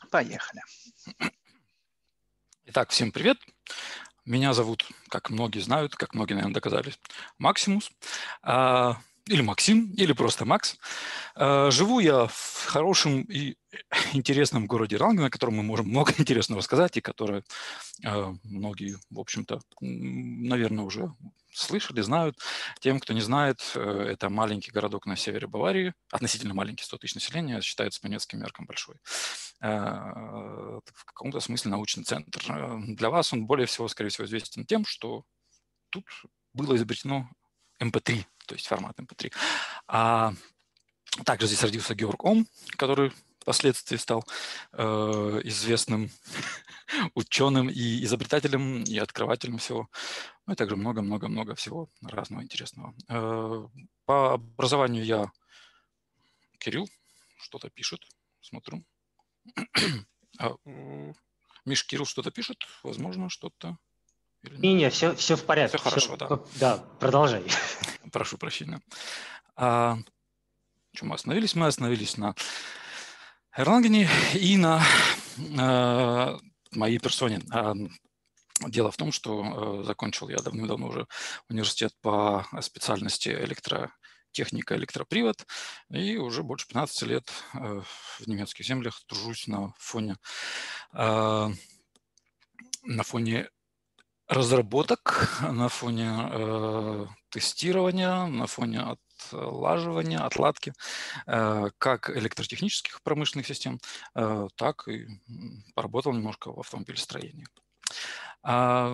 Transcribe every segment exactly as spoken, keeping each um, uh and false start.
Поехали. Итак, всем привет. Меня зовут, как многие знают, как многие, наверное, догадались, Максимус. А, или Максим, или просто Макс. А, живу я в хорошем и интересном городе Ранга, о котором мы можем много интересного рассказать, и который а, многие, в общем-то, наверное, уже слышали, знают. Тем, кто не знает, это маленький городок на севере Баварии, относительно маленький, сто тысяч населения, считается по немецким меркам большой. В каком-то смысле научный центр. Для вас он более всего, скорее всего, известен тем, что тут было изобретено эм пэ три, то есть формат эм пэ три. А также здесь родился Георг Ом, который впоследствии стал э, известным ученым и изобретателем, и открывателем всего. Ну и также много-много-много всего разного интересного. Э, по образованию я Кирилл, что-то пишет, смотрю. А, Миш, Кирилл что-то пишет, возможно, что-то или нет? Не-не, все, все в порядке. Все хорошо, все, да. Да, продолжай. Прошу прощения. А, чем мы остановились? Мы остановились на Эрлангене и на а, моей персоне. А, дело в том, что а, закончил я давным-давно уже университет по специальности электротехника, электропривод, и уже больше пятнадцати лет а, в немецких землях тружусь на фоне а, на фоне разработок, на фоне э, тестирования, на фоне отлаживания, отладки э, как электротехнических промышленных систем, э, так и поработал немножко в автомобилестроении. А,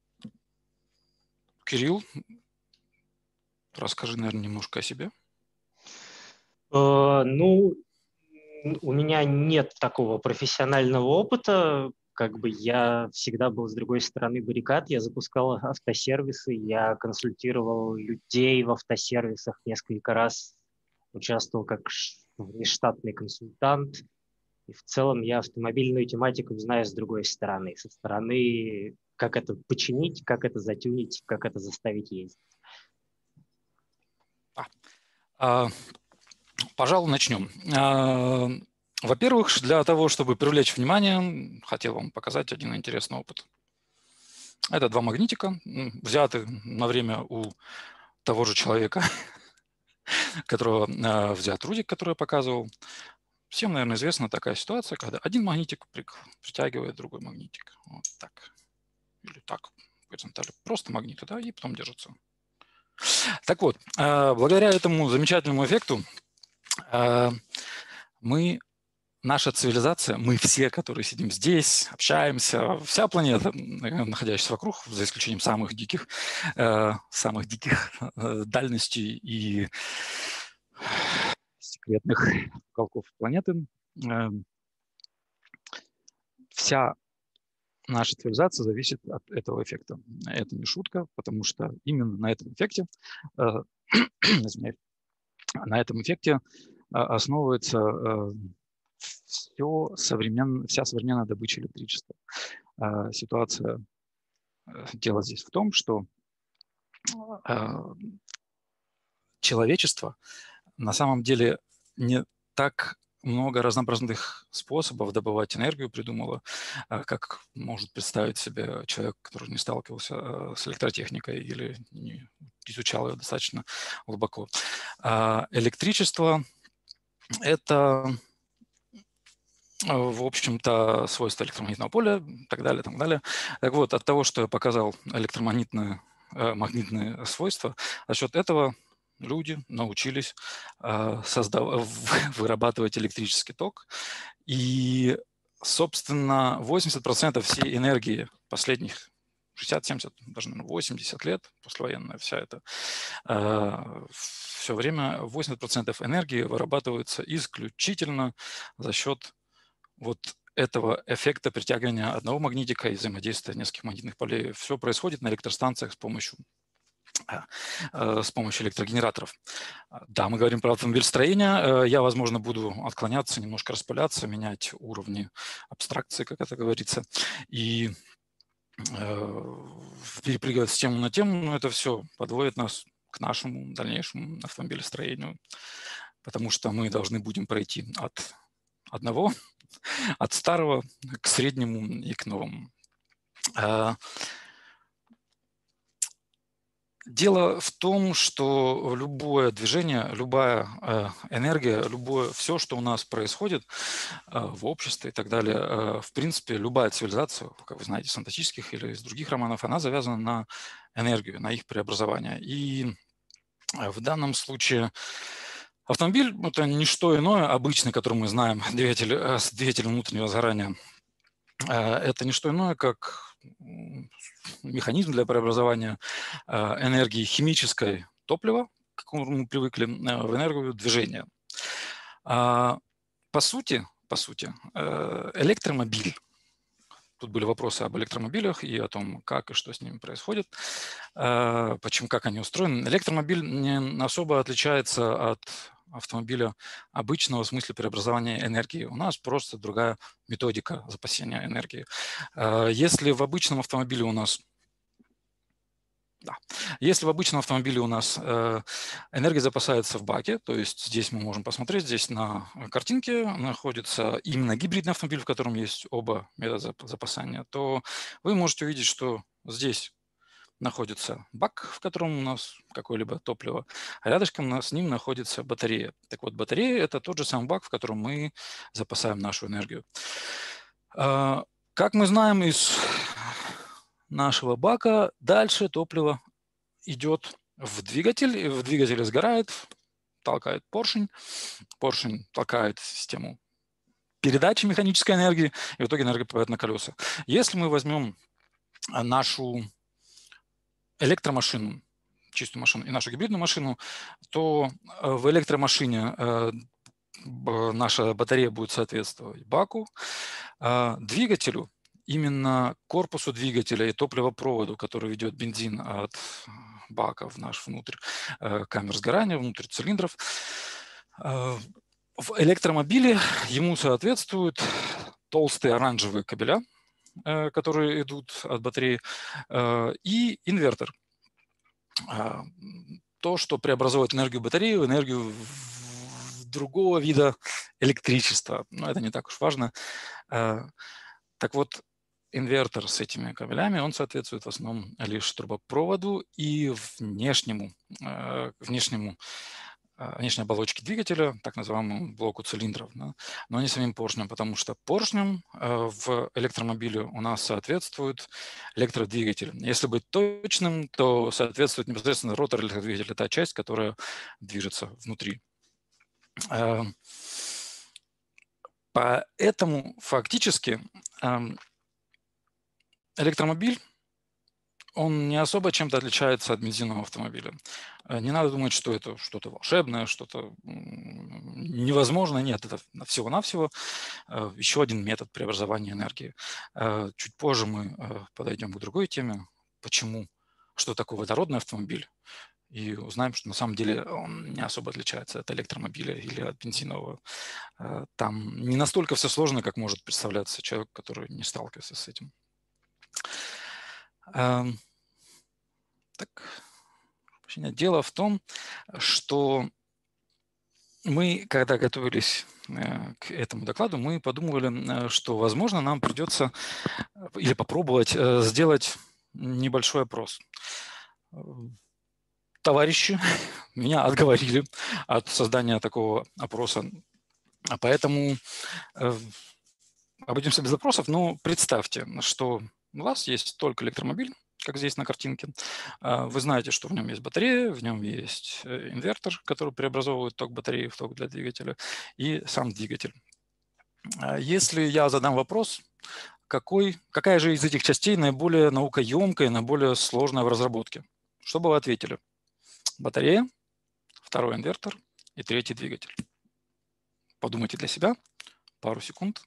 Кирилл, расскажи, наверное, немножко о себе. Э, ну, у меня нет такого профессионального опыта. Как бы я всегда был с другой стороны баррикад. Я запускал автосервисы, я консультировал людей в автосервисах несколько раз, участвовал как внештатный консультант. И в целом я автомобильную тематику знаю с другой стороны. Со стороны, как это починить, как это затюнить, как это заставить ездить. А, а, пожалуй, начнем. А, во-первых, для того, чтобы привлечь внимание, хотел вам показать один интересный опыт. Это два магнитика, взяты на время у того же человека, которого э, взят Рудик, который я показывал. Всем, наверное, известна такая ситуация, когда один магнитик притягивает другой магнитик. Вот так. Или так, в горизонтали. Просто магниты, да, и потом держатся. Так вот, э, благодаря этому замечательному эффекту э, мы... Наша цивилизация, мы все, которые сидим здесь, общаемся, вся планета, находящаяся вокруг, за исключением самых диких, э, самых диких э, дальностей и секретных уголков планеты, э, вся наша цивилизация зависит от этого эффекта. Это не шутка, потому что именно на этом эффекте, э, на этом эффекте основывается э, все современ... вся современная добыча электричества. Э, ситуация, э, дело здесь в том, что э, человечество на самом деле не так много разнообразных способов добывать энергию придумало, как может представить себе человек, который не сталкивался с электротехникой или не изучал ее достаточно глубоко. Электричество – это, в общем-то, свойство электромагнитного поля и так далее, так далее. Так вот, от того, что я показал электромагнитные магнитные свойства, за счет этого люди научились э, создав... вырабатывать электрический ток. И, собственно, восемьдесят процентов всей энергии последних шестьдесят-семьдесят, даже наверное, восемьдесят лет, послевоенная вся эта, э, все время восемьдесят процентов энергии вырабатывается исключительно за счет вот этого эффекта притягивания одного магнитика и взаимодействия нескольких магнитных полей. Все происходит на электростанциях с помощью с помощью электрогенераторов. Да, мы говорим про автомобильстроение. Я, возможно, буду отклоняться, немножко распыляться, менять уровни абстракции, как это говорится, и э, перепрыгивать с темы на тему, но это все подводит нас к нашему дальнейшему автомобилестроению, потому что мы должны будем пройти от одного от старого к среднему и к новому. Дело в том, что любое движение, любая энергия, любое все, что у нас происходит в обществе и так далее, в принципе, любая цивилизация, как вы знаете, из фантастических или из других романов, она завязана на энергию, на их преобразование. И в данном случае автомобиль – это не что иное, обычный, который мы знаем, двигатель с двигателем внутреннего сгорания. Это не что иное, как механизм для преобразования энергии химической топлива, к какому мы привыкли, в энергию движения. По сути, по сути, электромобиль, тут были вопросы об электромобилях и о том, как и что с ними происходит, почему, как они устроены. Электромобиль не особо отличается от автомобиля обычного в смысле преобразования энергии. У нас просто другая методика запасения энергии. Если в обычном автомобиле у нас Да. Если в обычном автомобиле у нас э, энергия запасается в баке, то есть здесь мы можем посмотреть, здесь на картинке находится именно гибридный автомобиль, в котором есть оба метода запасания, то вы можете увидеть, что здесь находится бак, в котором у нас какое-либо топливо, а рядышком с ним находится батарея. Так вот, батарея – это тот же самый бак, в котором мы запасаем нашу энергию. Э, как мы знаем из нашего бака, дальше топливо идет в двигатель, и в двигателе сгорает, толкает поршень, поршень толкает систему передачи механической энергии, и в итоге энергия попадает на колеса. Если мы возьмем нашу электромашину, чистую машину и нашу гибридную машину, то в электромашине наша батарея будет соответствовать баку, двигателю, именно корпусу двигателя и топливопроводу, который ведет бензин от бака в наш внутрь камер сгорания, внутрь цилиндров. В электромобиле ему соответствуют толстые оранжевые кабеля, которые идут от батареи, и инвертор. То, что преобразует энергию батареи в энергию другого вида электричества. Но это не так уж важно. Так вот, инвертор с этими кабелями, он соответствует в основном лишь трубопроводу и внешнему, внешнему, внешней оболочке двигателя, так называемому блоку цилиндров, да, но не самим поршнем, потому что поршнем в электромобиле у нас соответствует электродвигатель. Если быть точным, то соответствует непосредственно ротор электродвигателя, та часть, которая движется внутри. Поэтому фактически электромобиль, он не особо чем-то отличается от бензинового автомобиля. Не надо думать, что это что-то волшебное, что-то невозможное. Нет, это всего-навсего еще один метод преобразования энергии. Чуть позже мы подойдем к другой теме. Почему? Что такое водородный автомобиль? И узнаем, что на самом деле он не особо отличается от электромобиля или от бензинового. Там не настолько все сложно, как может представляться человек, который не сталкивался с этим. Так, дело в том, что мы, когда готовились к этому докладу, мы подумывали, что, возможно, нам придется или попробовать сделать небольшой опрос. Товарищи меня отговорили от создания такого опроса, поэтому обойдемся без вопросов, но представьте, что у вас есть только электромобиль, как здесь на картинке. Вы знаете, что в нем есть батарея, в нем есть инвертор, который преобразовывает ток батареи в ток для двигателя, и сам двигатель. Если я задам вопрос, какой, какая же из этих частей наиболее наукоемкая, наиболее сложная в разработке, что бы вы ответили? Батарея, второй инвертор и третий двигатель. Подумайте для себя пару секунд.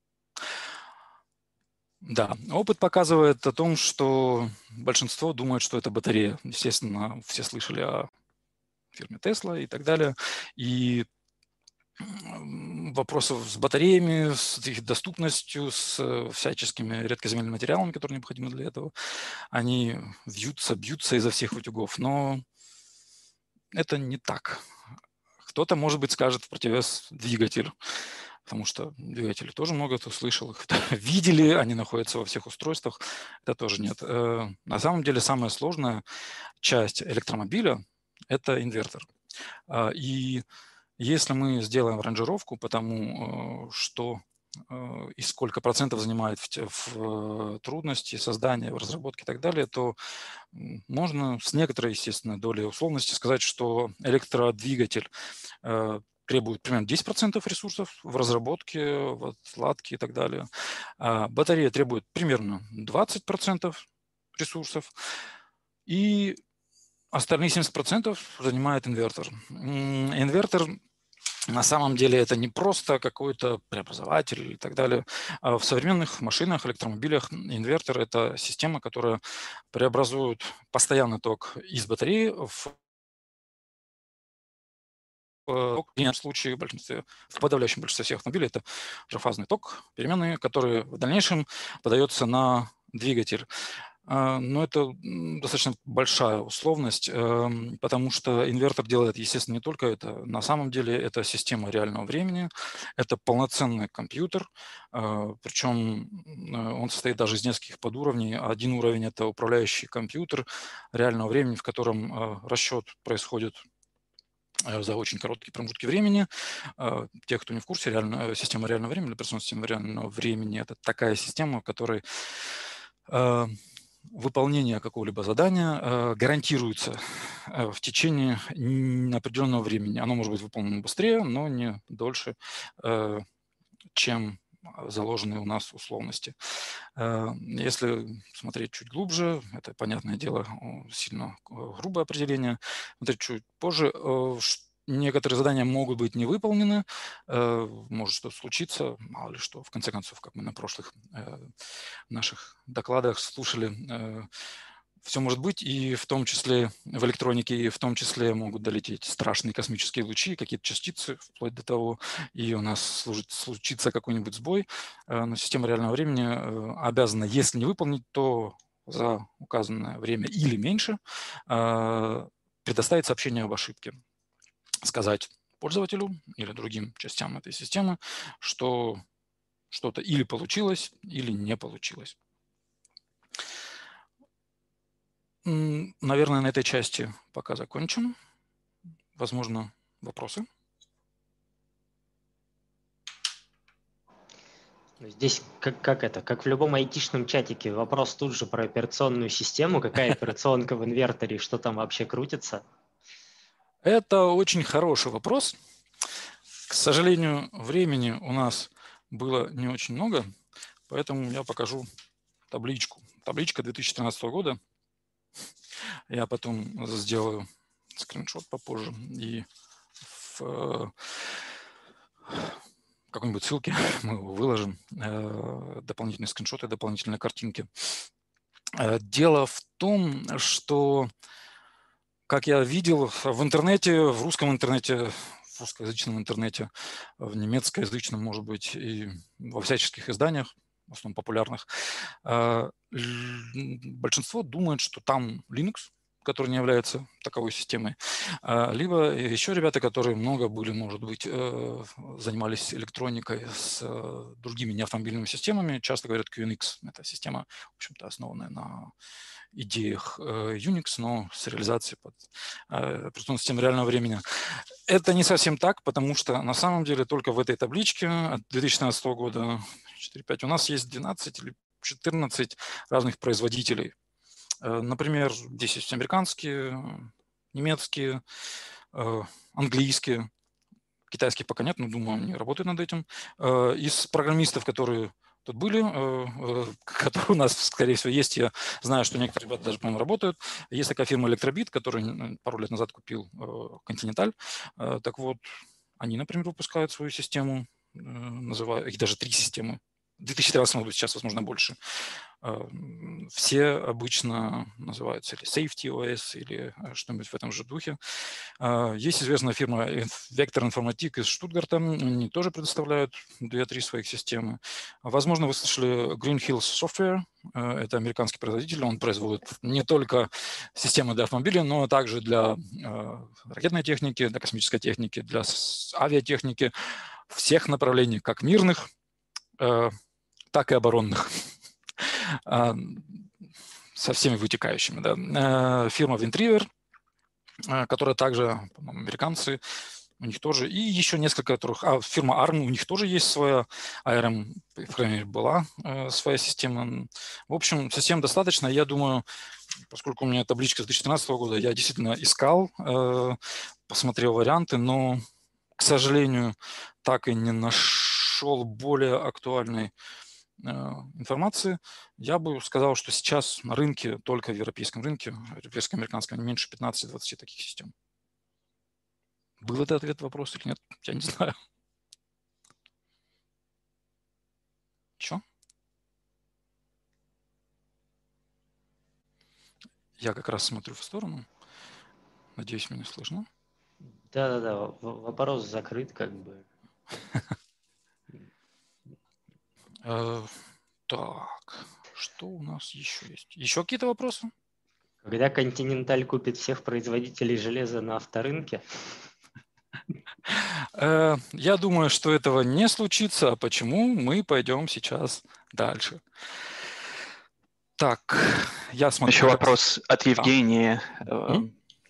Да, опыт показывает о том, что большинство думает, что это батарея. Естественно, все слышали о фирме Tesla и так далее. И вопросов с батареями, с их доступностью, с всяческими редкоземельными материалами, которые необходимы для этого, они вьются, бьются изо всех утюгов. Но это не так. Кто-то, может быть, скажет в противовес двигатель. потому что двигатели тоже много кто слышал, их видели, они находятся во всех устройствах, это тоже нет. На самом деле самая сложная часть электромобиля – это инвертор. И если мы сделаем ранжировку по тому, что и сколько процентов занимает в, в трудности создания, в разработке и так далее, то можно с некоторой, естественно, долей условности сказать, что электродвигатель э, требует примерно десять процентов ресурсов в разработке, в отладке и так далее. А батарея требует примерно двадцать процентов ресурсов. И остальные семьдесят процентов занимает инвертор. Инвертор на самом деле это не просто какой-то преобразователь и так далее. В современных машинах, электромобилях инвертор – это система, которая преобразует постоянный ток из батареи в ток. В случае, в, большинстве, в подавляющем большинстве всех автомобилей это трехфазный ток, переменные, который в дальнейшем подается на двигатель. Но это достаточно большая условность, потому что инвертор делает, естественно, не только это. На самом деле это система реального времени, это полноценный компьютер, причем он состоит даже из нескольких подуровней. Один уровень – это управляющий компьютер реального времени, в котором расчет происходит за очень короткие промежутки времени. Те, кто не в курсе, реально, система реального времени, операционная система реального времени – это такая система, в которой выполнение какого-либо задания э, гарантируется э, в течение определенного времени. Оно может быть выполнено быстрее, но не дольше, э, чем заложенные у нас условности. Э, если смотреть чуть глубже, это, понятное дело, сильно грубое определение, смотреть чуть позже, э, некоторые задания могут быть не выполнены, может что-то случиться, мало ли что. В конце концов, как мы на прошлых наших докладах слушали, все может быть, и в том числе в электронике, и в том числе могут долететь страшные космические лучи, какие-то частицы, вплоть до того, и у нас служит, случится какой-нибудь сбой. Но система реального времени обязана, если не выполнить, то за указанное время или меньше предоставить сообщение об ошибке. Сказать пользователю или другим частям этой системы, что что-то или получилось, или не получилось. Наверное, на этой части пока закончим. Возможно, вопросы? Здесь как, как это, как в любом айтишном чатике, вопрос тут же про операционную систему, какая операционка в инверторе, что там вообще крутится? Это очень хороший вопрос. К сожалению, времени у нас было не очень много, поэтому я покажу табличку. Табличка две тысячи тринадцатого года. Я потом сделаю скриншот попозже и в какой-нибудь ссылке мы его выложим, дополнительные скриншоты, дополнительные картинки. Дело в том, что, как я видел в интернете, в русском интернете, в русскоязычном интернете, в немецкоязычном, может быть, и во всяческих изданиях, в основном популярных, большинство думает, что там Linux, который не является таковой системой, либо еще ребята, которые много были, может быть, занимались электроникой с другими неавтомобильными системами, часто говорят кью эн икс. Это система, в общем-то, основанная на идеях Unix, но с реализацией под операционной системой реального времени. Это не совсем так, потому что на самом деле только в этой табличке от две тысячи тринадцатого года четыре-пять у нас есть двенадцать или четырнадцать разных производителей. Например, здесь есть американские, немецкие, английские, китайских пока нет, но думаю, они работают над этим. Из программистов, которые тут были, которые у нас, скорее всего, есть, я знаю, что некоторые ребята даже, по-моему, работают. Есть такая фирма Electrobit, которую пару лет назад купил Continental. Так вот, они, например, выпускают свою систему, называют их даже три системы. В две тысячи тринадцатом году, сейчас, возможно, больше. Все обычно называются или Safety о эс, или что-нибудь в этом же духе. Есть известная фирма Vector Informatik из Штутгарта. Они тоже предоставляют две-три своих системы. Возможно, вы слышали Green Hills Software. Это американский производитель. Он производит не только системы для автомобилей, но также для ракетной техники, для космической техники, для авиатехники. всех направлений, как мирных, так и оборонных, со всеми вытекающими. Да. Фирма WindRiver, которая также, по-моему, американцы, у них тоже, и еще несколько, которых, а фирма арм, у них тоже есть своя, эй ар эм, по крайней мере, была э, своя система. В общем, систем достаточно. Я думаю, поскольку у меня табличка с две тысячи тринадцатого года, я действительно искал, э, посмотрел варианты, но, к сожалению, так и не нашел более актуальной э, информации. Я бы сказал, что сейчас на рынке, только в европейском рынке, европейско-американском, не меньше пятнадцати-двадцати таких систем. Был это ответ на вопрос или нет? Я не знаю. Че? Я как раз смотрю в сторону. Надеюсь, меня слышно. Да-да-да, вопрос закрыт как бы. Так, что у нас еще есть? Еще какие-то вопросы? Когда Continental купит всех производителей железа на авторынке? Я думаю, что этого не случится. А почему? Мы пойдем сейчас дальше. Так, я смотрю. Еще вопрос от Евгения. Да.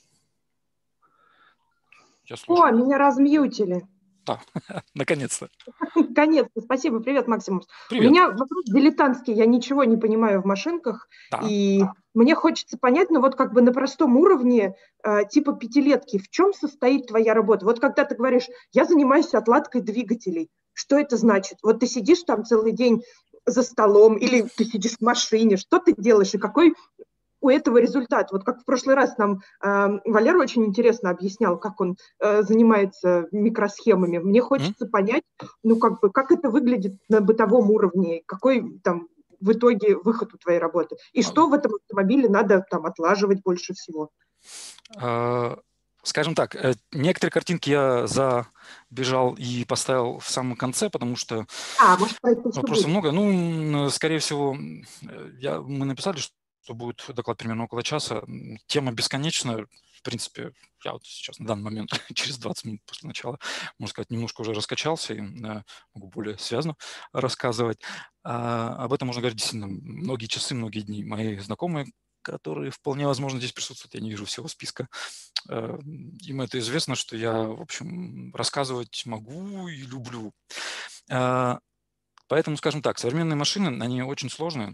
Я слушаю. О, меня размьютили. Да, наконец-то. Наконец-то. Спасибо. Привет, Максимус. Привет. У меня вопрос дилетантский. Я ничего не понимаю в машинках. Да. И мне хочется понять, ну вот как бы на простом уровне, э, типа пятилетки, в чем состоит твоя работа? Вот когда ты говоришь, я занимаюсь отладкой двигателей, что это значит? Вот ты сидишь там целый день за столом или ты сидишь в машине, что ты делаешь и какой у этого результат? Вот как в прошлый раз нам э, Валера очень интересно объяснял, как он э, занимается микросхемами. Мне хочется mm-hmm. понять, ну как бы, как это выглядит на бытовом уровне, какой там в итоге выход у твоей работы, и что в этом автомобиле надо там отлаживать больше всего. Скажем так, некоторые картинки я забежал и поставил в самом конце, потому что а, может, вопросов много. Ну, скорее всего, я, мы написали, что что будет доклад примерно около часа. Тема бесконечная. В принципе, я вот сейчас на данный момент, через двадцать минут после начала, можно сказать, немножко уже раскачался и да, могу более связно рассказывать. А, об этом можно говорить действительно многие часы, многие дни. Мои знакомые, которые вполне возможно здесь присутствуют, я не вижу всего списка, им это известно, что я, в общем, рассказывать могу и люблю. Поэтому, скажем так, современные машины, они очень сложные.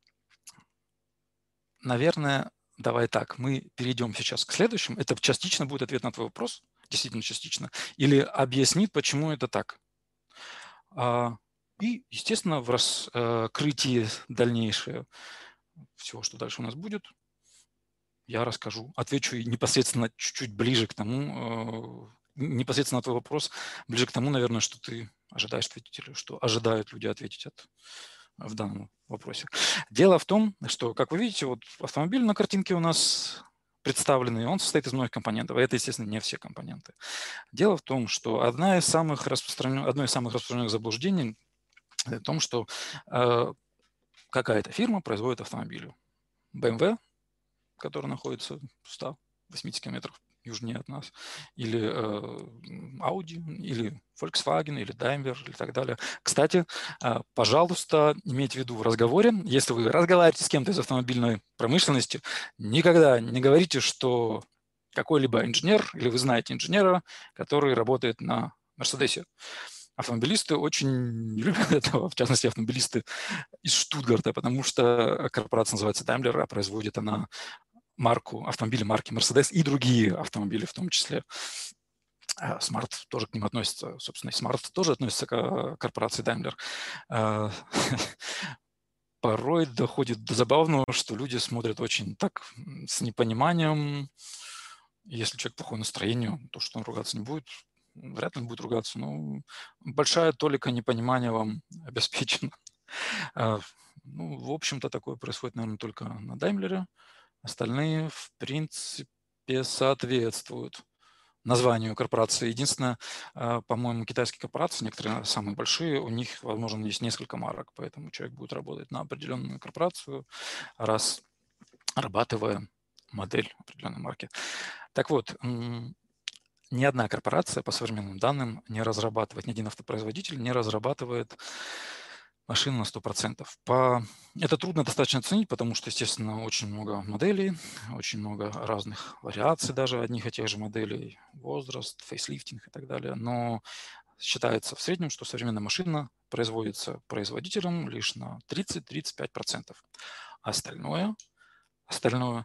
Наверное, давай так, мы перейдем сейчас к следующему. Это частично будет ответ на твой вопрос, действительно частично, или объяснит, почему это так. И, естественно, в раскрытии дальнейшее всего, что дальше у нас будет, я расскажу, отвечу непосредственно чуть-чуть ближе к тому, непосредственно на твой вопрос, ближе к тому, наверное, что ты ожидаешь ответить или что ожидают люди ответить от в данном вопросе. Дело в том, что, как вы видите, вот автомобиль на картинке у нас представленный, он состоит из многих компонентов, и это, естественно, не все компоненты. Дело в том, что одна из самых распространенных, одно из самых распространенных заблуждений в том, что э, какая-то фирма производит автомобили. бэ эм вэ, который находится в ста восьмидесяти километрах южнее от нас, или э, Audi, или Volkswagen, или Daimler, и так далее. Кстати, э, пожалуйста, имейте в виду в разговоре, если вы разговариваете с кем-то из автомобильной промышленности, никогда не говорите, что какой-либо инженер, или вы знаете инженера, который работает на Мерседесе. Автомобилисты очень не любят этого, в частности, автомобилисты из Штутгарта, потому что корпорация называется Daimler, а производит она марку, автомобили марки Mercedes и другие автомобили в том числе. Smart тоже к ним относится, собственно, и Smart тоже относится к корпорации Daimler. Порой доходит до забавного, что люди смотрят очень так с непониманием. Если человек плохое настроение, то что он ругаться не будет, вряд ли он будет ругаться, но большая толика непонимания вам обеспечена. Ну, в общем-то, такое происходит, наверное, только на Daimler. Остальные, в принципе, соответствуют названию корпорации. Единственное, по-моему, китайские корпорации, некоторые самые большие, у них, возможно, есть несколько марок, поэтому человек будет работать на определенную корпорацию, разрабатывая модель определенной марки. Так вот, ни одна корпорация по современным данным не разрабатывает, ни один автопроизводитель не разрабатывает машины на сто процентов. По... Это трудно достаточно оценить, потому что, естественно, очень много моделей, очень много разных вариаций даже одних и тех же моделей, возраст, фейслифтинг и так далее. Но считается в среднем, что современная машина производится производителем лишь на тридцать-тридцать пять процентов. Остальное, остальное,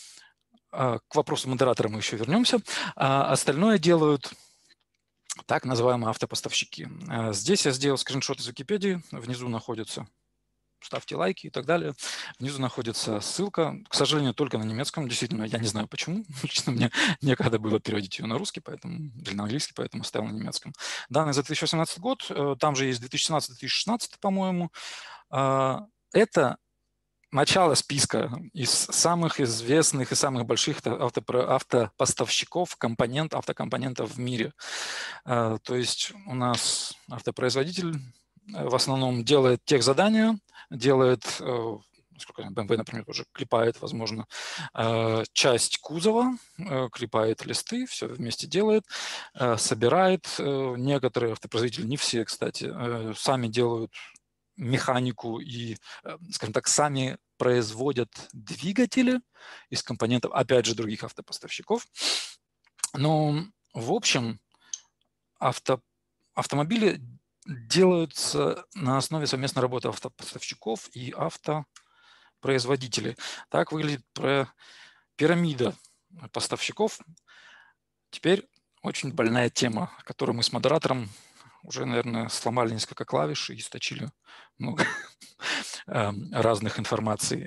к вопросу модератора мы еще вернемся, остальное делают так называемые автопоставщики. Здесь я сделал скриншот из Википедии, внизу находится, ставьте лайки и так далее. Внизу находится ссылка, к сожалению, только на немецком. Действительно, я не знаю почему. Лично мне некогда было переводить ее на русский, поэтому, или на английский, поэтому оставил на немецком. Данные за две тысячи восемнадцатый год, там же есть две тысячи семнадцатый — две тысячи шестнадцатый, по-моему. Это начало списка из самых известных и самых больших автопоставщиков компонент, автокомпонентов в мире. То есть у нас автопроизводитель в основном делает техзадания, делает, сколько бэ эм вэ, например, уже клепает, возможно, часть кузова, клепает листы, все вместе делает, собирает. Некоторые автопроизводители, не все, кстати, сами делают механику и, скажем так, сами производят двигатели из компонентов, опять же, других автопоставщиков. Но, в общем, авто, автомобили делаются на основе совместной работы автопоставщиков и автопроизводителей. Так выглядит пирамида поставщиков. Теперь очень больная тема, которую мы с модератором уже, наверное, сломали несколько клавиш и источили много разных информаций.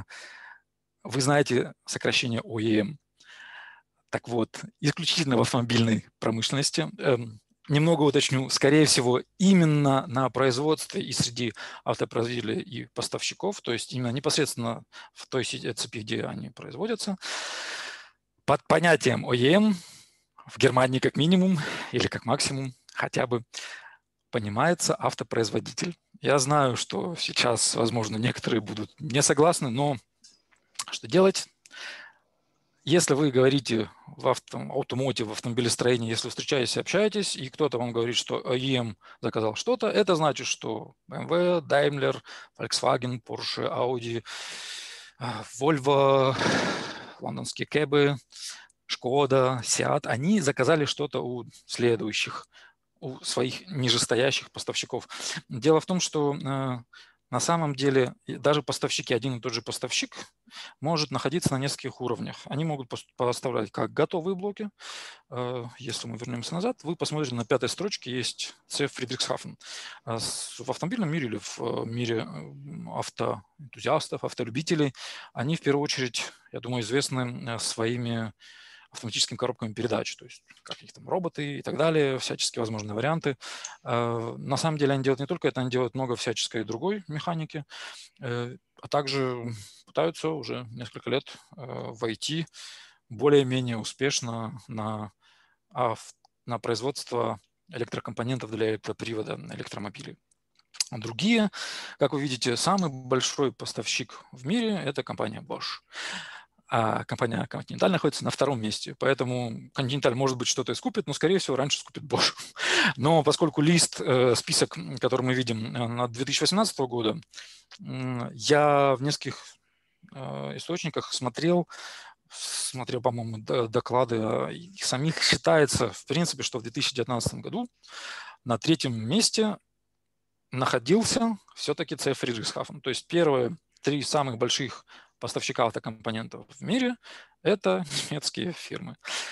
Вы знаете сокращение о и эм. Так вот, исключительно в автомобильной промышленности, немного уточню, скорее всего, именно на производстве и среди автопроизводителей и поставщиков, то есть именно непосредственно в той цепи, где они производятся, под понятием о и эм в Германии как минимум или как максимум хотя бы понимается автопроизводитель. Я знаю, что сейчас, возможно, некоторые будут не согласны, но что делать? Если вы говорите в автомотиве, в автомобилестроении, если вы встречаетесь и общаетесь, и кто-то вам говорит, что о и эм заказал что-то, это значит, что бэ эм вэ, Daimler, Volkswagen, Porsche, Audi, Volvo, лондонские кэбы, Шкода, Seat, они заказали что-то у следующих, у своих нижестоящих поставщиков. Дело в том, что э, на самом деле даже поставщики, один и тот же поставщик может находиться на нескольких уровнях. Они могут поставлять как готовые блоки. Э, если мы вернемся назад, вы посмотрите, на пятой строчке есть цех Фридрихсхафен. Э, в автомобильном мире или в мире автоэнтузиастов, автолюбителей, они в первую очередь, я думаю, известны своими автоматическими коробками передач, то есть каких там роботы и так далее, всяческие возможные варианты. На самом деле они делают не только это, они делают много всяческой другой механики, а также пытаются уже несколько лет войти более-менее успешно на, на производство электрокомпонентов для электропривода электромобилей. Другие, как вы видите, самый большой поставщик в мире – это компания Bosch. А компания Continental находится на втором месте. Поэтому Continental, может быть, что-то и скупит, но, скорее всего, раньше скупит Bosch. Но поскольку лист, список, который мы видим на две тысячи восемнадцатого года, я в нескольких источниках смотрел, смотрел, по-моему, доклады их самих. Считается, в принципе, что в две тысячи девятнадцатом году на третьем месте находился все-таки цех Фридрихсхафен. То есть первые три самых больших поставщика автокомпонентов в мире – это немецкие фирмы.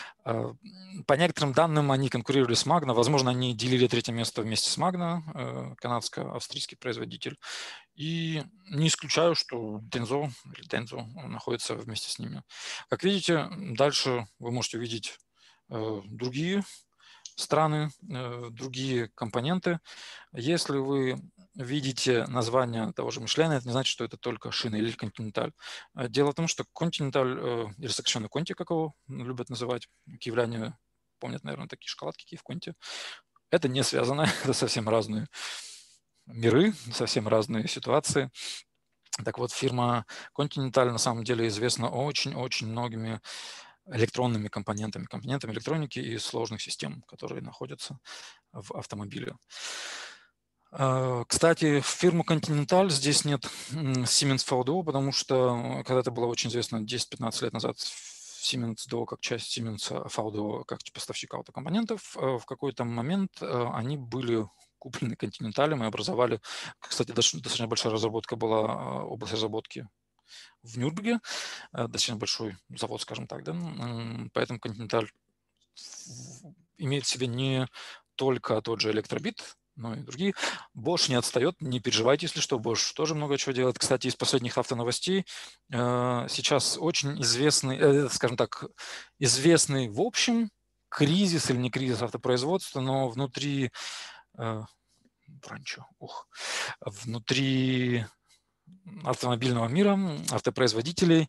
По некоторым данным, они конкурировали с Magna. Возможно, они делили третье место вместе с Magna, канадско-австрийский производитель. И не исключаю, что Denso или Denso находится вместе с ними. Как видите, дальше вы можете увидеть другие страны, другие компоненты. Если вы видите название того же Мишлена, это не значит, что это только шины или Continental. Дело в том, что Continental, или сокращенно Conti, как его любят называть, киевляне помнят, наверное, такие шоколадки Киев Conti, это не связано, это совсем разные миры, совсем разные ситуации. Так вот, фирма Continental на самом деле известна очень-очень многими электронными компонентами, компонентами электроники и сложных систем, которые находятся в автомобиле. Кстати, в фирму Continental здесь нет Siemens эф эй ди о, потому что когда-то было очень известно десять-пятнадцать лет назад Siemens ди о как часть Siemens эф эй ди о, как поставщик автокомпонентов. В какой-то момент они были куплены Continental и образовали, кстати, достаточно большая разработка была, область разработки в Нюрнберге, достаточно большой завод, скажем так, да, поэтому Continental имеет в себе не только тот же электробит, но и другие. Bosch не отстает, не переживайте, если что, Bosch тоже много чего делает. Кстати, из последних автоновостей сейчас очень известный, скажем так, известный в общем кризис или не кризис автопроизводства, но внутри, раньше, ух, внутри автомобильного мира, автопроизводителей,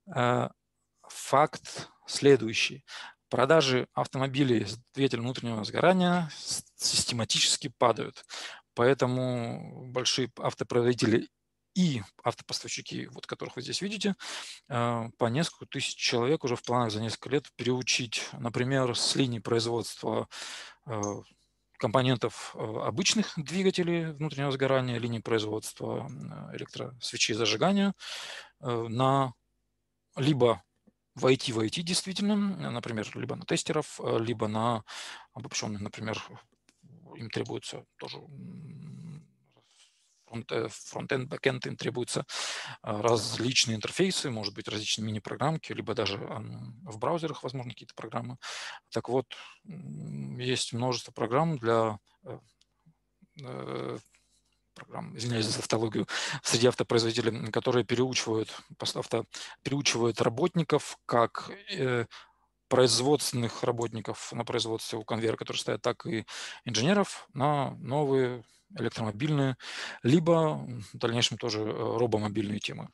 факт следующий. Продажи автомобилей с двигателем внутреннего сгорания систематически падают. Поэтому большие автопроизводители и автопоставщики, вот которых вы здесь видите, по несколько тысяч человек уже в планах за несколько лет переучить, например, с линии производства компонентов обычных двигателей внутреннего сгорания, линии производства электросвечей зажигания на либо в ай ти, в ай ти действительно, например, либо на тестеров, либо на обобщенных, например, им требуется тоже фронт-энд, бэк-энд, им требуются различные интерфейсы, может быть, различные мини-программки, либо даже в браузерах, возможно, какие-то программы. Так вот, есть множество программ для программ, извиняюсь за тавтологию, среди автопроизводителей, которые переучивают, авто, переучивают работников, как э, производственных работников на производстве у конвейера, которые стоят, так и инженеров на новые электромобильные, либо в дальнейшем тоже робомобильные темы.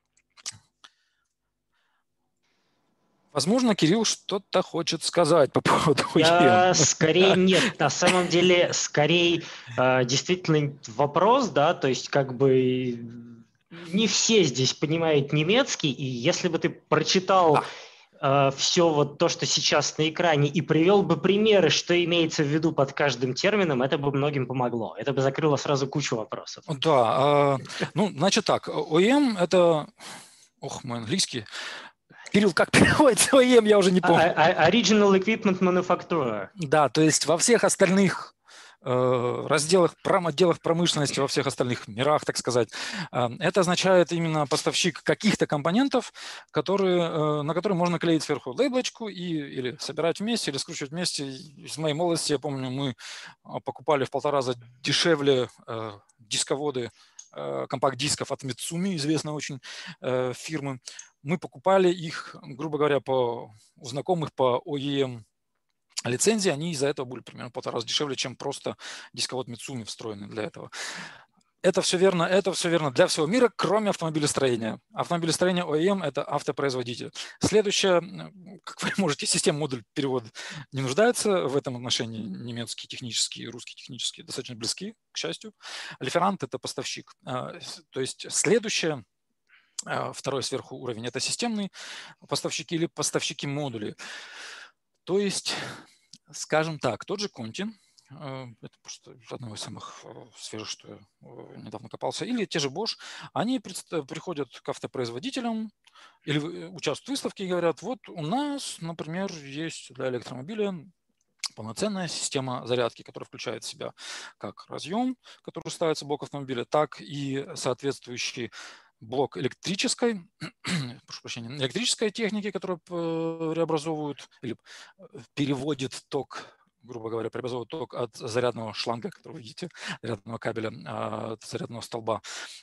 Возможно, Кирилл что-то хочет сказать по поводу о и эм. Я скорее нет. На самом деле, скорее э, действительно вопрос, да, то есть как бы не все здесь понимают немецкий, и если бы ты прочитал э, все вот то, что сейчас на экране, и привел бы примеры, что имеется в виду под каждым термином, это бы многим помогло. Это бы закрыло сразу кучу вопросов. Да, э, ну, значит так, о и эм – это, ох, мой английский, Кирилл, как переводится о и эм, я уже не помню. Original Equipment Manufacturer. Да, то есть во всех остальных э, разделах, пром, отделах промышленности, во всех остальных мирах, так сказать, э, это означает именно поставщик каких-то компонентов, которые, э, на которые можно клеить сверху лейблочку и, или собирать вместе, или скручивать вместе. Из моей молодости, я помню, мы покупали в полтора раза дешевле э, дисководы э, компакт-дисков от Mitsumi, известной очень э, фирмы. Мы покупали их, грубо говоря, по, у знакомых по о и эм лицензии, они из-за этого были примерно в полтора раза дешевле, чем просто дисковод Mitsumi встроенный для этого. Это все верно, это все верно для всего мира, кроме автомобилестроения. Автомобилестроение о и эм – это автопроизводитель. Следующее, как вы можете, система модуль перевода не нуждается в этом отношении. Немецкий технический и русский технический достаточно близки, к счастью. Лиферант – это поставщик. То есть следующее, второй сверху уровень – это системные поставщики или поставщики модулей. То есть, скажем так, тот же Conti, это просто одно из самых свежих, что я недавно копался, или те же Bosch, они приходят к автопроизводителям или участвуют в выставке и говорят, вот у нас, например, есть для электромобиля полноценная система зарядки, которая включает в себя как разъем, который ставится в блок автомобиля, так и соответствующий блок электрической, прошу прощения, электрической техники, которая преобразовывает или переводит ток, грубо говоря, преобразовывает ток от зарядного шланга, который вы видите, зарядного кабеля, от зарядного столба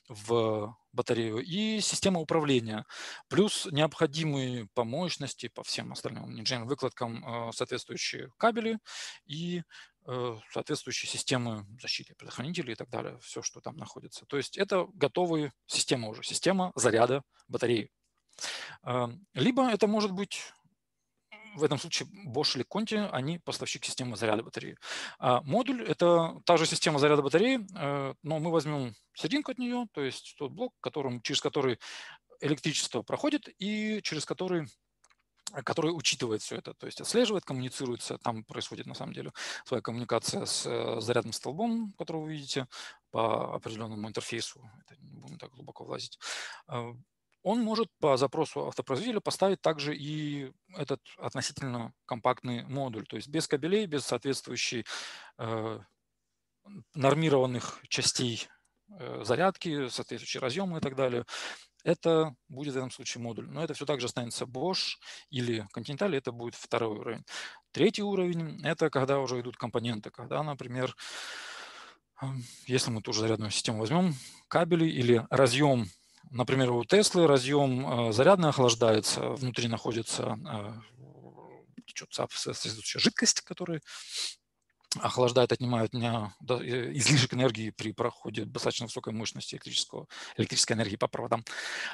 в батарею, и система управления, плюс необходимые по мощности, по всем остальным инженерным выкладкам соответствующие кабели и соответствующие системы защиты, предохранители и так далее, все, что там находится. То есть это готовые системы уже, система заряда батареи. Либо это может быть, в этом случае Bosch или Conti, они поставщик системы заряда батареи. А модуль – это та же система заряда батареи, но мы возьмем серединку от нее, то есть тот блок, которым, через который электричество проходит и через который который учитывает все это, то есть отслеживает, коммуницируется, там происходит на самом деле своя коммуникация с э, зарядным столбом, который вы видите по определенному интерфейсу, это не будем так глубоко влазить. Э, Он может по запросу автопроизводителя поставить также и этот относительно компактный модуль, то есть без кабелей, без соответствующей э, нормированных частей э, зарядки, соответствующие разъемы и так далее. Это будет в этом случае модуль. Но это все также останется Bosch или Continental, это будет второй уровень. Третий уровень – это когда уже идут компоненты, когда, например, если мы ту же зарядную систему возьмем, кабели или разъем, например, у Теслы разъем э, зарядный охлаждается, внутри находится э, соответствующая жидкость, которая охлаждает, отнимает излишек энергии при проходе достаточно высокой мощности электрического, электрической энергии по проводам.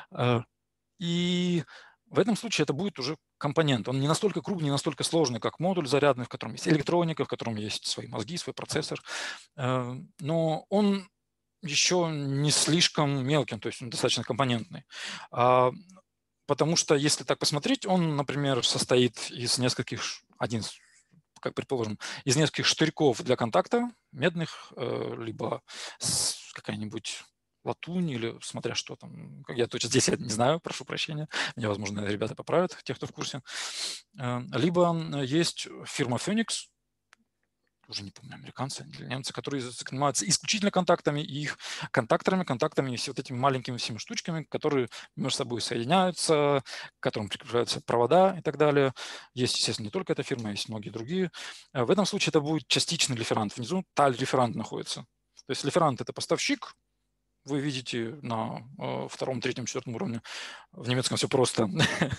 И в этом случае это будет уже компонент. Он не настолько крупный, не настолько сложный, как модуль зарядный, в котором есть электроника, в котором есть свои мозги, свой процессор. Но он еще не слишком мелким, то есть он достаточно компонентный. Потому что, если так посмотреть, он, например, состоит из нескольких, один как предположим, из нескольких штырьков для контакта, медных, либо какая-нибудь латунь или смотря что там. Я точно здесь я не знаю, прошу прощения. Меня, возможно, ребята поправят, те, кто в курсе. Либо есть фирма Phoenix, уже не помню, американцы или немцы, которые занимаются исключительно контактами и их контакторами, контактами и все вот этими маленькими всеми штучками, которые между собой соединяются, к которым прикрепляются провода и так далее. Есть, естественно, не только эта фирма, есть многие другие. В этом случае это будет частичный лиферант. Внизу таль-лиферант находится. То есть лиферант – это поставщик. Вы видите на втором, третьем, четвертом уровне. В немецком все просто.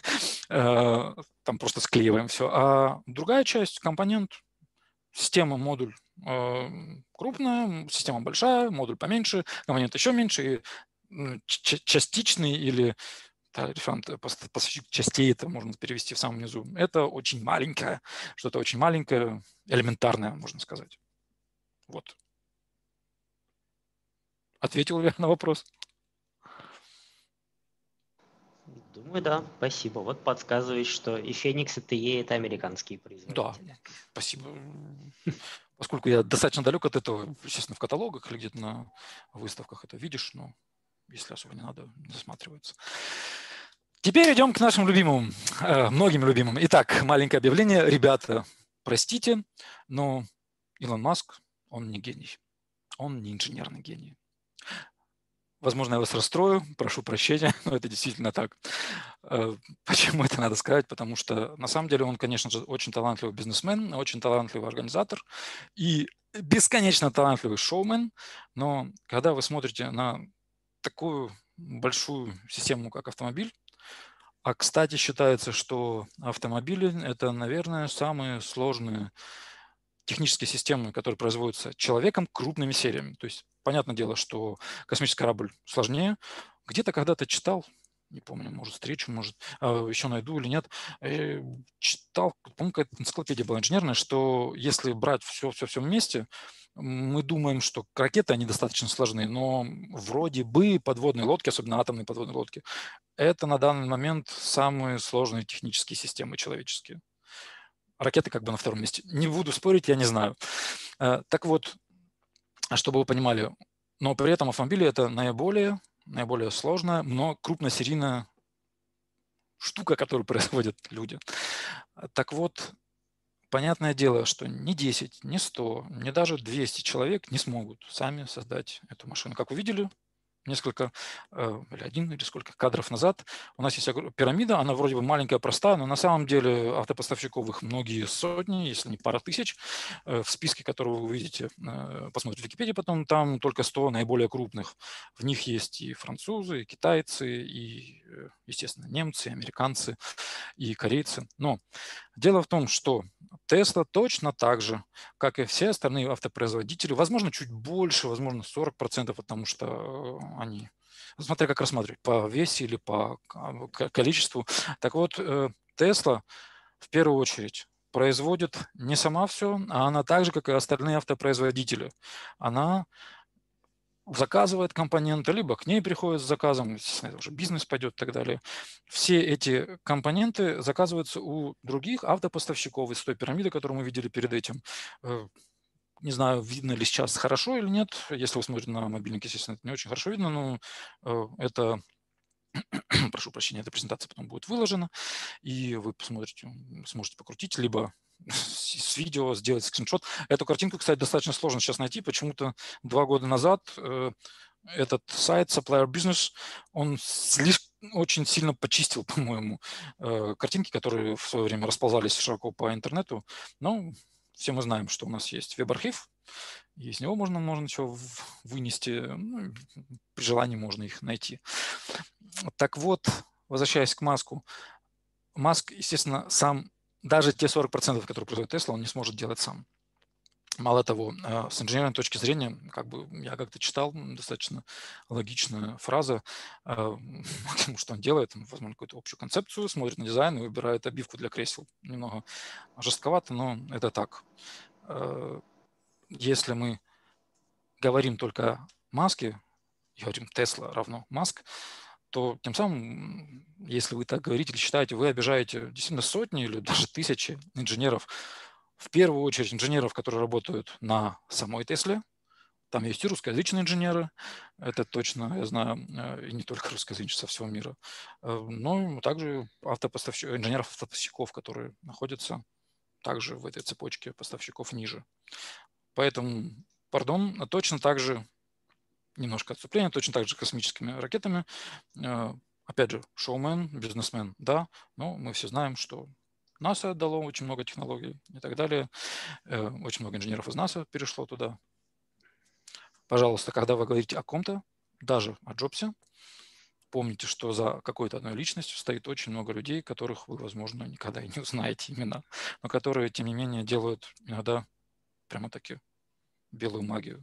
Там просто склеиваем все. А другая часть – компонент. Система, модуль э, крупная, система большая, модуль поменьше, компонент еще меньше, и частичный или да, поставщик частей, это можно перевести в самом низу. Это очень маленькое, что-то очень маленькое, элементарное, можно сказать. Вот. Ответил ли я на вопрос? Думаю, да. Спасибо. Вот подсказывает, что и Феникс, и ТЕ – это американские производители. Да, спасибо. Поскольку я достаточно далек от этого, естественно, в каталогах или где-то на выставках это видишь, но если особо не надо, засматривается. Теперь идем к нашим любимым, э, многим любимым. Итак, маленькое объявление. Ребята, простите, но Илон Маск, он не гений. Он не инженерный гений. Возможно, я вас расстрою, прошу прощения, но это действительно так. Почему это надо сказать? Потому что на самом деле он, конечно же, очень талантливый бизнесмен, очень талантливый организатор и бесконечно талантливый шоумен, но когда вы смотрите на такую большую систему, как автомобиль, а, кстати, считается, что автомобили – это, наверное, самые сложные технические системы, которые производятся человеком крупными сериями. То есть понятное дело, что космический корабль сложнее. Где-то когда-то читал, не помню, может, встречу, может, еще найду или нет, читал, помню, какая-то энциклопедия была инженерная, что если брать все-все-все вместе, мы думаем, что ракеты, они достаточно сложны, но вроде бы подводные лодки, особенно атомные подводные лодки, это на данный момент самые сложные технические системы человеческие. Ракеты как бы на втором месте. Не буду спорить, я не знаю. Так вот, чтобы вы понимали, но при этом автомобили – это наиболее, наиболее сложная, но крупносерийная штука, которую производят люди. Так вот, понятное дело, что ни десять, ни сто, ни даже двести человек не смогут сами создать эту машину. Как вы видели, несколько, или один, или сколько кадров назад, у нас есть пирамида, она вроде бы маленькая, простая, но на самом деле автопоставщиков их многие сотни, если не пара тысяч. В списке, который вы увидите, посмотрите в Википедии потом, там только сто наиболее крупных. В них есть и французы, и китайцы, и, естественно, немцы, и американцы, и корейцы. Но дело в том, что Tesla точно так же, как и все остальные автопроизводители, возможно, чуть больше, возможно, сорок процентов, потому что они, смотря как рассматривать, по весе или по количеству. Так вот, Tesla в первую очередь производит не сама все, а она так же, как и остальные автопроизводители. Она заказывает компоненты, либо к ней приходит с заказом, естественно, это уже бизнес пойдет и так далее. Все эти компоненты заказываются у других автопоставщиков из той пирамиды, которую мы видели перед этим. Не знаю, видно ли сейчас хорошо или нет. Если вы смотрите на мобильник, естественно, это не очень хорошо видно, но это, прошу прощения, эта презентация потом будет выложена, и вы посмотрите, сможете покрутить, либо с видео сделать скриншот. Эту картинку, кстати, достаточно сложно сейчас найти. Почему-то два года назад э, этот сайт Supplier Business, он слишком, очень сильно почистил, по-моему, э, картинки, которые в свое время расползались широко по интернету. Но все мы знаем, что у нас есть веб-архив, и из него можно, можно еще вынести, ну, при желании можно их найти. Так вот, возвращаясь к Маску, Маск, естественно, сам, даже те сорок процентов, которые производит Tesla, он не сможет делать сам. Мало того, с инженерной точки зрения, как бы я как-то читал, достаточно логичная фраза, потому что он делает, возможно, какую-то общую концепцию, смотрит на дизайн и выбирает обивку для кресел. Немного жестковато, но это так. Если мы говорим только о Маске, говорим Tesla равно Маск, то тем самым, если вы так говорите или считаете, вы обижаете действительно сотни или даже тысячи инженеров. В первую очередь инженеров, которые работают на самой Тесле. Там есть и русскоязычные инженеры, это точно, я знаю, и не только русскоязычные со всего мира, но также автопоставщик, инженеров автопоставщиков, которые находятся также в этой цепочке поставщиков ниже. Поэтому, пардон, точно так же, немножко отступление, точно так же космическими ракетами. Опять же, шоумен, бизнесмен, да, но мы все знаем, что НАСА дало очень много технологий и так далее. Очень много инженеров из НАСА перешло туда. Пожалуйста, когда вы говорите о ком-то, даже о Джобсе, помните, что за какой-то одной личностью стоит очень много людей, которых вы, возможно, никогда и не узнаете имена, но которые, тем не менее, делают иногда прямо-таки белую магию.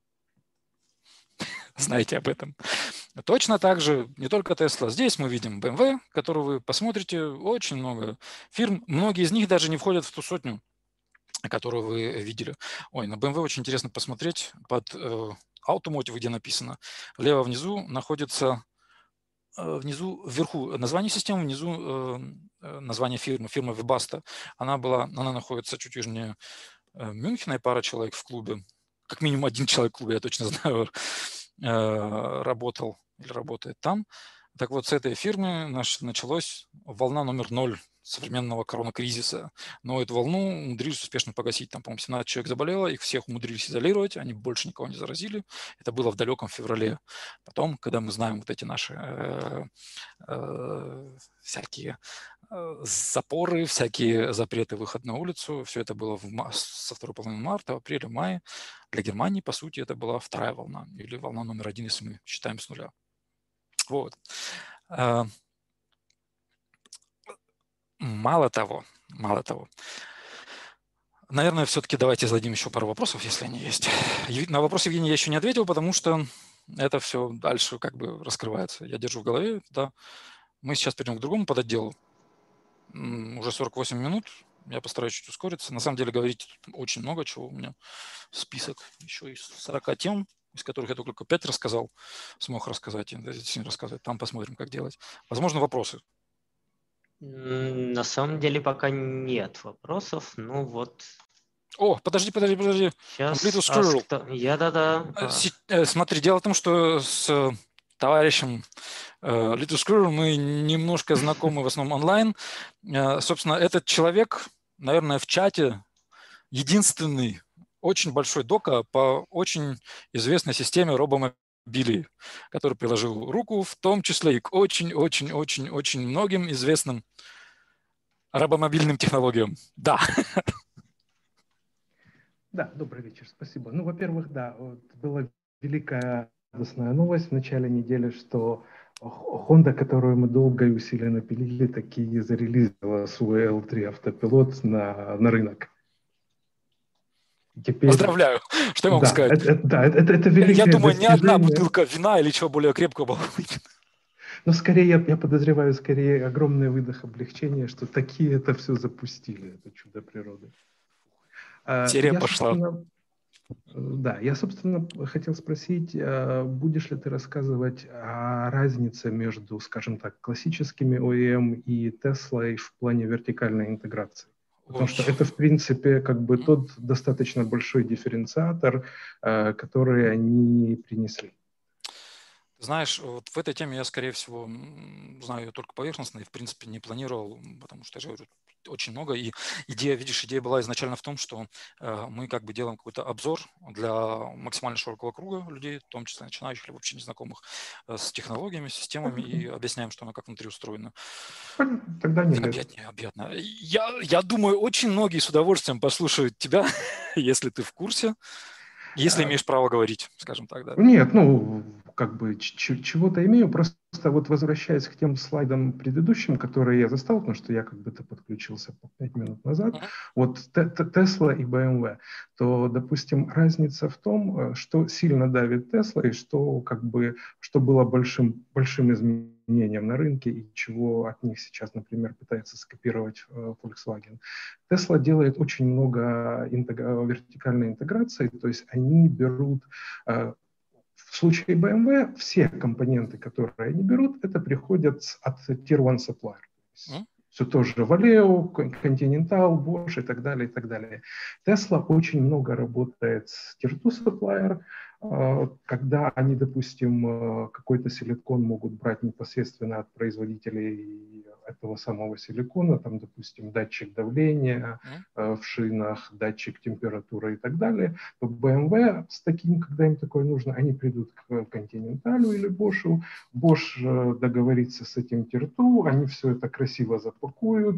Знаете об этом. Точно так же не только Tesla. Здесь мы видим бэ эм вэ, которую вы посмотрите, очень много фирм. Многие из них даже не входят в ту сотню, которую вы видели. Ой, на бэ эм вэ очень интересно посмотреть. Под э, Automotive, где написано, влево внизу находится, э, внизу, вверху название системы, внизу э, название фирмы, фирма Webasto. Она, была, она находится чуть южнее э, Мюнхена, и пара человек в клубе. Как минимум один человек в клубе, я точно знаю, работал или работает там. Так вот, с этой фирмы началась волна номер ноль современного коронакризиса. Но эту волну умудрились успешно погасить. Там, по-моему, семнадцать человек заболело, их всех умудрились изолировать, они больше никого не заразили. Это было в далеком феврале. Потом, когда мы знаем вот эти наши э, э, всякие э, запоры, всякие запреты выхода на улицу, все это было в, со второй половины марта, апреля, мая. Для Германии, по сути, это была вторая волна, или волна номер один, если мы считаем с нуля. Вот. Мало того, мало того, наверное, все-таки давайте зададим еще пару вопросов, если они есть. На вопрос Евгения я еще не ответил, потому что это все дальше как бы раскрывается. Я держу в голове, да. Мы сейчас перейдем к другому подотделу. Уже сорок восемь минут, я постараюсь чуть ускориться. На самом деле говорить очень много чего. У меня список еще из сорока тем, из которых я только пять рассказал, смог рассказать и действительно рассказать. Там посмотрим, как делать. Возможно, вопросы. На самом деле пока нет вопросов, ну вот. О, подожди, подожди, подожди. Сейчас. Little Squirrel. А, я, да-да. Смотри, дело в том, что с товарищем Little Squirrel мы немножко знакомы в основном онлайн. Собственно, этот человек, наверное, в чате единственный очень большой дока по очень известной системе робомобилей, который приложил руку, в том числе и к очень-очень-очень-очень многим известным робомобильным технологиям. Да. Да, добрый вечер, спасибо. Ну, во-первых, да, вот была великая радостная новость в начале недели, что Honda, которую мы долго и усиленно пилили, таки зарелизила свой эл три автопилот на, на рынок. Теперь... Поздравляю, что я могу да, сказать? Это, это, да, это, это великое Я думаю, достижение. ни одна бутылка вина или чего более крепкого была выпита. Но скорее, я, я подозреваю, скорее огромный выдох облегчения, что такие это все запустили, это чудо природы. Серия я, пошла. Да, я, собственно, хотел спросить, будешь ли ты рассказывать о разнице между, скажем так, классическими о и эм и Tesla в плане вертикальной интеграции? Потому Ой. что это, в принципе, как бы тот достаточно большой дифференциатор, который они принесли. Знаешь, вот в этой теме я, скорее всего, знаю ее только поверхностно и, в принципе, не планировал, потому что, я же говорю, очень много. И идея, видишь, идея была изначально в том, что э, мы как бы делаем какой-то обзор для максимально широкого круга людей, в том числе начинающих или вообще незнакомых э, с технологиями, системами, и объясняем, что она как внутри устроена. Тогда не лет. Объятнее, объятно. Я, я думаю, очень многие с удовольствием послушают тебя, если ты в курсе, если имеешь право говорить, скажем так, да. Нет, ну, как бы чего-то имею, просто вот возвращаясь к тем слайдам предыдущим, которые я застал, потому что я как бы-то подключился пять минут назад, uh-huh. вот Tesla и бэ эм вэ, то, допустим, разница в том, что сильно давит Tesla и что как бы, что было большим, большим изменением на рынке и чего от них сейчас, например, пытается скопировать э, Volkswagen. Tesla делает очень много интег- вертикальной интеграции, то есть они берут э, в случае бэ эм вэ все компоненты, которые они берут, это приходят от Tier один Supplier. Mm? Все тоже Valeo, Continental, Bosch и так далее, и так далее. Tesla очень много работает с Tier два Supplier, когда они, допустим, какой-то силикон могут брать непосредственно от производителей этого самого силикона, там, допустим, датчик давления mm. в шинах, датчик температуры и так далее, то бэ эм вэ с таким, когда им такое нужно, они придут к Continental или Bosch, Bosch договорится с этим Tier два, они все это красиво запакуют,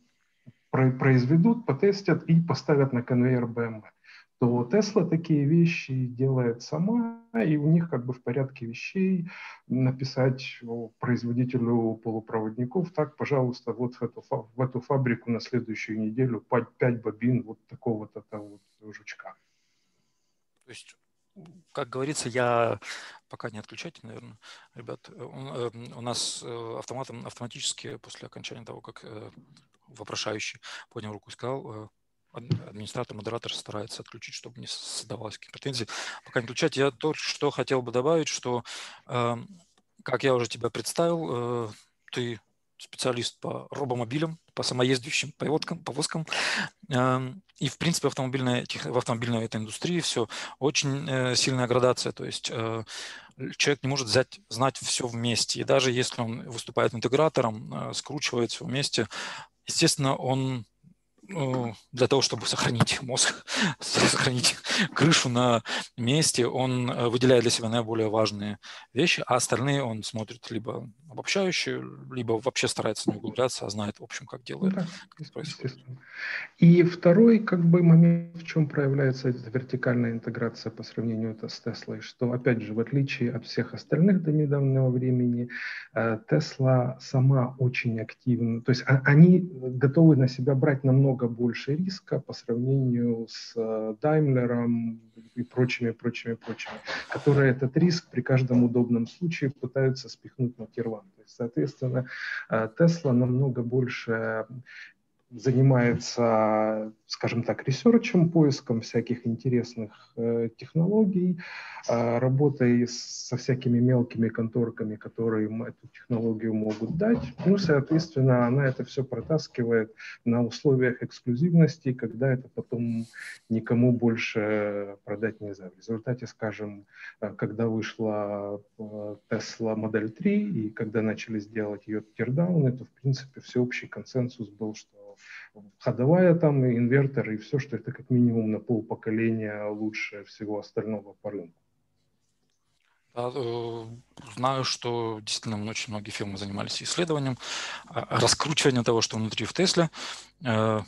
произведут, потестят и поставят на конвейер бэ эм вэ. То Tesla такие вещи делает сама, и у них как бы в порядке вещей написать производителю полупроводников: так, пожалуйста, вот в эту, в эту фабрику на следующую неделю пять бобин вот такого-то вот жучка. То есть, как говорится, я пока не отключайте, наверное, ребят, у нас автоматом, автоматически после окончания того, как вопрошающий поднял руку и сказал, администратор, модератор старается отключить, чтобы не создавалось каких претензий. Пока не отключать, я только что хотел бы добавить, что, э, как я уже тебя представил, э, ты специалист по робомобилям, по самоездящим повозкам, повозкам. Э, и, в принципе, автомобильная, в автомобильной этой индустрии все очень э, сильная градация. То есть э, человек не может взять, знать все вместе. И даже если он выступает интегратором, э, скручивает все вместе, естественно, он для того, чтобы сохранить мозг, сохранить крышу на месте, он выделяет для себя наиболее важные вещи, а остальные он смотрит либо обобщающие, либо вообще старается не углубляться, а знает, в общем, как делает. Да, как происходит. И второй как бы момент, в чем проявляется эта вертикальная интеграция по сравнению с Теслой, что, опять же, в отличие от всех остальных до недавнего времени, Тесла сама очень активна, то есть они готовы на себя брать намного больше риска по сравнению с Даймлером и прочими, прочими, прочими, которые этот риск при каждом удобном случае пытаются спихнуть на Tier один. То есть, соответственно, Тесла намного больше занимается, скажем так, ресерчем, поиском всяких интересных э, технологий, э, работой с, со всякими мелкими конторками, которые им эту технологию могут дать. Ну, соответственно, она это все протаскивает на условиях эксклюзивности, когда это потом никому больше продать нельзя. В результате, скажем, когда вышла Tesla Model три и когда начали сделать ее тирдауны, то, в принципе, всеобщий консенсус был, что ходовая там, и инвертор, и все, что это как минимум на полпоколения лучше всего остального по рынку. Да, э, знаю, что действительно очень многие фирмы занимались исследованием, раскручиванием того, что внутри в Тесле. Э,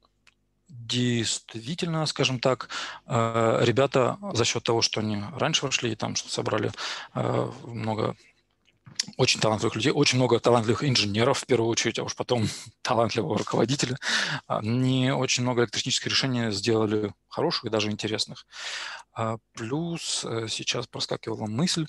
действительно, скажем так, э, ребята за счет того, что они раньше вошли и там что собрали э, много очень талантливых людей, очень много талантливых инженеров, в первую очередь, а уж потом талантливого руководителя. Они очень много электротехнических решений сделали хороших и даже интересных. Плюс сейчас проскакивала мысль.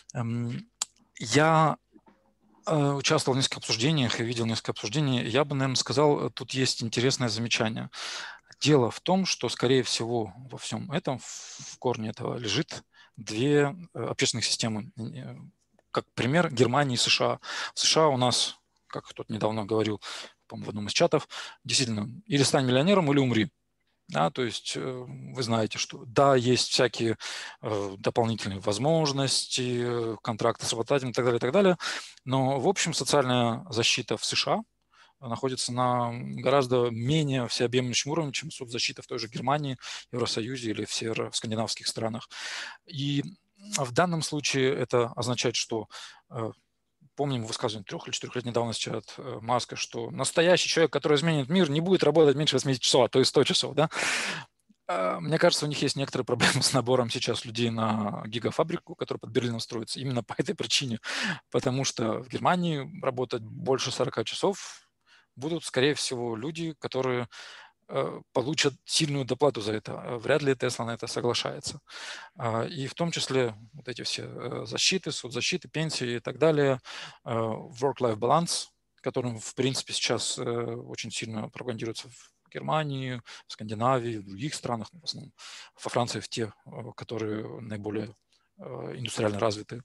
Я участвовал в нескольких обсуждениях и видел несколько обсуждений. Я бы, наверное, сказал, тут есть интересное замечание. Дело в том, что, скорее всего, во всем этом, в корне этого лежит две общественных системы. Как пример, Германия и США. В США у нас, как кто-то недавно говорил, по-моему, в одном из чатов, действительно, или стань миллионером, или умри. Да, то есть вы знаете, что да, есть всякие э, дополнительные возможности, контракты с работодателем и так далее, и так далее, но в общем социальная защита в США находится на гораздо менее всеобъемлющем уровне, чем соцзащита в той же Германии, Евросоюзе или в северо-скандинавских странах. И в данном случае это означает, что помним высказывание трех или четырехлетней давности от Маска, что настоящий человек, который изменит мир, не будет работать меньше восьмидесяти часов, а то и ста часов. Да? Мне кажется, у них есть некоторые проблемы с набором сейчас людей на гигафабрику, которая под Берлином строится, именно по этой причине. Потому что в Германии работать больше сорока часов будут, скорее всего, люди, которые получат сильную доплату за это. Вряд ли Тесла на это соглашается. И в том числе вот эти все защиты, соцзащиты, пенсии и так далее, work-life balance, которым, в принципе, сейчас очень сильно пропагандируется в Германии, в Скандинавии, в других странах, в основном во Франции, в те, которые наиболее индустриально развиты.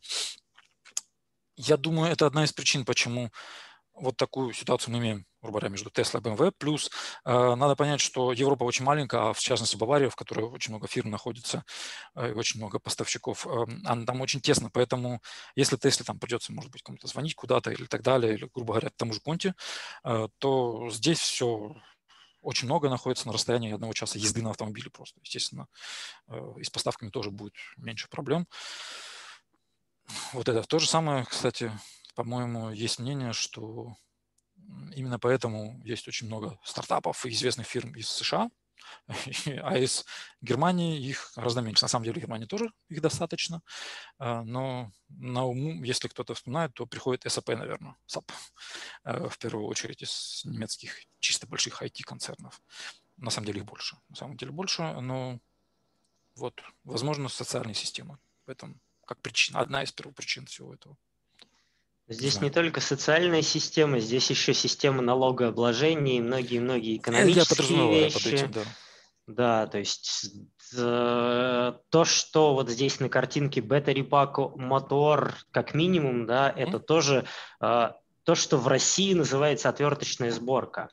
Я думаю, это одна из причин, почему вот такую ситуацию мы имеем, грубо говоря, между Tesla и бэ эм вэ. Плюс э, надо понять, что Европа очень маленькая, а в частности Бавария, в которой очень много фирм находится, э, и очень много поставщиков, э, она там очень тесно. Поэтому если Тесле там придется, может быть, кому-то звонить куда-то или так далее, или, грубо говоря, тому же Конти, э, то здесь все очень много находится на расстоянии одного часа езды на автомобиле просто. Естественно, э, и с поставками тоже будет меньше проблем. Вот это. То же самое, кстати, по-моему, есть мнение, что именно поэтому есть очень много стартапов и известных фирм из США, а из Германии их гораздо меньше. На самом деле в Германии тоже их достаточно, но на уму, если кто-то вспоминает, то приходит эс эй пи, наверное, сап, в первую очередь из немецких чисто больших ай ти-концернов. На самом деле их больше. На самом деле больше, но вот, возможно, социальные системы в этом как причина, одна из первопричин всего этого. Здесь не только социальная система, здесь еще система налогообложения и многие-многие экономические Я вещи. под этим, да. Да, то есть э, то, что вот здесь на картинке Battery Pack Motor как минимум, да, mm-hmm. это тоже э, то, что в России называется отверточная сборка.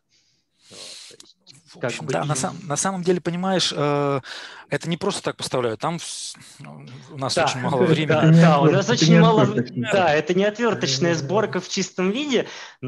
В общем, как бы да, и... на, сам, на самом деле, понимаешь, э, это не просто так поставляют. Там у нас да, очень мало это, времени. Да, да у нас очень мало времени. Да, это не отверточная сборка в чистом виде,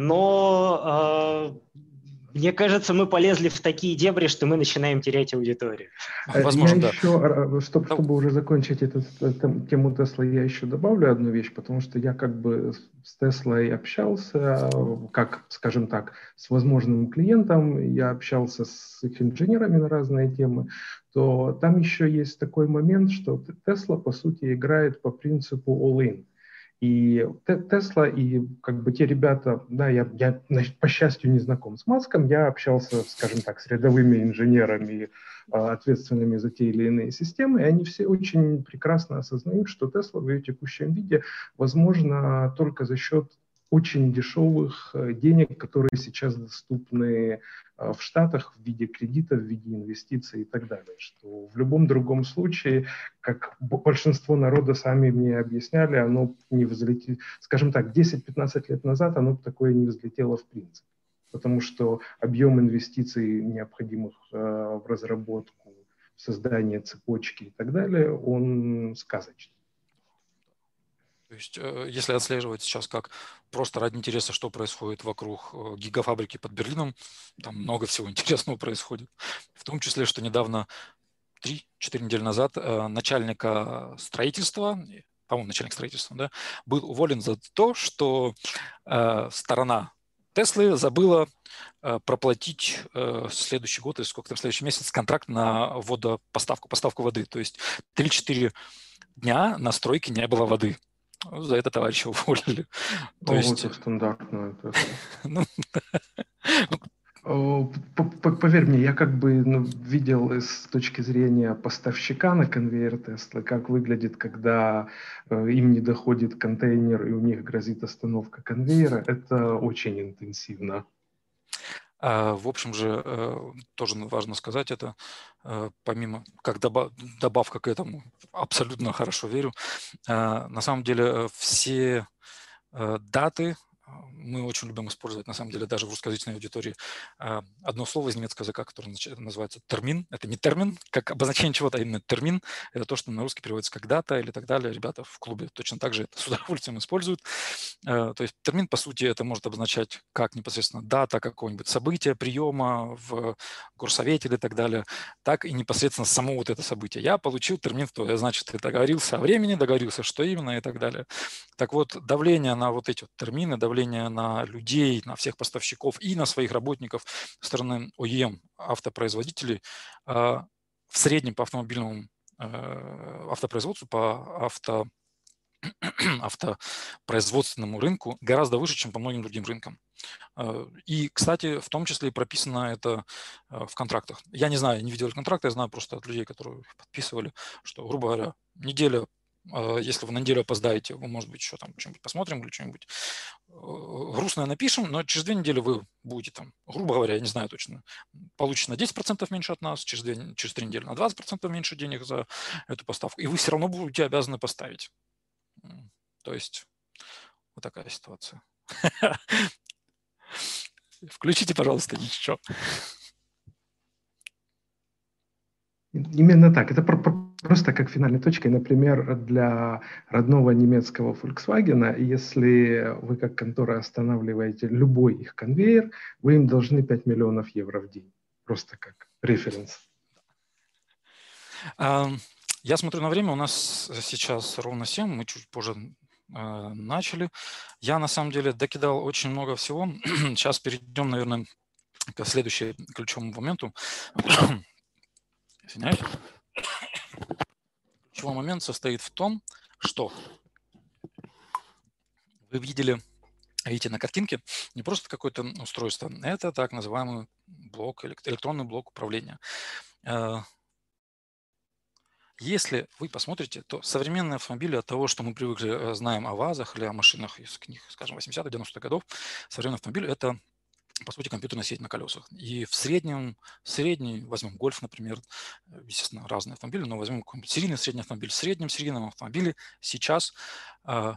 но э, мне кажется, мы полезли в такие дебри, что мы начинаем терять аудиторию. Возможно, я да. еще, чтобы, чтобы уже закончить эту тему Тесла, я еще добавлю одну вещь, потому что я как бы с Теслой общался, как, скажем так, с возможным клиентом, я общался с их инженерами на разные темы, то там еще есть такой момент, что Тесла, по сути, играет по принципу all-in. И Тесла и как бы те ребята, да, я, я по счастью не знаком с Маском, я общался, скажем так, с рядовыми инженерами, ответственными за те или иные системы, и они все очень прекрасно осознают, что Тесла в ее текущем виде возможно только за счет очень дешевых денег, которые сейчас доступны в Штатах в виде кредитов, в виде инвестиций и так далее. Что в любом другом случае, как большинство народа сами мне объясняли, оно не взлетело, скажем так, десять-пятнадцать лет назад оно такое не взлетело в принципе. Потому что объем инвестиций, необходимых в разработку, в создание цепочки и так далее, он сказочный. То есть, если отслеживать сейчас как просто ради интереса, что происходит вокруг гигафабрики под Берлином, там много всего интересного происходит. В том числе, что недавно, три-четыре недели назад, начальника строительства, по-моему, начальник строительства, да, был уволен за то, что сторона Теслы забыла проплатить следующий год, или сколько там, следующий месяц, контракт на водопоставку, поставку воды. То есть три-четыре дня на стройке не было воды. За это товарища уволили. То О, есть... это стандартно. Поверь мне, я как бы ну, видел с точки зрения поставщика на конвейер Теслы, как выглядит, когда э, им не доходит контейнер и у них грозит остановка конвейера. Это очень интенсивно. В общем же, тоже важно сказать это, помимо, как добавка к этому, абсолютно хорошо верю, на самом деле все даты, мы очень любим использовать, на самом деле, даже в русскоязычной аудитории одно слово из немецкого языка, которое называется термин. Это не термин, как обозначение чего-то, а именно термин. Это то, что на русский переводится как дата или так далее. Ребята в клубе точно так же это с удовольствием используют. То есть термин, по сути, это может обозначать как непосредственно дата какого-нибудь события, приема в горсовете или так далее, так и непосредственно само вот это событие. Я получил термин, то значит, ты договорился о времени, договорился, что именно и так далее. Так вот, давление на вот эти вот термины, давление на людей, на всех поставщиков и на своих работников со стороны о и эм автопроизводителей в среднем по автомобильному автопроизводству, по авто, автопроизводственному рынку гораздо выше, чем по многим другим рынкам. И, кстати, в том числе и прописано это в контрактах. Я не знаю, не видел контракты, я знаю просто от людей, которые их подписывали, что, грубо говоря, неделя, если вы на неделю опоздаете, вы, может быть, еще там что-нибудь посмотрим или что-нибудь грустное напишем, но через две недели вы будете там, грубо говоря, я не знаю точно, получите на десять процентов меньше от нас, через, две, через три недели на двадцать процентов меньше денег за эту поставку, и вы все равно будете обязаны поставить. То есть вот такая ситуация. Включите, пожалуйста, еще. Именно так. Это просто как финальной точкой, например, для родного немецкого Volkswagen, если вы как контора останавливаете любой их конвейер, вы им должны пять миллионов евро в день. Просто как референс. Я смотрю на время, у нас сейчас ровно семь, мы чуть позже начали. Я на самом деле докидал очень много всего. Сейчас перейдем, наверное, к следующему ключевому моменту. Извиняюсь. Ключевой момент состоит в том, что вы видели, видите на картинке не просто какое-то устройство, это так называемый блок, электронный блок управления. Если вы посмотрите, то современные автомобили от того, что мы привыкли, знаем о ВАЗах или о машинах из книг, скажем, восьмидесятых, девяностых годов, современный автомобиль – это, по сути, компьютерная сеть на колесах. И в среднем, средний, возьмем Гольф, например, естественно, разные автомобили, но возьмем какой-нибудь серийный средний автомобиль. В среднем серийном автомобиле сейчас а,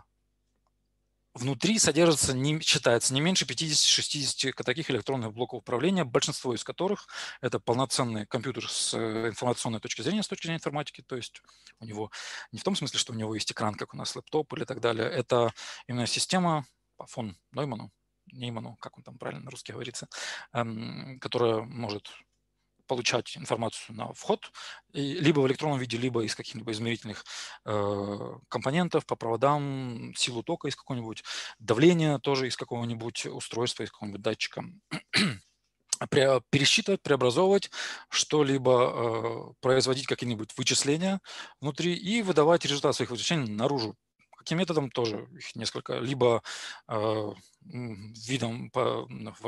внутри содержится, не, считается, не меньше пятидесяти-шестидесяти таких электронных блоков управления, большинство из которых это полноценный компьютер с информационной точки зрения, с точки зрения информатики, то есть у него не в том смысле, что у него есть экран, как у нас лэптоп или так далее, это именно система по фон Нойману, Нейману, как он там правильно на русский говорится, эм, которая может получать информацию на вход, и либо в электронном виде, либо из каких-либо измерительных э, компонентов по проводам, силу тока из какого-нибудь, давление тоже из какого-нибудь устройства, из какого-нибудь датчика, пересчитывать, преобразовывать что-либо, э, производить какие-нибудь вычисления внутри и выдавать результат своих вычислений наружу. Каким методом тоже их несколько, либо э, видом по,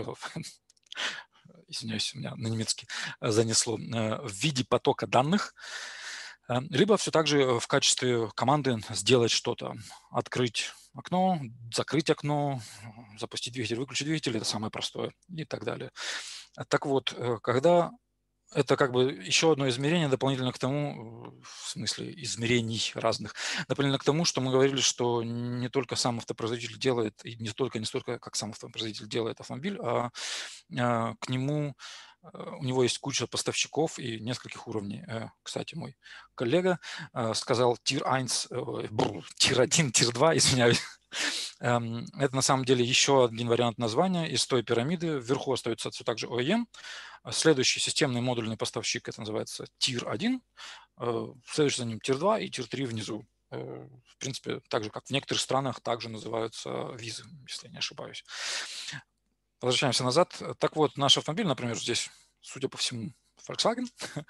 извиняюсь, у меня на немецкий занесло, в виде потока данных, либо все так же в качестве команды сделать что-то, открыть окно, закрыть окно, запустить двигатель, выключить двигатель, это самое простое и так далее. Так вот, когда это как бы еще одно измерение дополнительно к тому, в смысле измерений разных, дополнительно к тому, что мы говорили, что не только сам автопроизводитель делает, и не только, не столько, как сам автопроизводитель делает автомобиль, а, а к нему, у него есть куча поставщиков и нескольких уровней. Кстати, мой коллега сказал тир один, тир один, тир два, извиняюсь. Это на самом деле еще один вариант названия из той пирамиды. Вверху остается все так же о и эм. Следующий системный модульный поставщик, это называется тир один. Следующий за ним тир два и тир три внизу. В принципе, так же, как в некоторых странах, также называются визы, если я не ошибаюсь. Возвращаемся назад. Так вот, наш автомобиль, например, здесь, судя по всему, Volkswagen.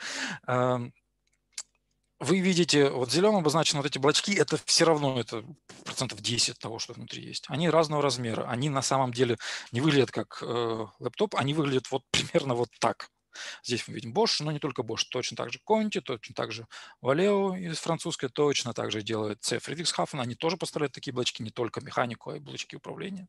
Вы видите, вот зеленым обозначены вот эти блочки, это все равно это процентов десять того, что внутри есть. Они разного размера. Они на самом деле не выглядят как э, лэптоп, они выглядят вот примерно вот так. Здесь мы видим Bosch, но не только Bosch, точно так же Conti, точно так же Valeo из французской, точно так же делает C. Friedrichshafen. Они тоже поставляют такие блочки, не только механику, а и блочки управления.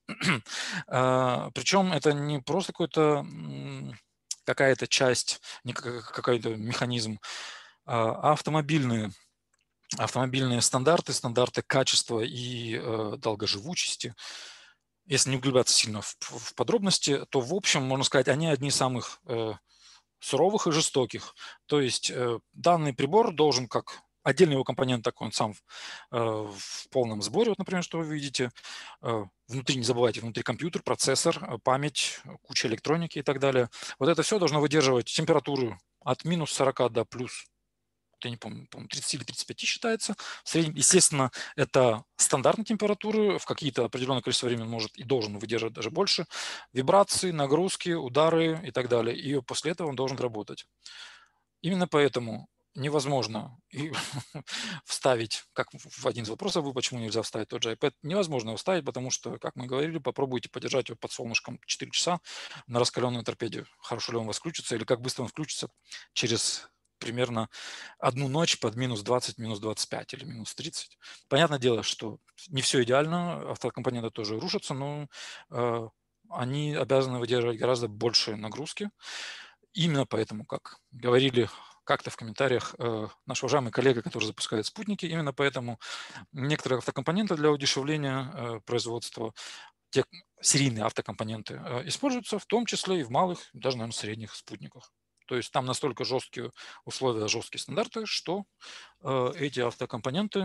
Причем это не просто какой-то какая-то часть, не какой-то механизм, а автомобильные, автомобильные стандарты, стандарты качества и э, долгоживучести. Если не углубляться сильно в, в подробности, то в общем, можно сказать, они одни из самых э, суровых и жестоких. То есть э, данный прибор должен как отдельный его компонент, такой он сам э, в полном сборе, вот, например, что вы видите. Э, внутри, не забывайте, внутри компьютер, процессор, память, куча электроники и так далее. Вот это все должно выдерживать температуру от минус сорока до плюс, я не помню, тридцать или тридцать пять считается. В среднем, естественно, это стандартные температуры, в какие-то определенное количество времени может и должен выдерживать даже больше. Вибрации, нагрузки, удары и так далее. И после этого он должен работать. Именно поэтому невозможно и вставить, как в один из вопросов, вы почему нельзя вставить тот же iPad, невозможно его вставить, потому что, как мы говорили, попробуйте подержать его под солнышком четыре часа на раскаленной торпеде. Хорошо ли он у вас включится или как быстро он включится через примерно одну ночь под минус двадцать, минус двадцать пять или минус тридцать. Понятное дело, что не все идеально, автокомпоненты тоже рушатся, но э, они обязаны выдерживать гораздо большие нагрузки. Именно поэтому, как говорили как-то в комментариях э, наш уважаемый коллега, который запускает спутники, именно поэтому некоторые автокомпоненты для удешевления э, производства, те серийные автокомпоненты э, используются в том числе и в малых, даже, наверное, средних спутниках. То есть там настолько жесткие условия, жесткие стандарты, что э, эти автокомпоненты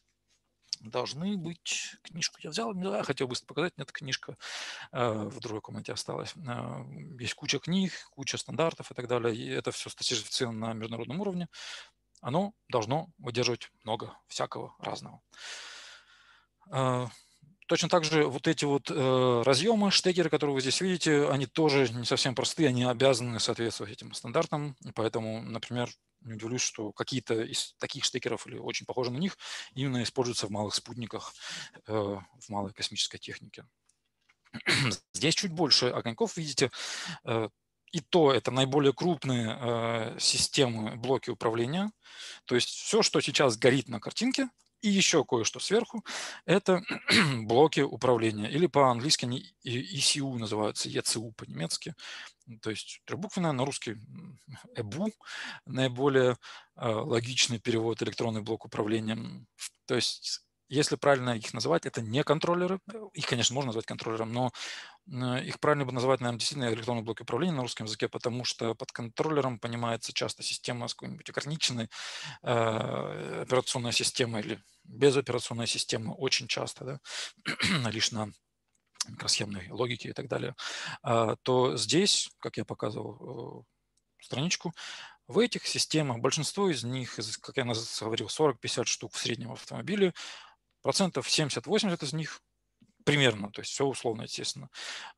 должны быть... Книжку я взял, я хотел быстро показать, нет, книжка э, в другой комнате осталась. Э, есть куча книг, куча стандартов и так далее, и это все сертифицировано на международном уровне. Оно должно выдерживать много всякого разного. Э, Точно так же вот эти вот э, разъемы, штекеры, которые вы здесь видите, они тоже не совсем простые, они обязаны соответствовать этим стандартам. И поэтому, например, не удивлюсь, что какие-то из таких штекеров или очень похожи на них именно используются в малых спутниках, э, в малой космической технике. Здесь чуть больше огоньков, видите. Э, и то это наиболее крупные э, системы, блоки управления. То есть все, что сейчас горит на картинке, и еще кое-что сверху, это блоки управления, или по-английски они и си ю называются, и си ю по-немецки, то есть трехбуквенная, на русский и би ю, наиболее э, логичный перевод, электронный блок управления. То есть, если правильно их называть, это не контроллеры, их, конечно, можно назвать контроллером, но их правильно бы называть, наверное, действительно электронный блок управления на русском языке, потому что под контроллером понимается часто система с какой-нибудь ограниченной э, операционной системой или безоперационной системой, очень часто, да, лишь на микросхемной логике и так далее, а, то здесь, как я показывал э, страничку, в этих системах большинство из них, как я говорил, сорок-пятьдесят штук в среднем в автомобиле, процентов семьдесят-восемьдесят из них примерно, то есть все условно, естественно.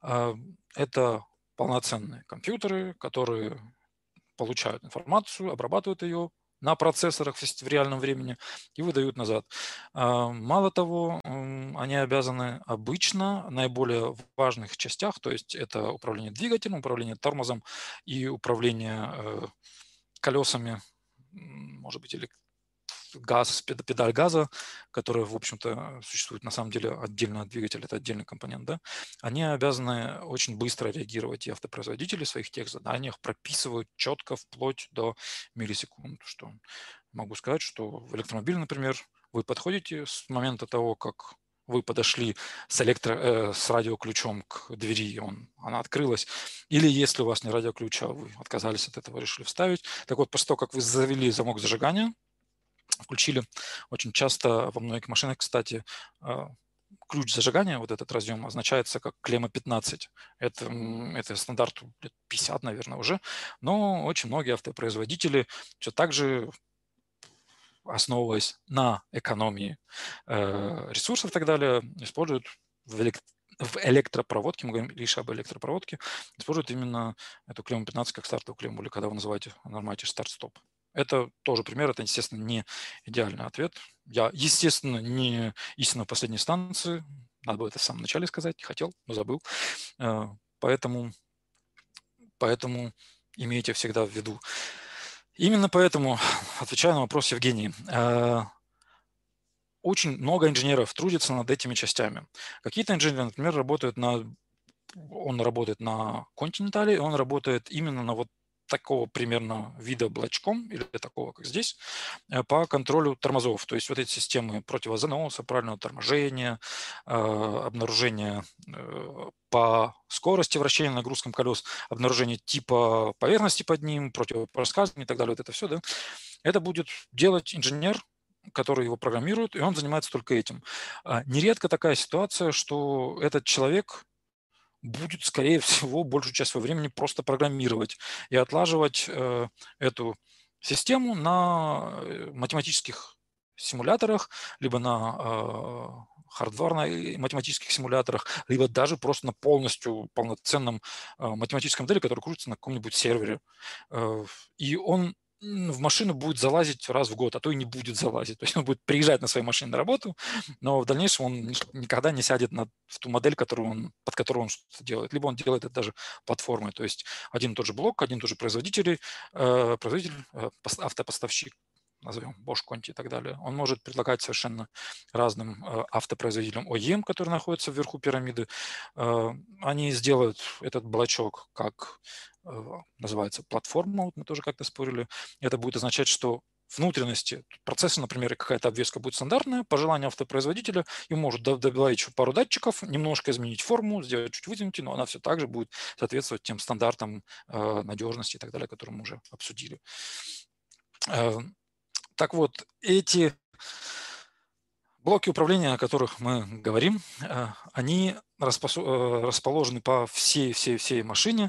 Это полноценные компьютеры, которые получают информацию, обрабатывают ее на процессорах в реальном времени и выдают назад. Мало того, они обязаны обычно в наиболее важных частях, то есть это управление двигателем, управление тормозом и управление колесами, может быть, или газ, педаль газа, которая, в общем-то, существует на самом деле отдельно от двигателя, это отдельный компонент, да, они обязаны очень быстро реагировать, и автопроизводители в своих тех заданиях прописывают четко вплоть до миллисекунд. Что могу сказать, что в электромобиле, например, вы подходите с момента того, как вы подошли с, электро, э, с радиоключом к двери, он, она открылась, или если у вас не радиоключ, а вы отказались от этого, решили вставить, так вот, после того, как вы завели замок зажигания, включили, очень часто во многих машинах, кстати, ключ зажигания, вот этот разъем, означается как клемма пятнадцать. Это, это стандарт лет пятьдесят, наверное, уже, но очень многие автопроизводители все так же, основываясь на экономии э, ресурсов и так далее, используют в, элект... в электропроводке, мы говорим лишь об электропроводке, используют именно эту клемму пятнадцать как стартовую клемму, или когда вы называете, нажимаете старт-стоп. Это тоже пример, это, естественно, не идеальный ответ. Я, естественно, не истина последней станции, надо было это в самом начале сказать, не хотел, но забыл. Поэтому, поэтому имейте всегда в виду. Именно поэтому, отвечая на вопрос Евгении, очень много инженеров трудится над этими частями. Какие-то инженеры, например, работают на, он работает на континентале, и он работает именно на вот такого примерно вида облачком, или такого, как здесь, по контролю тормозов. То есть вот эти системы противозаноса, правильного торможения, обнаружения по скорости вращения нагрузкам колес, обнаружение типа поверхности под ним, противопроскальзывания и так далее. Вот это все, да, это будет делать инженер, который его программирует, и он занимается только этим. Нередко такая ситуация, что этот человек будет, скорее всего, большую часть своего времени просто программировать и отлаживать э, эту систему на математических симуляторах, либо на э, хардварных математических симуляторах, либо даже просто на полностью полноценном э, математическом модели, который крутится на каком-нибудь сервере. Э, и он в машину будет залазить раз в год, а то и не будет залазить. То есть он будет приезжать на своей машине на работу, но в дальнейшем он никогда не сядет на, в ту модель, которую он, под которую он что-то делает. Либо он делает это даже платформой. То есть один и тот же блок, один и тот же производитель, э, производитель э, автопоставщик, назовем Bosch, Conti и так далее, он может предлагать совершенно разным э, автопроизводителям о и эм, которые находятся вверху пирамиды. Э, они сделают этот блочок как называется платформа, вот мы тоже как-то спорили. Это будет означать, что внутренности процесса, например, какая-то обвеска будет стандартная, по желанию автопроизводителя, и может добавить еще пару датчиков, немножко изменить форму, сделать чуть вытянутее, но она все так же будет соответствовать тем стандартам э, надежности и так далее, которые мы уже обсудили. Э, так вот, эти блоки управления, о которых мы говорим, они расположены по всей, всей, всей машине.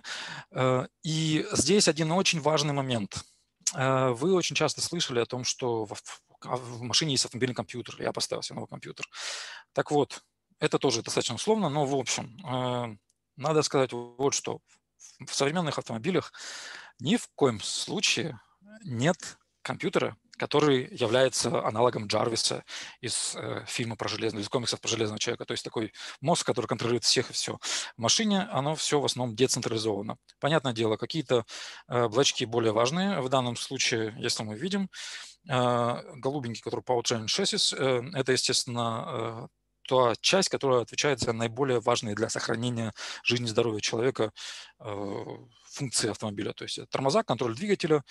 И здесь один очень важный момент. Вы очень часто слышали о том, что в машине есть автомобильный компьютер. Я поставил себе новый компьютер. Так вот, это тоже достаточно условно, но в общем, надо сказать вот что. В современных автомобилях ни в коем случае нет компьютера, который является аналогом Джарвиса из э, фильма про железного, из комиксов про железного человека. То есть такой мозг, который контролирует всех и все. В машине оно все в основном децентрализовано. Понятное дело, какие-то э, блочки более важные. В данном случае, если мы видим, э, голубенький, который Powertrain Chassis, э, это, естественно, э, та часть, которая отвечает за наиболее важные для сохранения жизни и здоровья человека э, функции автомобиля. То есть тормоза, контроль двигателя,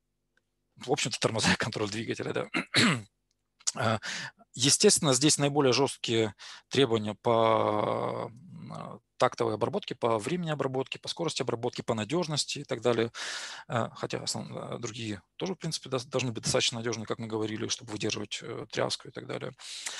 в общем-то, тормоза и контроль двигателя, да. Естественно, здесь наиболее жесткие требования по тактовой обработке, по времени обработки, по скорости обработки, по надежности и так далее. Хотя основные, другие тоже, в принципе, должны быть достаточно надежны, как мы говорили, чтобы выдерживать тряску и так далее.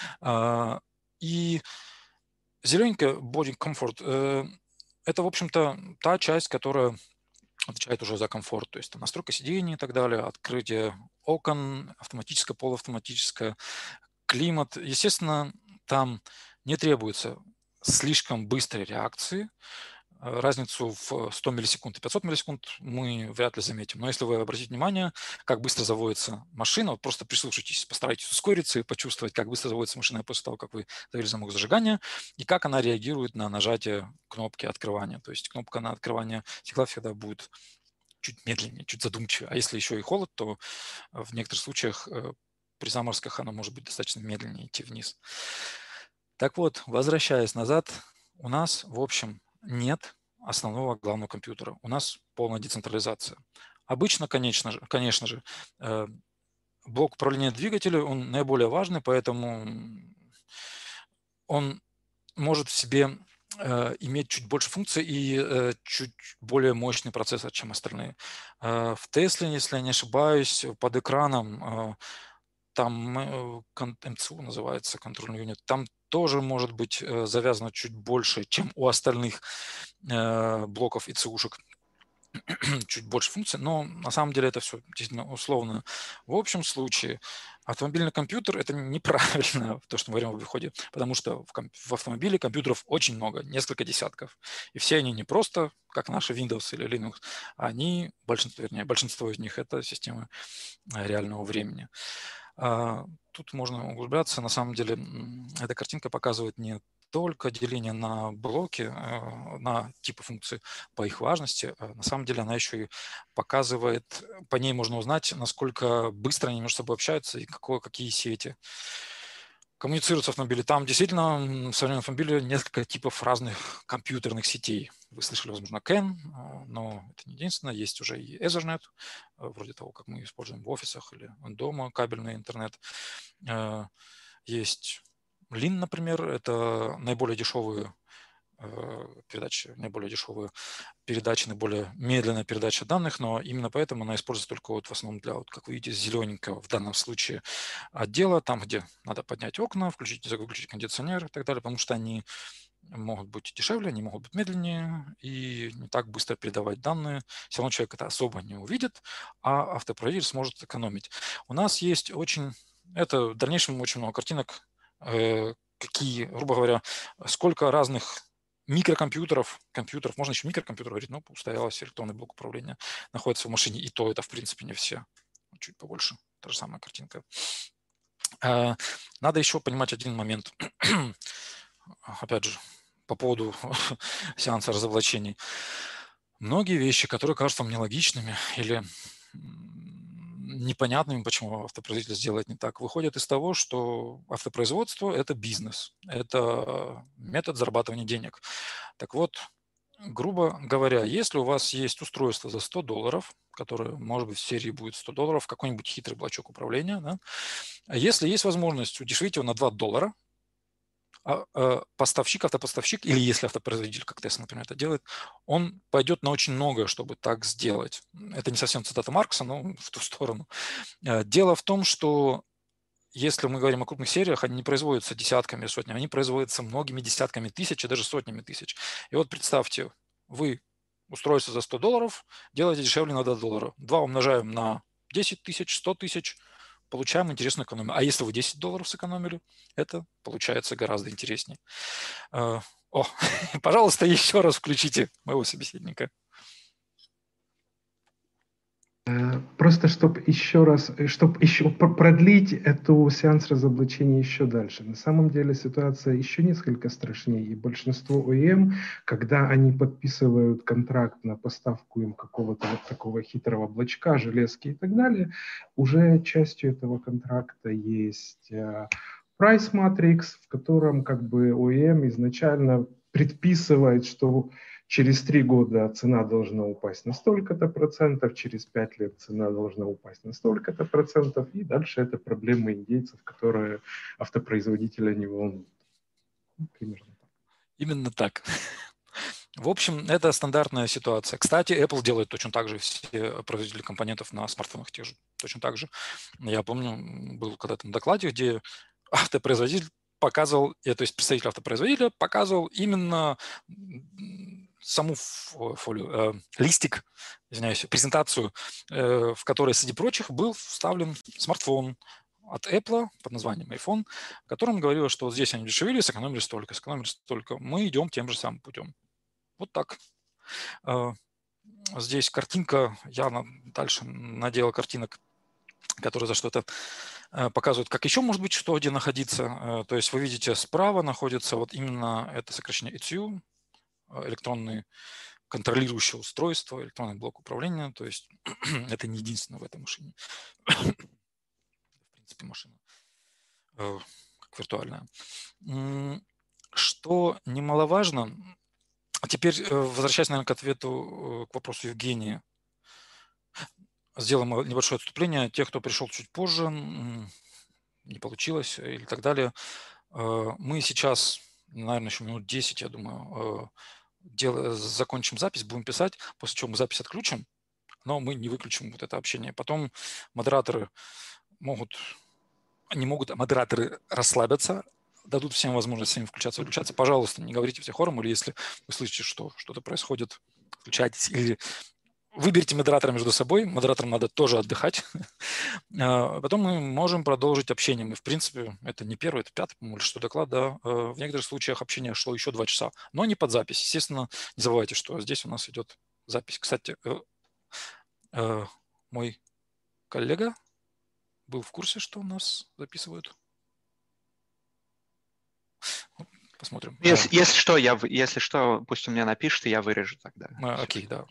И зелененькая body comfort – это, в общем-то, та часть, которая отвечает уже за комфорт, то есть там настройка сидений и так далее, открытие окон, автоматическое, полуавтоматическое, климат. Естественно, там не требуется слишком быстрой реакции. Разницу в сто миллисекунд и пятьсот миллисекунд мы вряд ли заметим. Но если вы обратите внимание, как быстро заводится машина, вот просто прислушайтесь, постарайтесь ускориться и почувствовать, как быстро заводится машина после того, как вы завели замок зажигания, и как она реагирует на нажатие кнопки открывания. То есть кнопка на открывание стекла всегда будет чуть медленнее, чуть задумчивее. А если еще и холод, то в некоторых случаях при заморозках оно может быть достаточно медленнее идти вниз. Так вот, возвращаясь назад, у нас, в общем, нет основного главного компьютера. У нас полная децентрализация. Обычно, конечно же, конечно же блок управления двигателем, он наиболее важный, поэтому он может в себе иметь чуть больше функций и чуть более мощный процессор, чем остальные. В Тесле, если я не ошибаюсь, под экраном там эм цэ у называется, контрольный юнит, там тоже может быть завязано чуть больше, чем у остальных блоков и цушек. Чуть больше функций, но на самом деле это все действительно условно. В общем случае автомобильный компьютер – это неправильно, то, что мы говорим об обиходе, потому что в, комп- в автомобиле компьютеров очень много, несколько десятков. И все они не просто, как наши Windows или Linux, они, большинство, вернее, большинство из них – это системы реального времени. Тут можно углубляться. На самом деле эта картинка показывает не только деление на блоки, на типы функций по их важности, на самом деле она еще и показывает, по ней можно узнать, насколько быстро они между собой общаются и какое, какие сети коммуницируют с автомобилем. Там действительно в современном автомобиле несколько типов разных компьютерных сетей. Вы слышали, возможно, кэн, но это не единственное. Есть уже и Ethernet, вроде того, как мы используем в офисах или дома кабельный интернет. Есть лин, например, это наиболее дешевые передачи, наиболее дешевые передачи, наиболее медленная передача данных, но именно поэтому она используется только вот в основном для, вот, как вы видите, зелененького в данном случае отдела, там, где надо поднять окна, включить, выключить кондиционер и так далее, потому что они могут быть дешевле, они могут быть медленнее и не так быстро передавать данные. Все равно человек это особо не увидит, а автопроизводитель сможет экономить. У нас есть очень, это в дальнейшем очень много картинок, э, какие, грубо говоря, сколько разных микрокомпьютеров, компьютеров, можно еще микрокомпьютер говорить, но устоялось электронный блок управления находится в машине, и то это, в принципе, не все, чуть побольше, та же самая картинка. Надо еще понимать один момент, опять же, по поводу сеанса разоблачений. Многие вещи, которые кажутся мне логичными или непонятными, почему автопроизводитель сделает не так, выходят из того, что автопроизводство – это бизнес, это метод зарабатывания денег. Так вот, грубо говоря, если у вас есть устройство за сто долларов, которое, может быть, в серии будет сто долларов, какой-нибудь хитрый блочок управления, да, а если есть возможность удешевить его на два доллара, поставщик, автопоставщик, или если автопроизводитель, как Tesla, например, это делает, он пойдет на очень многое, чтобы так сделать. Это не совсем цитата Маркса, но в ту сторону. Дело в том, что если мы говорим о крупных сериях, они не производятся десятками, сотнями, они производятся многими десятками тысяч, и даже сотнями тысяч. И вот представьте, вы устройство за сто долларов делаете дешевле на два доллара. два умножаем на десять тысяч, сто тысяч, получаем интересную экономию. А если вы десять долларов сэкономили, это получается гораздо интереснее. О, пожалуйста, еще раз включите моего собеседника. Просто чтобы еще раз, чтобы еще продлить эту сеанс разоблачения еще дальше. На самом деле ситуация еще несколько страшнее. И большинство о и эм, когда они подписывают контракт на поставку им какого-то вот такого хитрого блочка, железки и так далее, уже частью этого контракта есть price matrix, в котором как бы о и эм изначально предписывает, что через три года цена должна упасть на столько-то процентов, через пять лет цена должна упасть на столько-то процентов, и дальше это проблемы индейцев, которые автопроизводителя не волнуют. Примерно так. Именно так. В общем, это стандартная ситуация. Кстати, Apple делает точно так же, все производители компонентов на смартфонах тех же. Точно так же. Я помню, был когда-то на докладе, где автопроизводитель показывал, то есть представитель автопроизводителя показывал именно саму фолию, э, листик, извиняюсь, презентацию, э, в которой среди прочих был вставлен смартфон от Apple под названием iPhone, в котором говорилось, что вот здесь они дешевели, сэкономили столько, сэкономили столько. Мы идем тем же самым путем. Вот так. Э, здесь картинка, я на, дальше наделал картинок, которые за что-то э, показывают, как еще может быть что где находиться. Э, то есть вы видите, справа находится вот именно это сокращение и ці ю, электронные контролирующее устройство, электронный блок управления, то есть это не единственное в этой машине. В принципе, машина э, как виртуальная. Что немаловажно, а теперь возвращаясь, наверное, к ответу, к вопросу Евгения, сделаем небольшое отступление. Те, кто пришел чуть позже, не получилось или так далее, мы сейчас, наверное, еще минут десять, я думаю, Дел, закончим запись, будем писать, после чего мы запись отключим, но мы не выключим вот это общение. Потом модераторы могут, не могут, а модераторы расслабятся, дадут всем возможность самим включаться, выключаться. Пожалуйста, не говорите все хором, или если вы слышите, что что-то происходит, включайтесь, или выберите модератора между собой, модераторам надо тоже отдыхать. Потом мы можем продолжить общение. Мы, в принципе, это не первый, это пятый, по-моему, что доклад, да. В некоторых случаях общение шло еще два часа, но не под запись. Естественно, не забывайте, что здесь у нас идет запись. Кстати, мой коллега был в курсе, что у нас записывают. посмотрим. Если, если что, я, если что, пусть он мне напишет, и я вырежу тогда. А, окей, да.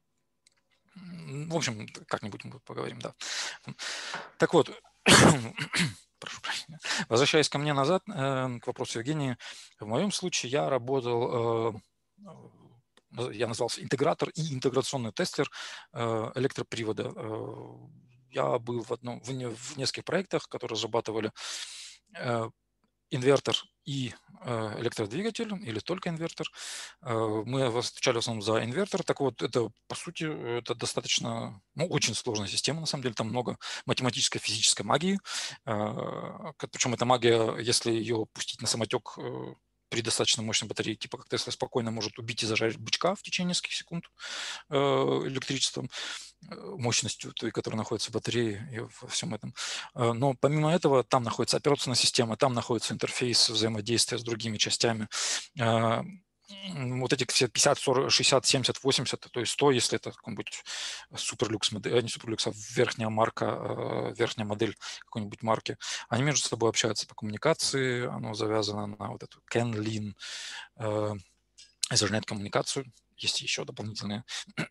В общем, как-нибудь мы поговорим, да. Так вот, прошу прощения. Возвращаясь ко мне назад, к вопросу Евгении, в моем случае я работал, я назывался интегратор и интеграционный тестер электропривода. Я был в, одном, в нескольких проектах, которые разрабатывали инвертор и электродвигатель, или только инвертор. Мы отвечали в основном за инвертор. Так вот, это, по сути, это достаточно, ну, очень сложная система, на самом деле. Там много математической, физической магии. Причем эта магия, если ее пустить на самотек при достаточно мощной батарее, типа как Тесла, спокойно может убить и зажарить бычка в течение нескольких секунд электричеством, мощностью той, которая находится в батарее и во всем этом. Но помимо этого там находится операционная система, там находится интерфейс взаимодействия с другими частями. Вот эти все пятьдесят, сорок, шестьдесят, семьдесят, восемьдесят, то есть сто, если это какой-нибудь суперлюкс модель, не суперлюкс, а верхняя марка, верхняя модель какой-нибудь марки, они между собой общаются по коммуникации, оно завязано на вот эту кен, лин, Ethernet-коммуникацию, есть еще дополнительные.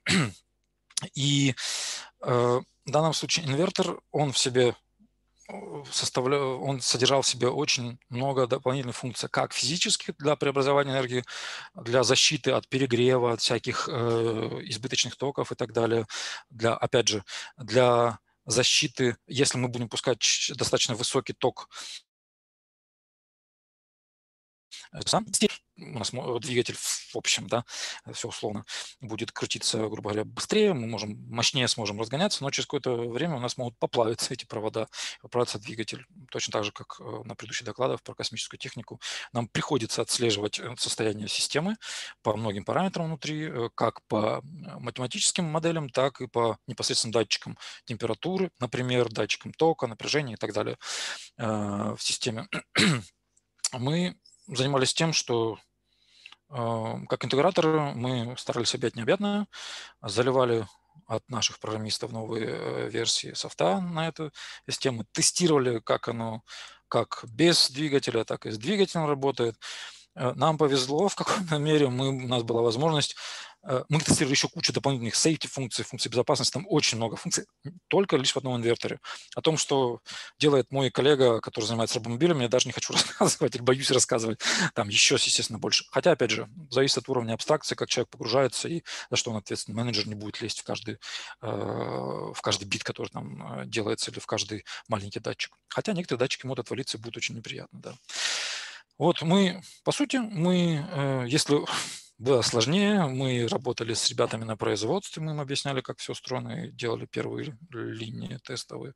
И в данном случае инвертор, он в себе составлял, он содержал в себе очень много дополнительных функций, как физических для преобразования энергии, для защиты от перегрева, от всяких э, избыточных токов и так далее, для, опять же, для защиты, если мы будем пускать достаточно высокий ток, сам у нас двигатель, в общем, да, все условно, будет крутиться, грубо говоря, быстрее, мы можем мощнее сможем разгоняться, но через какое-то время у нас могут поплавиться эти провода, поплавиться двигатель. Точно так же, как на предыдущих докладах про космическую технику, нам приходится отслеживать состояние системы по многим параметрам внутри, как по математическим моделям, так и по непосредственно датчикам температуры, например, датчикам тока, напряжения и так далее в системе. Мы занимались тем, что как интеграторы мы старались объять необъятное, заливали от наших программистов новые версии софта на эту систему, тестировали, как оно, как без двигателя, так и с двигателем работает. Нам повезло в какой-то мере, мы, у нас была возможность, мы тестировали еще кучу дополнительных safety функций, функций безопасности, там очень много функций, только лишь в одном инверторе. О том, что делает мой коллега, который занимается робомобилями, я даже не хочу рассказывать, или боюсь рассказывать, там еще, естественно, больше. Хотя, опять же, зависит от уровня абстракции, как человек погружается и за что он ответственен. Менеджер не будет лезть в каждый, в каждый бит, который там делается, или в каждый маленький датчик. Хотя некоторые датчики могут отвалиться и будет очень неприятно, да. Вот мы, по сути, мы, если было сложнее, мы работали с ребятами на производстве, мы им объясняли, как все устроено, и делали первые линии тестовые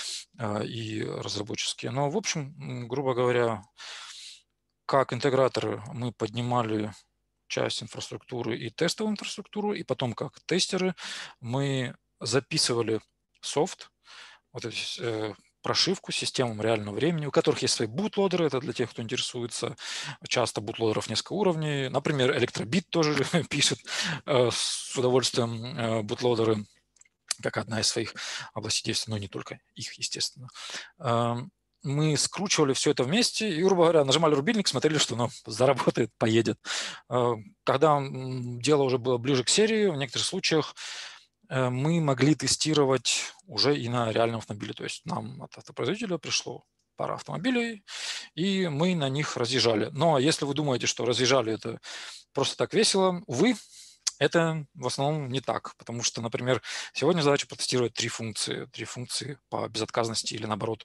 и разработческие. Но, в общем, грубо говоря, как интеграторы мы поднимали часть инфраструктуры и тестовую инфраструктуру, и потом как тестеры мы записывали софт, вот эти прошивку системам реального времени, у которых есть свои бутлодеры, это для тех, кто интересуется, часто бутлодеров несколько уровней, например, Электробит тоже пишет с удовольствием бутлодеры, как одна из своих областей действия, но не только их, естественно. Мы скручивали все это вместе и, грубо говоря, нажимали рубильник, смотрели, что оно заработает, поедет. Когда дело уже было ближе к серии, в некоторых случаях мы могли тестировать уже и на реальном автомобиле. То есть нам от автопроизводителя пришло пара автомобилей, и мы на них разъезжали. Но если вы думаете, что разъезжали это просто так весело, увы, это в основном не так, потому что, например, сегодня задача протестировать три функции. Три функции по безотказности или, наоборот,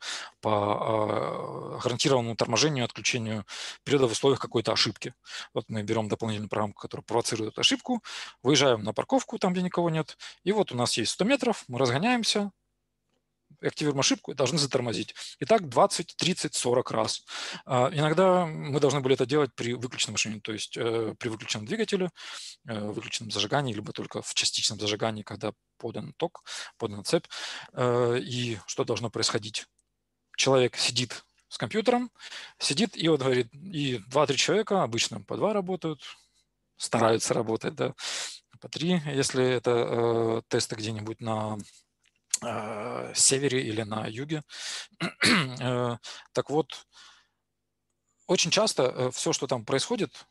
по гарантированному торможению и отключению периода в условиях какой-то ошибки. Вот мы берем дополнительную программу, которая провоцирует эту ошибку, выезжаем на парковку, там, где никого нет, и вот у нас есть сто метров, мы разгоняемся, активируем ошибку и должны затормозить. И так двадцать, тридцать, сорок раз. А, иногда мы должны были это делать при выключенном машине, то есть э, при выключенном двигателе, э, выключенном зажигании, либо только в частичном зажигании, когда подан ток, подана цепь. Э, и что должно происходить? Человек сидит с компьютером, сидит и вот говорит, и два-три человека, обычно по два работают, стараются работать, да, по три, если это э, тесты где-нибудь на севере или на юге. Так вот, очень часто все, что там происходит,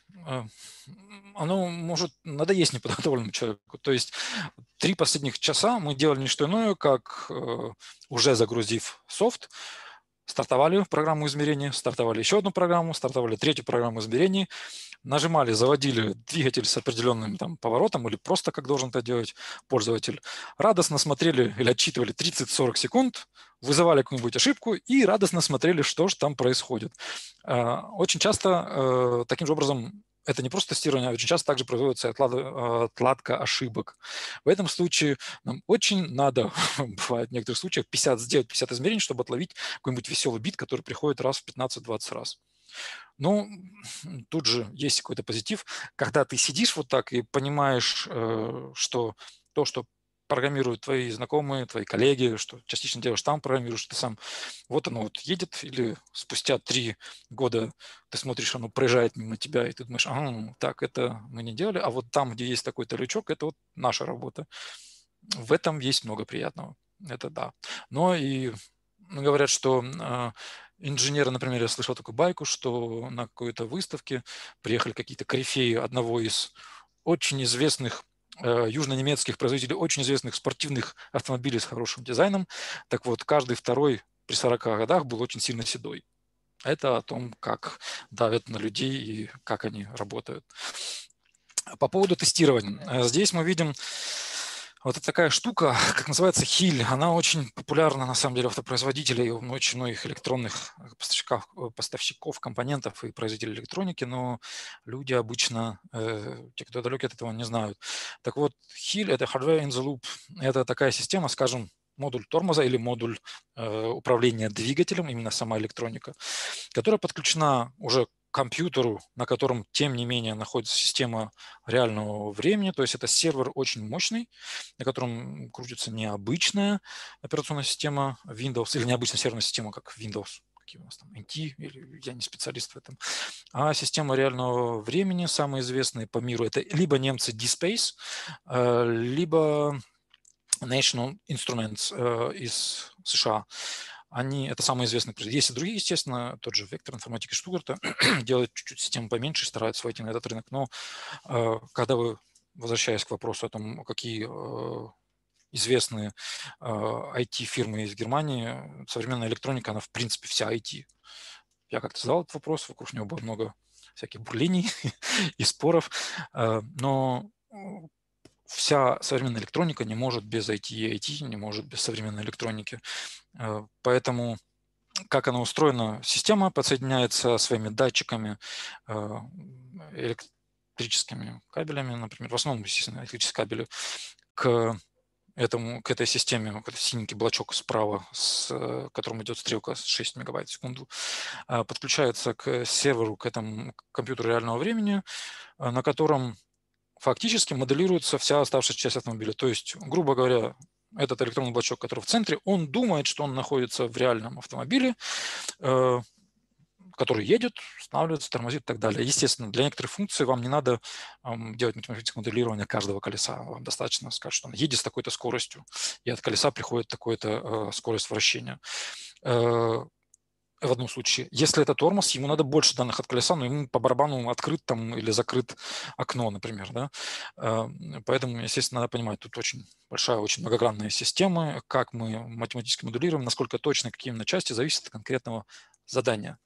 оно может надоесть неподготовленному человеку. То есть три последних часа мы делали не что иное, как уже загрузив софт, стартовали программу измерения, стартовали еще одну программу, стартовали третью программу измерений, нажимали, заводили двигатель с определенным там поворотом или просто как должен это делать пользователь, радостно смотрели или отчитывали тридцать-сорок секунд, вызывали какую-нибудь ошибку и радостно смотрели, что же там происходит. Очень часто таким же образом это не просто тестирование, а очень часто также производится отладка ошибок. В этом случае нам очень надо, бывает в некоторых случаях, пятьдесят, сделать пятьдесят измерений, чтобы отловить какой-нибудь веселый бит, который приходит раз в пятнадцать-двадцать раз. Ну, тут же есть какой-то позитив. Когда ты сидишь вот так и понимаешь, что то, что программируют твои знакомые, твои коллеги, что частично делаешь там, программируешь ты сам, вот оно вот едет, или спустя три года ты смотришь, оно проезжает мимо тебя, и ты думаешь, ага, так, это мы не делали, а вот там, где есть такой-то лючок, это вот наша работа. В этом есть много приятного, это да. Но и говорят, что инженеры, например, я слышал такую байку, что на какой-то выставке приехали какие-то корифеи одного из очень известных южно-немецких производителей очень известных спортивных автомобилей с хорошим дизайном. Так вот, каждый второй при сорока годах был очень сильно седой. Это о том, как давят на людей и как они работают. По поводу тестирования. Здесь мы видим вот это такая штука, как называется Хиль. Она очень популярна, на самом деле, у автопроизводителей, у очень многих электронных поставщиков, поставщиков компонентов и производителей электроники, но люди обычно, э, те, кто далеки от этого, не знают. Так вот, Хиль – это Hardware in the Loop. Это такая система, скажем, модуль тормоза или модуль э, управления двигателем, именно сама электроника, которая подключена уже компьютеру, на котором, тем не менее, находится система реального времени, то есть это сервер очень мощный, на котором крутится необычная операционная система Windows, или необычная серверная система, как Windows, какие у нас там, эн ти, или я не специалист в этом, а система реального времени, самые известные по миру, это либо немцы D-Space, либо National Instruments из США. Они, это самые известные производители. Есть и другие, естественно, тот же Вектор информатики Штутгарта делает чуть-чуть систему поменьше, стараются войти на этот рынок. Но э, когда вы, возвращаясь к вопросу о том, какие э, известные э, ай ти-фирмы из Германии, современная электроника, она в принципе вся ай ти. Я как-то задал этот вопрос, вокруг него было много всяких бурлений и споров, э, но вся современная электроника не может без ай ти, и ай ти не может без современной электроники. Поэтому как она устроена, система подсоединяется своими датчиками, электрическими кабелями, например, в основном, естественно, электрические кабели, к, этому, к этой системе, вот этот синенький блочок справа, с которым идет стрелка с шесть мегабайт в секунду, подключается к серверу, к этому компьютеру реального времени, на котором фактически моделируется вся оставшаяся часть автомобиля. То есть, грубо говоря, этот электронный блочок, который в центре, он думает, что он находится в реальном автомобиле, э, который едет, останавливается, тормозит и так далее. Естественно, для некоторых функций вам не надо э, делать математическое моделирование каждого колеса. Вам достаточно сказать, что он едет с такой-то скоростью, и от колеса приходит такая-то э, скорость вращения. Э, в одном случае. Если это тормоз, ему надо больше данных от колеса, но ему по барабану открыт там или закрыт окно, например. Да? Поэтому, естественно, надо понимать, тут очень большая, очень многогранная система, как мы математически моделируем, насколько точно, какие именно части, зависит от конкретного задания.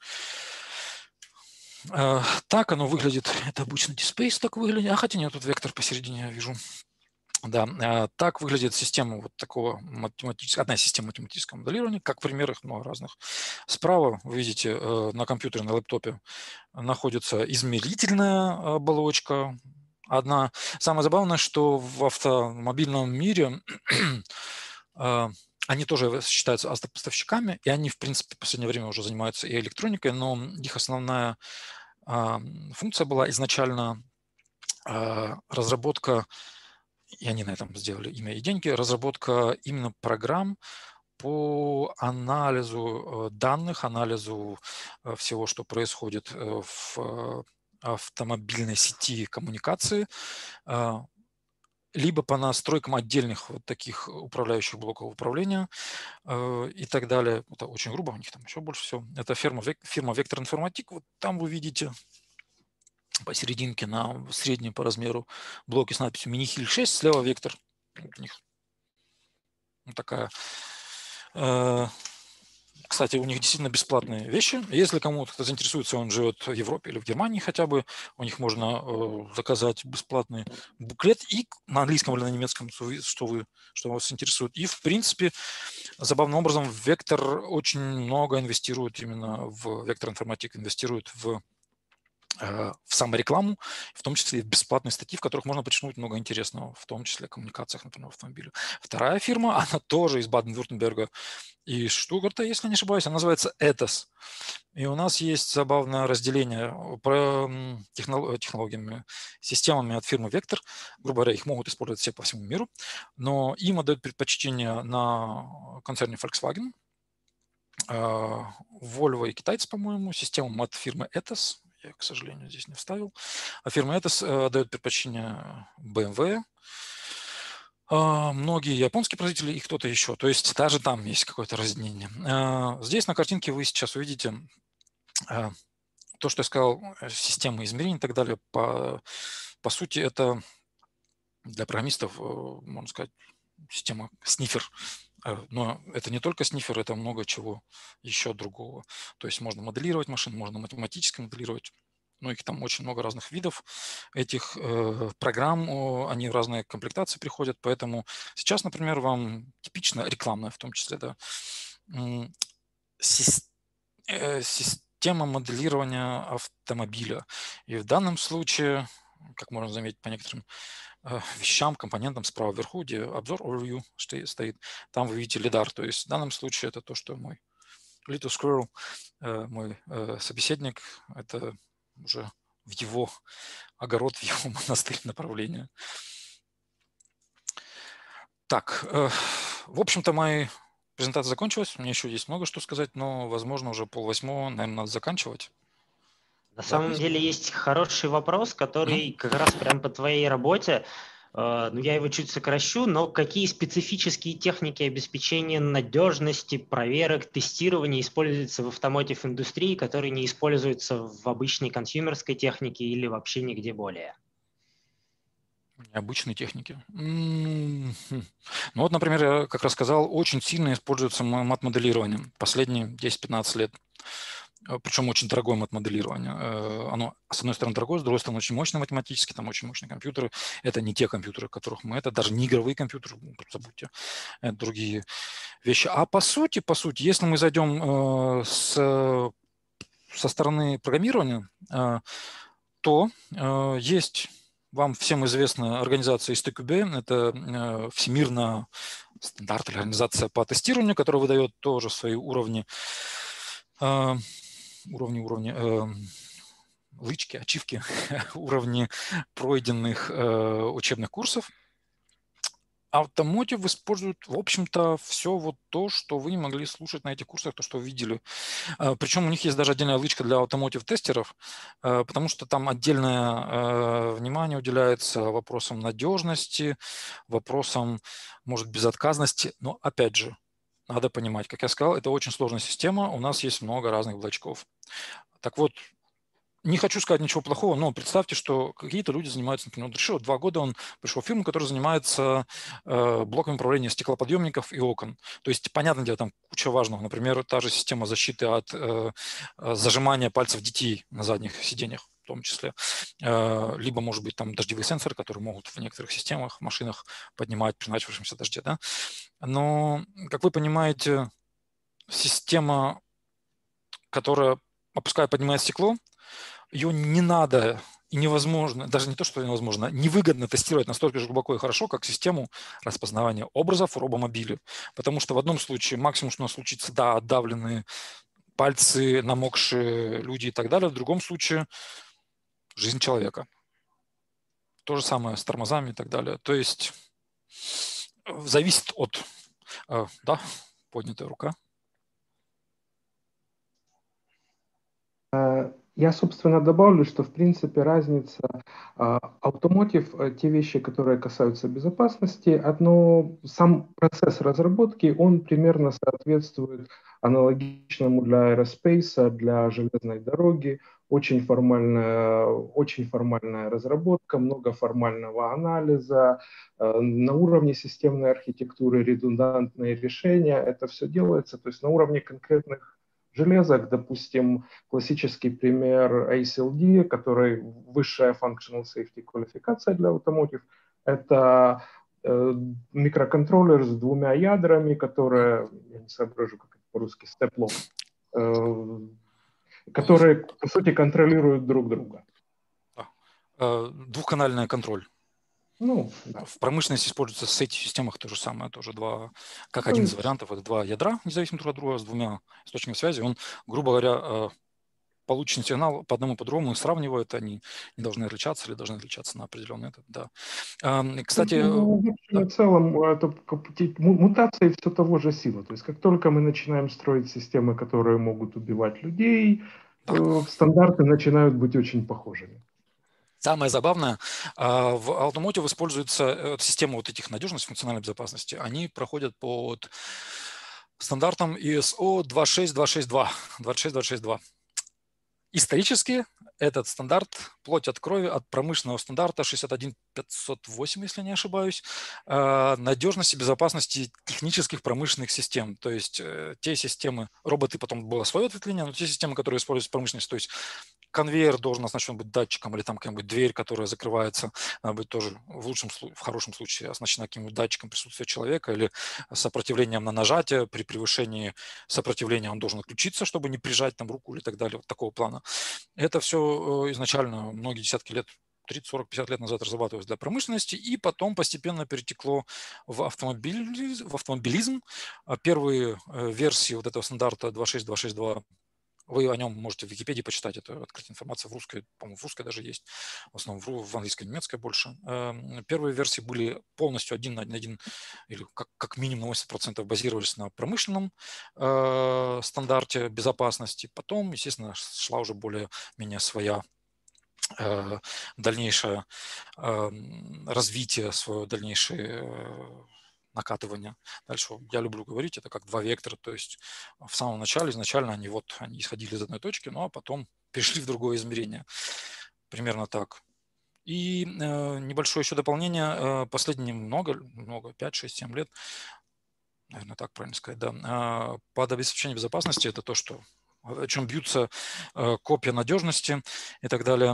Так оно выглядит. Это обычно D-Space так выглядит. А хотя нет, тут вектор посередине я вижу. Да, так выглядит система вот такого математического, одна система математического моделирования, как в примерах много разных. Справа вы видите на компьютере, на лэптопе находится измерительная оболочка. Одна. Самое забавное, что в автомобильном мире они тоже считаются автопоставщиками, и они, в принципе, в последнее время уже занимаются и электроникой, но их основная функция была изначально разработка, и они на этом сделали имя и деньги, разработка именно программ по анализу данных, анализу всего, что происходит в автомобильной сети коммуникации либо по настройкам отдельных вот таких управляющих блоков управления э, и так далее. Это очень грубо, у них там еще больше всего. Это фирма, фирма Vector Informatik. Вот там вы видите посерединке на среднем по размеру блоки с надписью Minihil шесть, слева Vector. Вот у них вот такая... Э, Кстати, у них действительно бесплатные вещи. Если кому-то заинтересуется, он живет в Европе или в Германии хотя бы, у них можно э, заказать бесплатный буклет и на английском или на немецком, что, вы, что вас интересует. И, в принципе, забавным образом, Vector очень много инвестирует именно в Vector Informatik, инвестирует в в саморекламу, в том числе и в бесплатные статьи, в которых можно почерпнуть много интересного, в том числе о коммуникациях, например, в автомобиле. Вторая фирма, она тоже из Баден-Вюртемберга и Штутгарта, если не ошибаюсь, она называется Этос. И у нас есть забавное разделение про технологиями, системами от фирмы Vector. Грубо говоря, их могут использовать все по всему миру, но им отдают предпочтение на концерне Volkswagen, Volvo и китайцы, по-моему, систему от фирмы Этос. Я, к сожалению, здесь не вставил. А фирма Этос дает предпочтение бэ эм вэ. Многие японские производители и кто-то еще. То есть даже там есть какое-то разделение. Здесь на картинке вы сейчас увидите то, что я сказал, системы измерений и так далее. По, по сути, это для программистов, можно сказать, система снифер. Но это не только снифер, это много чего еще другого. То есть можно моделировать машины, можно математически моделировать. Ну, их там очень много разных видов этих э, программ, о, они в разные комплектации приходят, поэтому сейчас, например, вам типично рекламная в том числе, да, сис, э, система моделирования автомобиля. И в данном случае, как можно заметить по некоторым вещам, компонентам справа вверху, где обзор overview стоит, там вы видите лидар. То есть в данном случае это то, что мой Little Squirrel, мой собеседник, это уже в его огород, в его монастырь направление. Так, в общем-то, моя презентация закончилась. У меня еще есть много что сказать, но, возможно, уже полвосьмого, наверное, надо заканчивать. На самом деле есть хороший вопрос, который как раз прям по твоей работе. Ну, я его чуть сокращу, но какие специфические техники обеспечения надежности, проверок, тестирования используются в автомотив-индустрии, которые не используются в обычной консюмерской технике или вообще нигде более? Необычной техники. Ну вот, например, я как раз сказал, очень сильно используется мат-моделирование последние десять-пятнадцать лет. Причем очень дорогое мат-моделирование. Оно, с одной стороны, дорогое, с другой стороны, очень мощное математически, там очень мощные компьютеры. Это не те компьютеры, которых мы, это даже не игровые компьютеры, забудьте, это другие вещи. А по сути, по сути, если мы зайдем с, со стороны программирования, то есть вам всем известная организация эс тэ ку би, это всемирная стандарт или организация по тестированию, которая выдает тоже свои уровни уровни, уровни, э, лычки, ачивки, уровни пройденных э, учебных курсов. Automotive использует, в общем-то, все вот то, что вы могли слушать на этих курсах, то, что вы видели. Э, причем у них есть даже отдельная лычка для Automotive-тестеров, э, потому что там отдельное э, внимание уделяется вопросам надежности, вопросам, может, безотказности, но, опять же, надо понимать, как я сказал, это очень сложная система, у нас есть много разных блочков. Так вот, не хочу сказать ничего плохого, но представьте, что какие-то люди занимаются, например, он решил, два года он пришел в фирму, которая занимается э, блоками управления стеклоподъемников и окон. То есть, понятное дело, там куча важного. Например, та же система защиты от э, зажимания пальцев детей на задних сиденьях. В том числе, либо, может быть, там дождевые сенсоры, которые могут в некоторых системах, машинах поднимать при начавшемся дожде, да. Но, как вы понимаете, система, которая, опуская, поднимает стекло, ее не надо и невозможно, даже не то, что невозможно, невыгодно тестировать настолько же глубоко и хорошо, как систему распознавания образов в робомобиле. Потому что в одном случае максимум, что у нас случится, да, отдавленные пальцы, намокшие люди и так далее. В другом случае жизнь человека. То же самое с тормозами и так далее. То есть зависит от... Да, поднятая рука. Я, собственно, добавлю, что, в принципе, разница автомотив, те вещи, которые касаются безопасности, одно, сам процесс разработки, он примерно соответствует аналогичному для аэроспейса, для железной дороги. Очень формальная, очень формальная разработка, много формального анализа, на уровне системной архитектуры редундантные решения. Это все делается, то есть на уровне конкретных железок, допустим, классический пример эй эс эл ди, который высшая functional safety квалификация для automotive, это э, микроконтроллер с двумя ядрами, которые, я не соображу, как это по-русски, step-lock, э, которые, по сути, контролируют друг друга. Да. Двухканальный контроль. Ну, да. В промышленности используется в сети-системах то же самое, тоже два, как один из вариантов, это два ядра, независимо друг от друга, с двумя источниками связи. Он, грубо говоря, полученный сигнал по одному, по другому сравнивают, они не должны отличаться или должны отличаться на определенный этот, да. Кстати, ну, в общем и целом, это мутации все того же сила. То есть как только мы начинаем строить системы, которые могут убивать людей, да. стандарты начинают быть очень похожими. Самое забавное, в Automotive используется система вот этих надежности, функциональной безопасности. Они проходят под стандартом ай эс о двадцать шесть двадцать шесть два. двадцать шесть двадцать шесть два. Исторически этот стандарт, плоть от крови от промышленного стандарта шестьдесят один пятьсот восемь, если не ошибаюсь, надежности и безопасности технических промышленных систем. То есть те системы, роботы, потом было свое ответвление, но те системы, которые используются в промышленности, то есть конвейер должен оснащен быть датчиком, или там какая-нибудь дверь, которая закрывается, она быть тоже в лучшем, в хорошем случае оснащена каким-нибудь датчиком присутствия человека или сопротивлением на нажатие. При превышении сопротивления он должен отключиться, чтобы не прижать там руку или так далее, вот такого плана. Это все изначально многие десятки лет, тридцать, сорок, пятьдесят лет назад разрабатывалось для промышленности, и потом постепенно перетекло в автомобилизм. В автомобилизм. Первые версии вот этого стандарта двадцать шесть двадцать шесть два, вы о нем можете в Википедии почитать, это открытая информация в русской, по-моему, в русской даже есть, в основном в английской, немецкой больше. Первые версии были полностью один на один, или как, как минимум на восемьдесят процентов базировались на промышленном э, стандарте безопасности. Потом, естественно, шла уже более-менее своя э, дальнейшее э, развитие, свое дальнейшее э, накатывания. Дальше я люблю говорить, это как два вектора, то есть в самом начале изначально они вот они исходили из одной точки, ну а потом перешли в другое измерение. Примерно так. И э, небольшое еще дополнение. Э, последние много, много, пять, шесть, семь лет, наверное, так правильно сказать, да, э, под обеспечение безопасности это то, что о чем бьются э, копья надежности и так далее.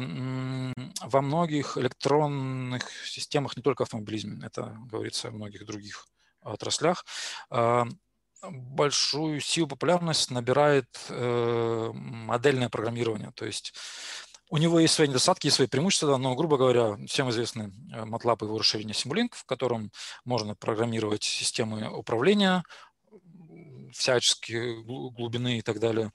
Во многих электронных системах, не только в автомобилизме, это говорится о многих других отраслях, э, большую силу, популярность набирает э, модельное программирование. То есть у него есть свои недостатки, есть свои преимущества, но, грубо говоря, всем известны MATLAB и его расширение Simulink, в котором можно программировать системы управления, всяческие глубины и так далее.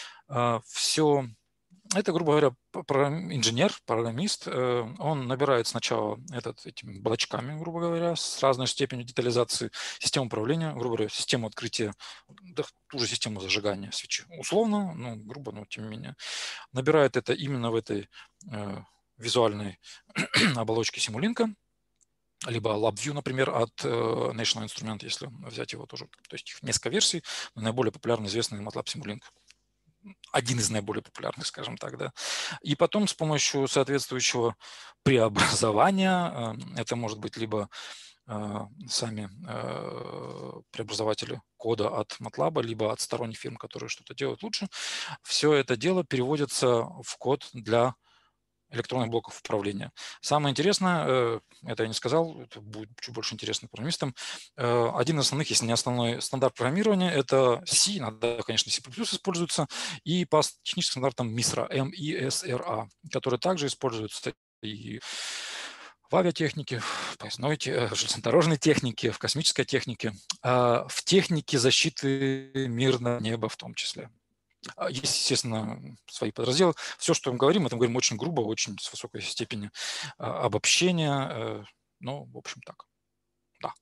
Все это, грубо говоря, инженер, программист, он набирает сначала этот, этими блочками, грубо говоря, с разной степенью детализации системы управления, грубо говоря, систему открытия, да, ту же систему зажигания свечи. Условно, ну, грубо, но тем не менее. Набирает это именно в этой э, визуальной оболочке Simulink, либо LabVIEW, например, от э, National Instrument, если взять его тоже. То есть их несколько версий, но наиболее популярно известный MATLAB Simulink. Один из наиболее популярных, скажем так, да. И потом с помощью соответствующего преобразования, э, это может быть либо э, сами э, преобразователи кода от MATLAB, либо от сторонних фирм, которые что-то делают лучше, все это дело переводится в код для электронных блоков управления. Самое интересное, это я не сказал, это будет чуть больше интересно программистам, один из основных, если не основной стандарт программирования, это C, иногда, конечно, C++ используется, и по техническим стандартам мисра, эм и эс эр а, которые также используются и в авиатехнике, в поездной, железнодорожной технике, в космической технике, в технике защиты мирного неба в том числе. Есть, естественно, свои подразделы. Все, что мы говорим, это мы говорим очень грубо, очень с высокой степенью обобщения. Ну, в общем, так. Да.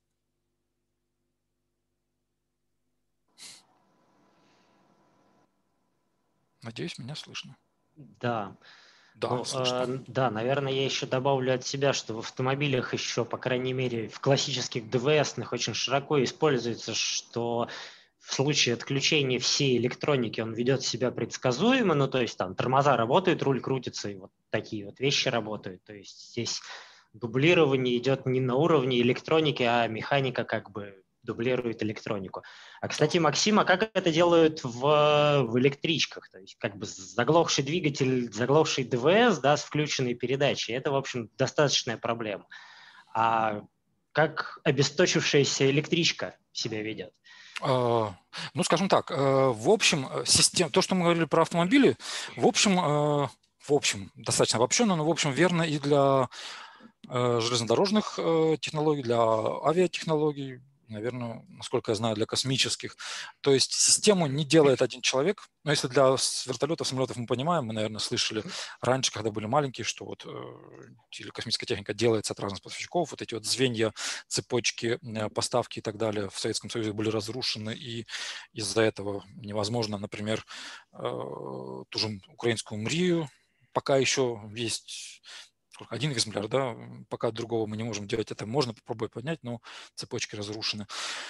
Надеюсь, меня слышно. Да. Да, Ну, слышно. э, да, наверное, я еще добавлю от себя, что в автомобилях еще, по крайней мере, в классических ДВСных очень широко используется, что в случае отключения всей электроники он ведет себя предсказуемо, ну, то есть там тормоза работают, руль крутится, и вот такие вот вещи работают. То есть здесь дублирование идет не на уровне электроники, а механика как бы дублирует электронику. А, кстати, Максим, а как это делают в, в электричках? То есть как бы заглохший двигатель, заглохший ДВС, да, с включенной передачей, это, в общем, достаточная проблема. А как обесточившаяся электричка себя ведет? А, Ну, скажем так, э, в общем, э, систем, то, что мы говорили про автомобили, в общем, э, в общем, достаточно обобщенно, но в общем верно и для э, железнодорожных э, технологий, для авиатехнологий, наверное, насколько я знаю, для космических. То есть систему не делает один человек. Но если для с- вертолетов, самолетов мы понимаем, мы, наверное, слышали раньше, когда были маленькие, что вот э, или космическая техника делается от разных поставщиков, вот эти вот звенья, цепочки, э, поставки и так далее в Советском Союзе были разрушены, и из-за этого невозможно, например, э, ту же украинскую Мрию, пока еще есть сколько, один экземпляр, да, пока другого мы не можем делать, это можно попробовать поднять, но цепочки разрушены.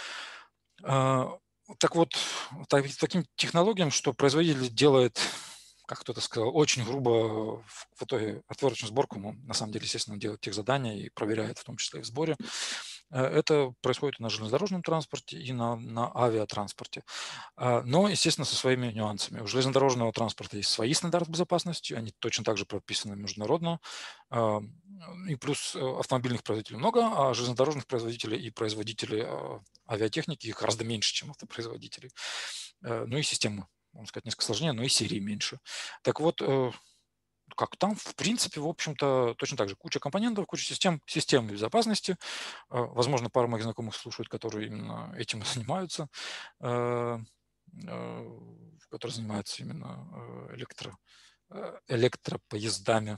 А, Так вот, так- таким технологиям, что производитель делает, как кто-то сказал, очень грубо в в итоге отверточную сборку, ну, на самом деле, естественно, он делает тех задания и проверяет, в том числе и в сборе. Э, Это происходит и на железнодорожном транспорте, и на, на авиатранспорте. А, Но, естественно, со своими нюансами. У железнодорожного транспорта есть свои стандарты безопасности, они точно так же прописаны международно. А, И плюс э, автомобильных производителей много, а железнодорожных производителей и производителей а, авиатехники их гораздо меньше, чем автопроизводителей. Э, Ну и системы, можно сказать, несколько сложнее, но и серии меньше. Так вот, э, как там, в принципе, в общем-то, точно так же. Куча компонентов, куча систем, систем безопасности. Э, Возможно, пару моих знакомых слушают, которые именно этим и занимаются, э, э, которые занимаются именно э, электро, э, электропоездами.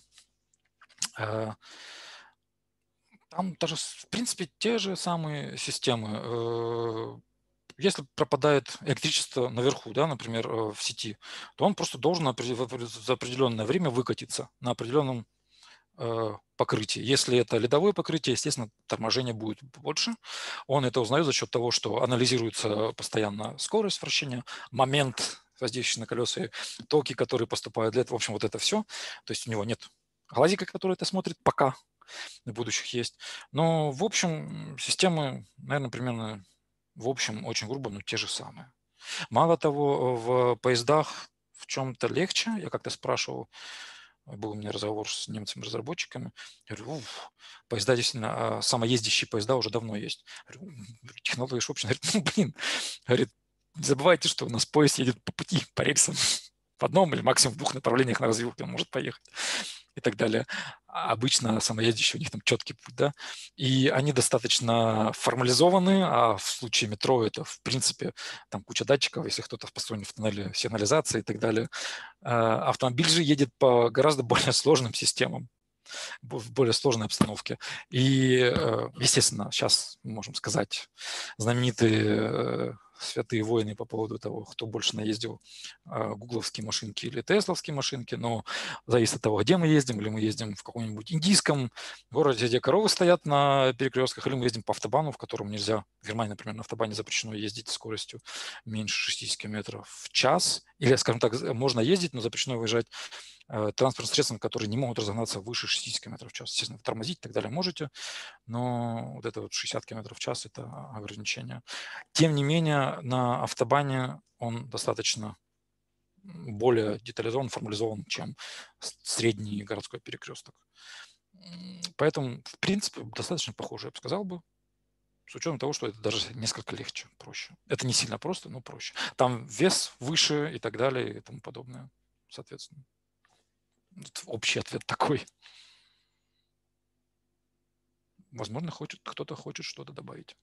Э, Там даже, в принципе, те же самые системы. Э, Если пропадает электричество наверху, да, например, э, в сети, то он просто должен опре- в опре- за определенное время выкатиться на определенном э, покрытии. Если это ледовое покрытие, естественно, торможение будет больше. Он это узнает за счет того, что анализируется постоянно скорость вращения, момент воздействия на колеса, и токи, которые поступают для этого. В общем, вот это все. То есть у него нет глазика, который это смотрит, пока в будущих есть. Но, в общем, системы, наверное, примерно, в общем, очень грубо, но те же самые. Мало того, в поездах в чем-то легче. Я как-то спрашивал, был у меня разговор с немцами-разработчиками. Я говорю, уф, поезда действительно, а самоездящие поезда уже давно есть. Я говорю, технологии ж общие. Говорит, ну, блин, говорит, не забывайте, что у нас поезд едет по пути, по рельсам. В одном или максимум в двух направлениях на развилке он может поехать и так далее. А обычно самоездящие, у них там четкий путь, да, и они достаточно формализованы, а в случае метро это, в принципе, там куча датчиков, если кто-то построен в тоннеле, сигнализация и так далее. А автомобиль же едет по гораздо более сложным системам, в более сложной обстановке. И, э, естественно, сейчас мы можем сказать знаменитые э, святые войны по поводу того, кто больше наездил э, гугловские машинки или тесловские машинки, но зависит от того, где мы ездим, или мы ездим в каком-нибудь индийском городе, где коровы стоят на перекрестках, или мы ездим по автобану, в котором нельзя, в Германии, например, на автобане запрещено ездить с скоростью меньше шестьдесят километров в час, или, скажем так, можно ездить, но запрещено выезжать транспортным средствам, которые не могут разогнаться выше шестьдесят километров в час. Естественно, тормозить и так далее можете, но вот это вот шестьдесят километров в час – это ограничение. Тем не менее, на автобане он достаточно более детализован, формализован, чем средний городской перекресток. Поэтому, в принципе, достаточно похоже, я бы сказал бы, с учетом того, что это даже несколько легче, проще. Это не сильно просто, но проще. Там вес выше и так далее и тому подобное, соответственно. Общий ответ такой. Возможно, хочет, кто-то хочет что-то добавить.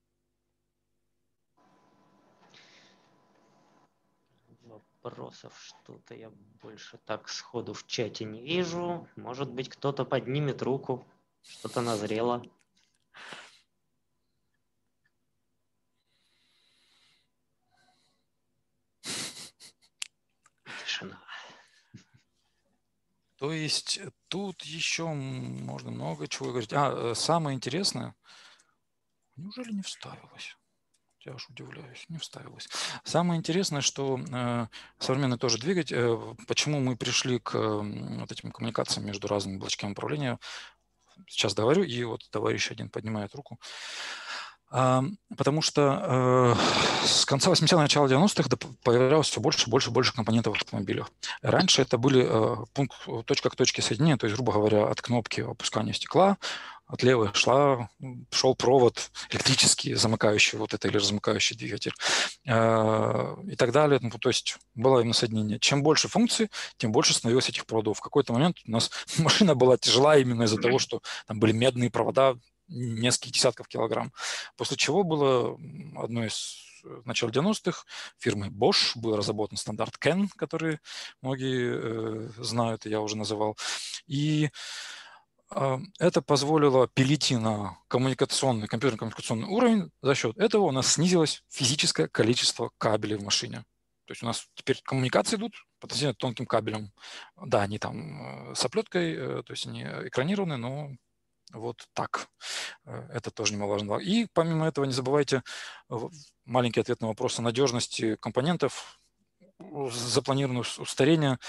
Вопросов что-то я больше так сходу в чате не вижу. Может быть, кто-то поднимет руку, что-то назрело. Тишина. То есть тут еще можно много чего говорить. А, самое интересное, неужели не вставилось? Я аж удивляюсь, не вставилось. Самое интересное, что э, современный тоже двигатель, э, почему мы пришли к э, вот этим коммуникациям между разными блочками управления, сейчас говорю, и вот товарищ один поднимает руку. А, потому что э, с конца восьмидесятых, начала девяностых появлялось все больше и больше и больше компонентов в автомобилях. Раньше это были э, пункт, точка к точке соединения, то есть, грубо говоря, от кнопки опускания стекла от левой шла, шел провод электрический, замыкающий вот это или размыкающий двигатель э, и так далее. Ну, то есть было именно соединение. Чем больше функций, тем больше становилось этих проводов. В какой-то момент у нас машина была тяжела именно из-за того, что там были медные провода, несколько десятков килограмм. После чего было одно из в начале девяностых фирмой Bosch был разработан стандарт Кен, который многие э, знают, я уже называл. И э, это позволило перейти на коммуникационный, компьютерно-коммуникационный уровень. За счет этого у нас снизилось физическое количество кабелей в машине. То есть у нас теперь коммуникации идут по тонким кабелям. Да, они там с оплеткой, э, то есть они экранированы, но вот так. Это тоже немаловажно. И помимо этого не забывайте маленький ответ на вопрос о надежности компонентов, запланированного устарения.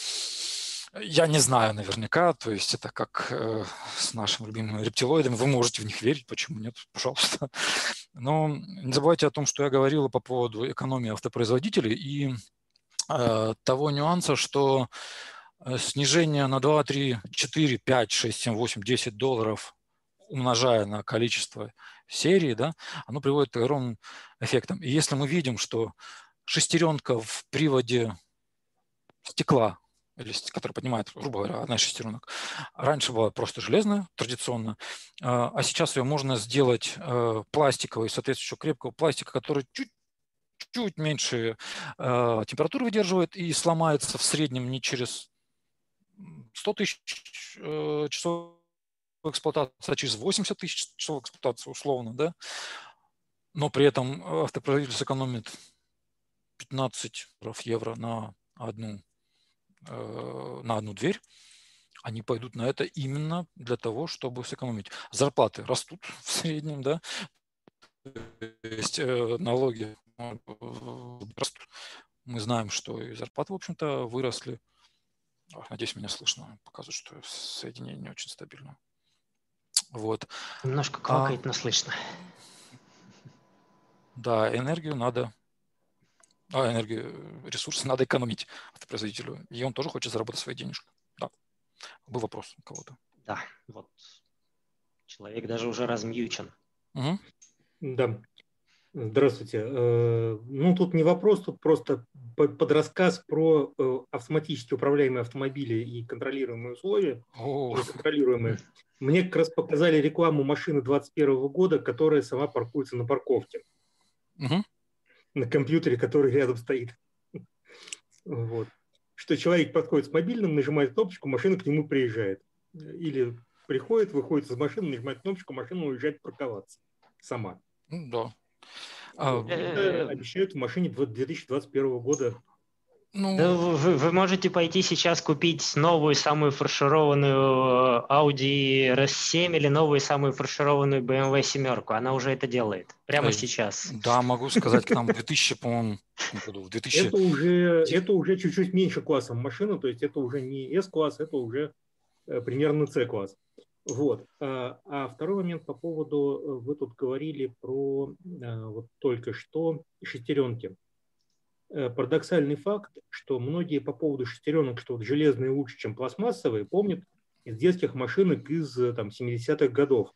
Я не знаю наверняка, то есть это как э, с нашими любимыми рептилоидами, вы можете в них верить, почему нет, пожалуйста. Но не забывайте о том, что я говорил по поводу экономии автопроизводителей и э, того нюанса, что снижение на два, три, четыре, пять, шесть, семь, восемь, десять долларов, умножая на количество серий, да, оно приводит к огромным эффектам. И если мы видим, что шестеренка в приводе стекла, или, который поднимает, грубо говоря, одна из шестеренок, раньше была просто железная, традиционно, а сейчас ее можно сделать пластиковой, соответственно, крепкого пластика, который чуть чуть меньше э, температуры выдерживает и сломается в среднем не через сто тысяч э, часов эксплуатации, а через восемьдесят тысяч часов эксплуатации условно, да, но при этом автопроизводитель сэкономит пятнадцать евро на одну, э, на одну дверь. Они пойдут на это именно для того, чтобы сэкономить. Зарплаты растут в среднем, да, то есть э, налоги растут. Мы знаем, что и зарплаты, в общем-то, выросли. Надеюсь, меня слышно. Показывает, что соединение не очень стабильно. Вот. Немножко квакает, а, но слышно. Да, энергию надо, а, энергию, ресурсы надо экономить автопроизводителю. И он тоже хочет заработать свои денежки. Да. Был вопрос у кого-то. Да, вот. Человек даже уже размьючен. Угу. Да. Здравствуйте. Ну, тут не вопрос, тут просто под рассказ про автоматически управляемые автомобили и контролируемые условия, неконтролируемые. Мне как раз показали рекламу машины двадцать первого года, которая сама паркуется на парковке. Угу. На компьютере, который рядом стоит. Вот. Что человек подходит с мобильным, нажимает кнопочку, машина к нему приезжает. Или приходит, выходит из машины, нажимает кнопочку, машина уезжает парковаться сама. Да. Это обещают в машине две тысячи двадцать первого года. Ну, да вы, вы можете пойти сейчас купить новую самую фаршированную Audi эр эс семь или новую самую фаршированную бэ эм вэ семерку. Она уже это делает прямо э, сейчас. Да, могу сказать, к нам в двухтысячном, по-моему, году. В двухтысячном... Это уже, это уже чуть-чуть меньше классом машина, то есть это уже не S-класс, это уже примерно C-класс. Вот. А второй момент по поводу, вы тут говорили про вот только что шестеренки. Парадоксальный факт, что многие по поводу шестеренок, что вот железные лучше, чем пластмассовые, помнят из детских машинок из там, семидесятых годов.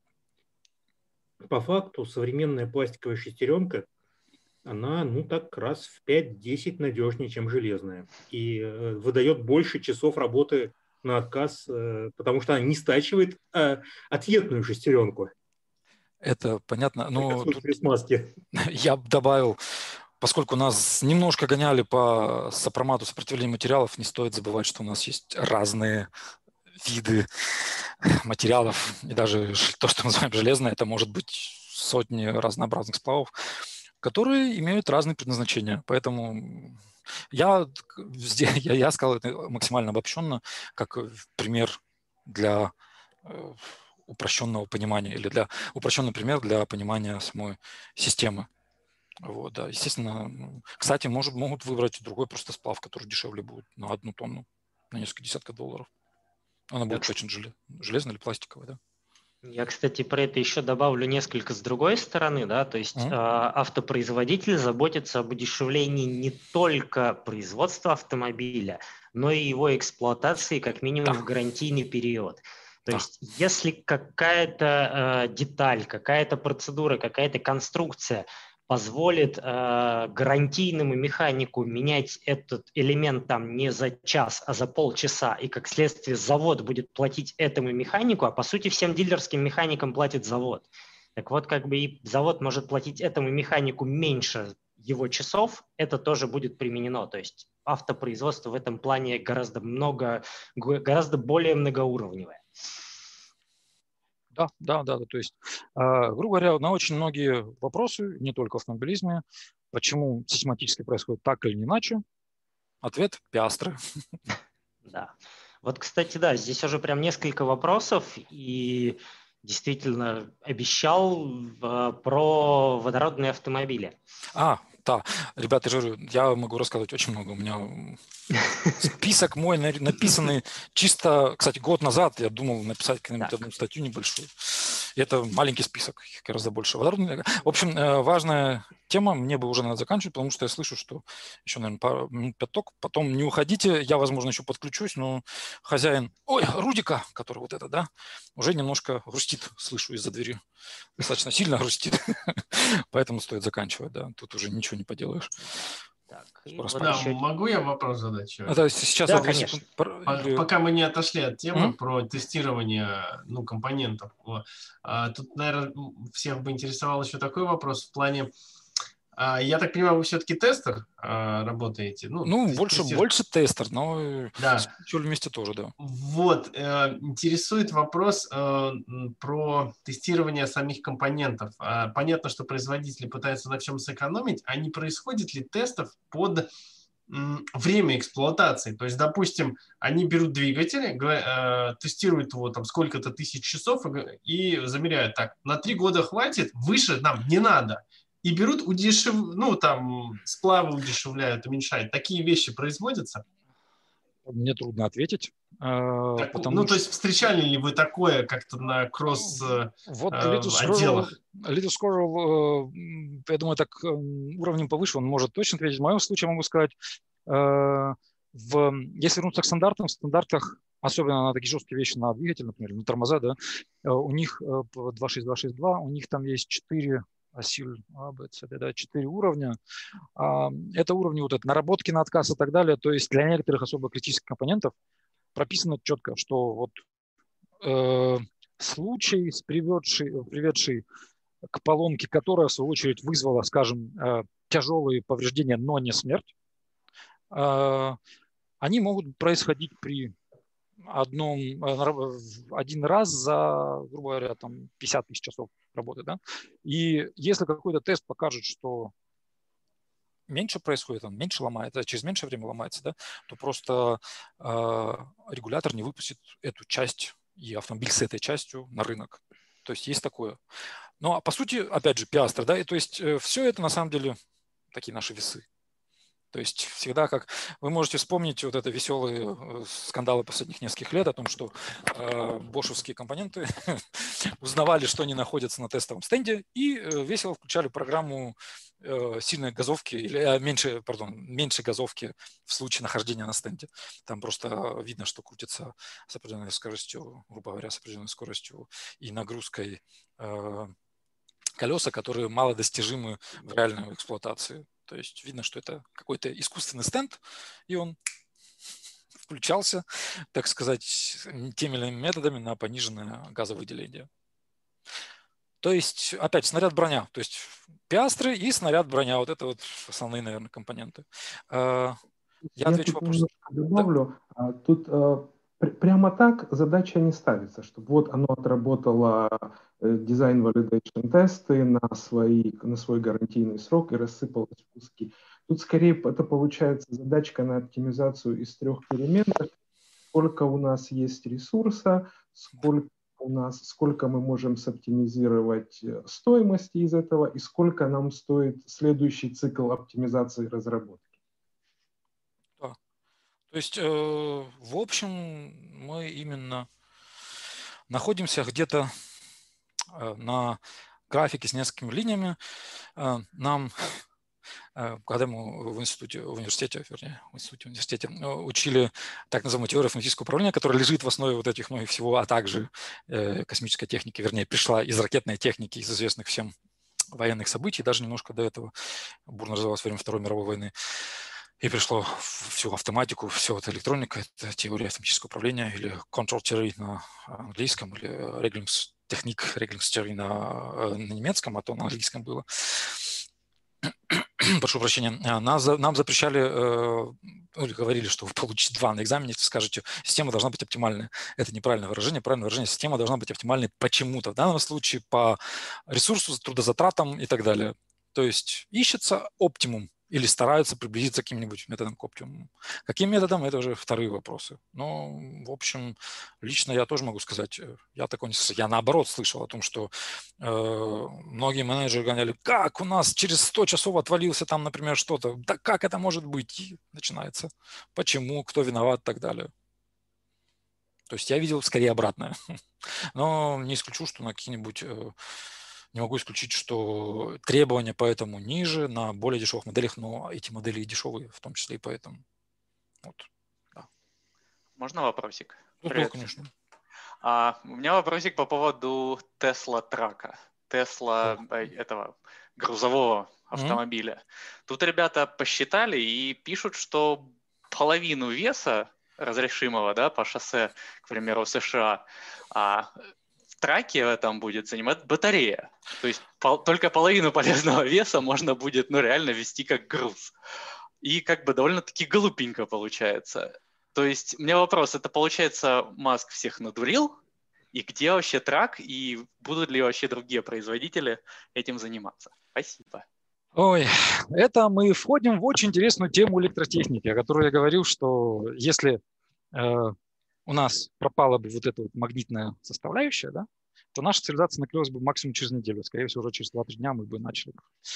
По факту современная пластиковая шестеренка, она ну так раз в пять-десять надежнее, чем железная. И выдает больше часов работы на отказ, потому что она не стачивает а ответную шестеренку. Это понятно. Но тут я бы добавил, поскольку нас немножко гоняли по сопромату сопротивления материалов, не стоит забывать, что у нас есть разные виды материалов. И даже то, что мы называем железное, это может быть сотни разнообразных сплавов, которые имеют разные предназначения. Поэтому Я, я, я сказал это максимально обобщенно, как пример для упрощенного понимания или для упрощенный пример для понимания самой системы. Вот, да. Естественно, кстати, может, могут выбрать другой просто сплав, который дешевле будет на одну тонну, на несколько десятков долларов. Она будет Так. очень желез... железная или пластиковая, да? Я, кстати, про это еще добавлю несколько с другой стороны, да, то есть Mm-hmm. э, автопроизводитель заботится об удешевлении не только производства автомобиля, но и его эксплуатации как минимум Да. в гарантийный период. То Да. есть если какая-то э, деталь, какая-то процедура, какая-то конструкция позволит э, гарантийному механику менять этот элемент там не за час, а за полчаса, и как следствие завод будет платить этому механику, а по сути всем дилерским механикам платит завод. Так вот, как бы и завод может платить этому механику меньше его часов, это тоже будет применено. То есть автопроизводство в этом плане гораздо много, гораздо более многоуровневое. Да, да, да, да. То есть, э, грубо говоря, на очень многие вопросы, не только в автомобилизме, почему систематически происходит так или иначе, ответ – пиастры. Да. Вот, кстати, да, здесь уже прям несколько вопросов, и действительно обещал э, про водородные автомобили. А, да, ребята, я, говорю, я могу рассказывать очень много. У меня список мой написанный чисто, кстати, год назад я думал написать какую-нибудь одну статью небольшую. И это маленький список, гораздо больше. В общем, важная тема, мне бы уже надо заканчивать, потому что я слышу, что еще, наверное, пару минут пяток, потом не уходите, я, возможно, еще подключусь, но хозяин, ой, Рудика, который вот это, да, уже немножко грустит, слышу из-за двери, достаточно сильно грустит, поэтому стоит заканчивать, да, тут уже ничего не поделаешь. Так, вот да, еще... могу я вопрос задать? Это сейчас да, вот конечно. Или... Пока мы не отошли от темы Mm-hmm. про тестирование ну, компонентов, тут, наверное, всех бы интересовал еще такой вопрос в плане, я так понимаю, вы все-таки тестер работаете? Ну, ну больше, тестир... больше тестер, но да. вместе тоже, да. Вот, интересует вопрос про тестирование самих компонентов. Понятно, что производители пытаются на всем сэкономить, а не происходит ли тестов под время эксплуатации? То есть, допустим, они берут двигатель, тестируют его там сколько-то тысяч часов и замеряют так, на три года хватит, выше нам не надо. И берут, удешев... ну, там, сплавы удешевляют, уменьшают. Такие вещи производятся? Мне трудно ответить. Так, ну, что... то есть, встречали ли вы такое как-то на кросс-отделах? Вот Little Squirrel, я думаю, так уровнем повыше, он может точно ответить. В моем случае могу сказать, в... если вернуться к стандартам, в стандартах, особенно на такие жесткие вещи, на двигатель, например, на тормоза, да, у них два шесть два шесть два, у них там есть четыре осиль, А, Б, С, Д, да, четыре уровня. Это уровни вот это, наработки на отказ и так далее. То есть для некоторых особо критических компонентов прописано четко, что вот э, случай, приведший, приведший к поломке, которая в свою очередь вызвала, скажем, э, тяжелые повреждения, но не смерть, э, они могут происходить при одном, один раз за, грубо говоря, там пятьдесят тысяч часов работы, да. И если какой-то тест покажет, что меньше происходит, он меньше ломается, через меньшее время ломается, да, то просто э, регулятор не выпустит эту часть и автомобиль с этой частью на рынок. То есть есть такое. Ну, а по сути, опять же, пиастры, да, и то есть э, все это на самом деле такие наши весы. То есть всегда, как вы можете вспомнить вот это веселые скандалы последних нескольких лет о том, что э, бошевские компоненты узнавали, что они находятся на тестовом стенде, и э, весело включали программу э, сильной газовки, или э, меньше, пардон, меньше газовки в случае нахождения на стенде. Там просто видно, что крутится с определенной скоростью, грубо говоря, с определенной скоростью и нагрузкой э, колеса, которые малодостижимы в реальной эксплуатации. То есть видно, что это какой-то искусственный стенд, и он включался, так сказать, теми или иными методами на пониженное газовыделение. То есть, опять, снаряд броня. То есть пиастры и снаряд броня. Вот это вот основные, наверное, компоненты. Я, Я отвечу вопрос. Добавлю. Да? Тут прямо так задача не ставится, чтобы вот оно отработало дизайн validation тесты на, свои, на свой гарантийный срок и рассыпалось в куски. Тут скорее это получается задачка на оптимизацию из трех переменных. Сколько у нас есть ресурса, сколько у нас, сколько мы можем соптимизировать стоимости из этого и сколько нам стоит следующий цикл оптимизации разработки. Да. То есть, э, в общем, мы именно находимся где-то э, на графике с несколькими линиями. Э, нам, э, когда мы в институте, в университете, вернее, в институте, в университете э, учили так называемую теорию фонетического управления, которая лежит в основе вот этих многих всего, а также э, космической техники, вернее, пришла из ракетной техники, из известных всем военных событий, даже немножко до этого бурно развивалось во время Второй мировой войны. И пришло всю автоматику, все это электроника, это теория автоматического управления или control theory на английском, или Regelungstechnik, Regelungstheory на, на немецком, а то на английском было. Прошу прощения. Нас, нам запрещали, или говорили, что вы получите два на экзамене, если скажете, система должна быть оптимальной. Это неправильное выражение. Правильное выражение, система должна быть оптимальной почему-то. В данном случае по ресурсу, трудозатратам и так далее. То есть ищется оптимум или стараются приблизиться к каким-нибудь методам к оптимуму. Каким методом, это уже вторые вопросы. Но, в общем, лично я тоже могу сказать, я такой не слышал. Я наоборот слышал о том, что э, многие менеджеры гоняли, как у нас через сто часов отвалился там, например, что-то. Да как это может быть? И начинается. Почему, кто виноват и так далее. То есть я видел скорее обратное. Но не исключу, что на какие-нибудь... Э, Не могу исключить, что требования поэтому ниже на более дешевых моделях, но эти модели и дешевые, в том числе и поэтому. Вот. Да. Можно вопросик? Ну, Привет. да, конечно. А, у меня вопросик по поводу Tesla трака, Tesla этого грузового автомобиля. Mm-hmm. Тут ребята посчитали и пишут, что половину веса разрешимого, да, по шоссе, к примеру, в США, а в траке в этом будет занимать батарея. То есть пол, только половину полезного веса можно будет, ну, реально вести как груз. И как бы довольно-таки глупенько получается. То есть у меня вопрос, это получается Маск всех надурил? И где вообще трак? И будут ли вообще другие производители этим заниматься? Спасибо. Ой, это мы входим в очень интересную тему электротехники, о которой я говорил, что если э, у нас пропала бы вот эта вот магнитная составляющая, да, то наша цивилизация накрылась бы максимум через неделю. Скорее всего, уже через два-три дня мы бы начали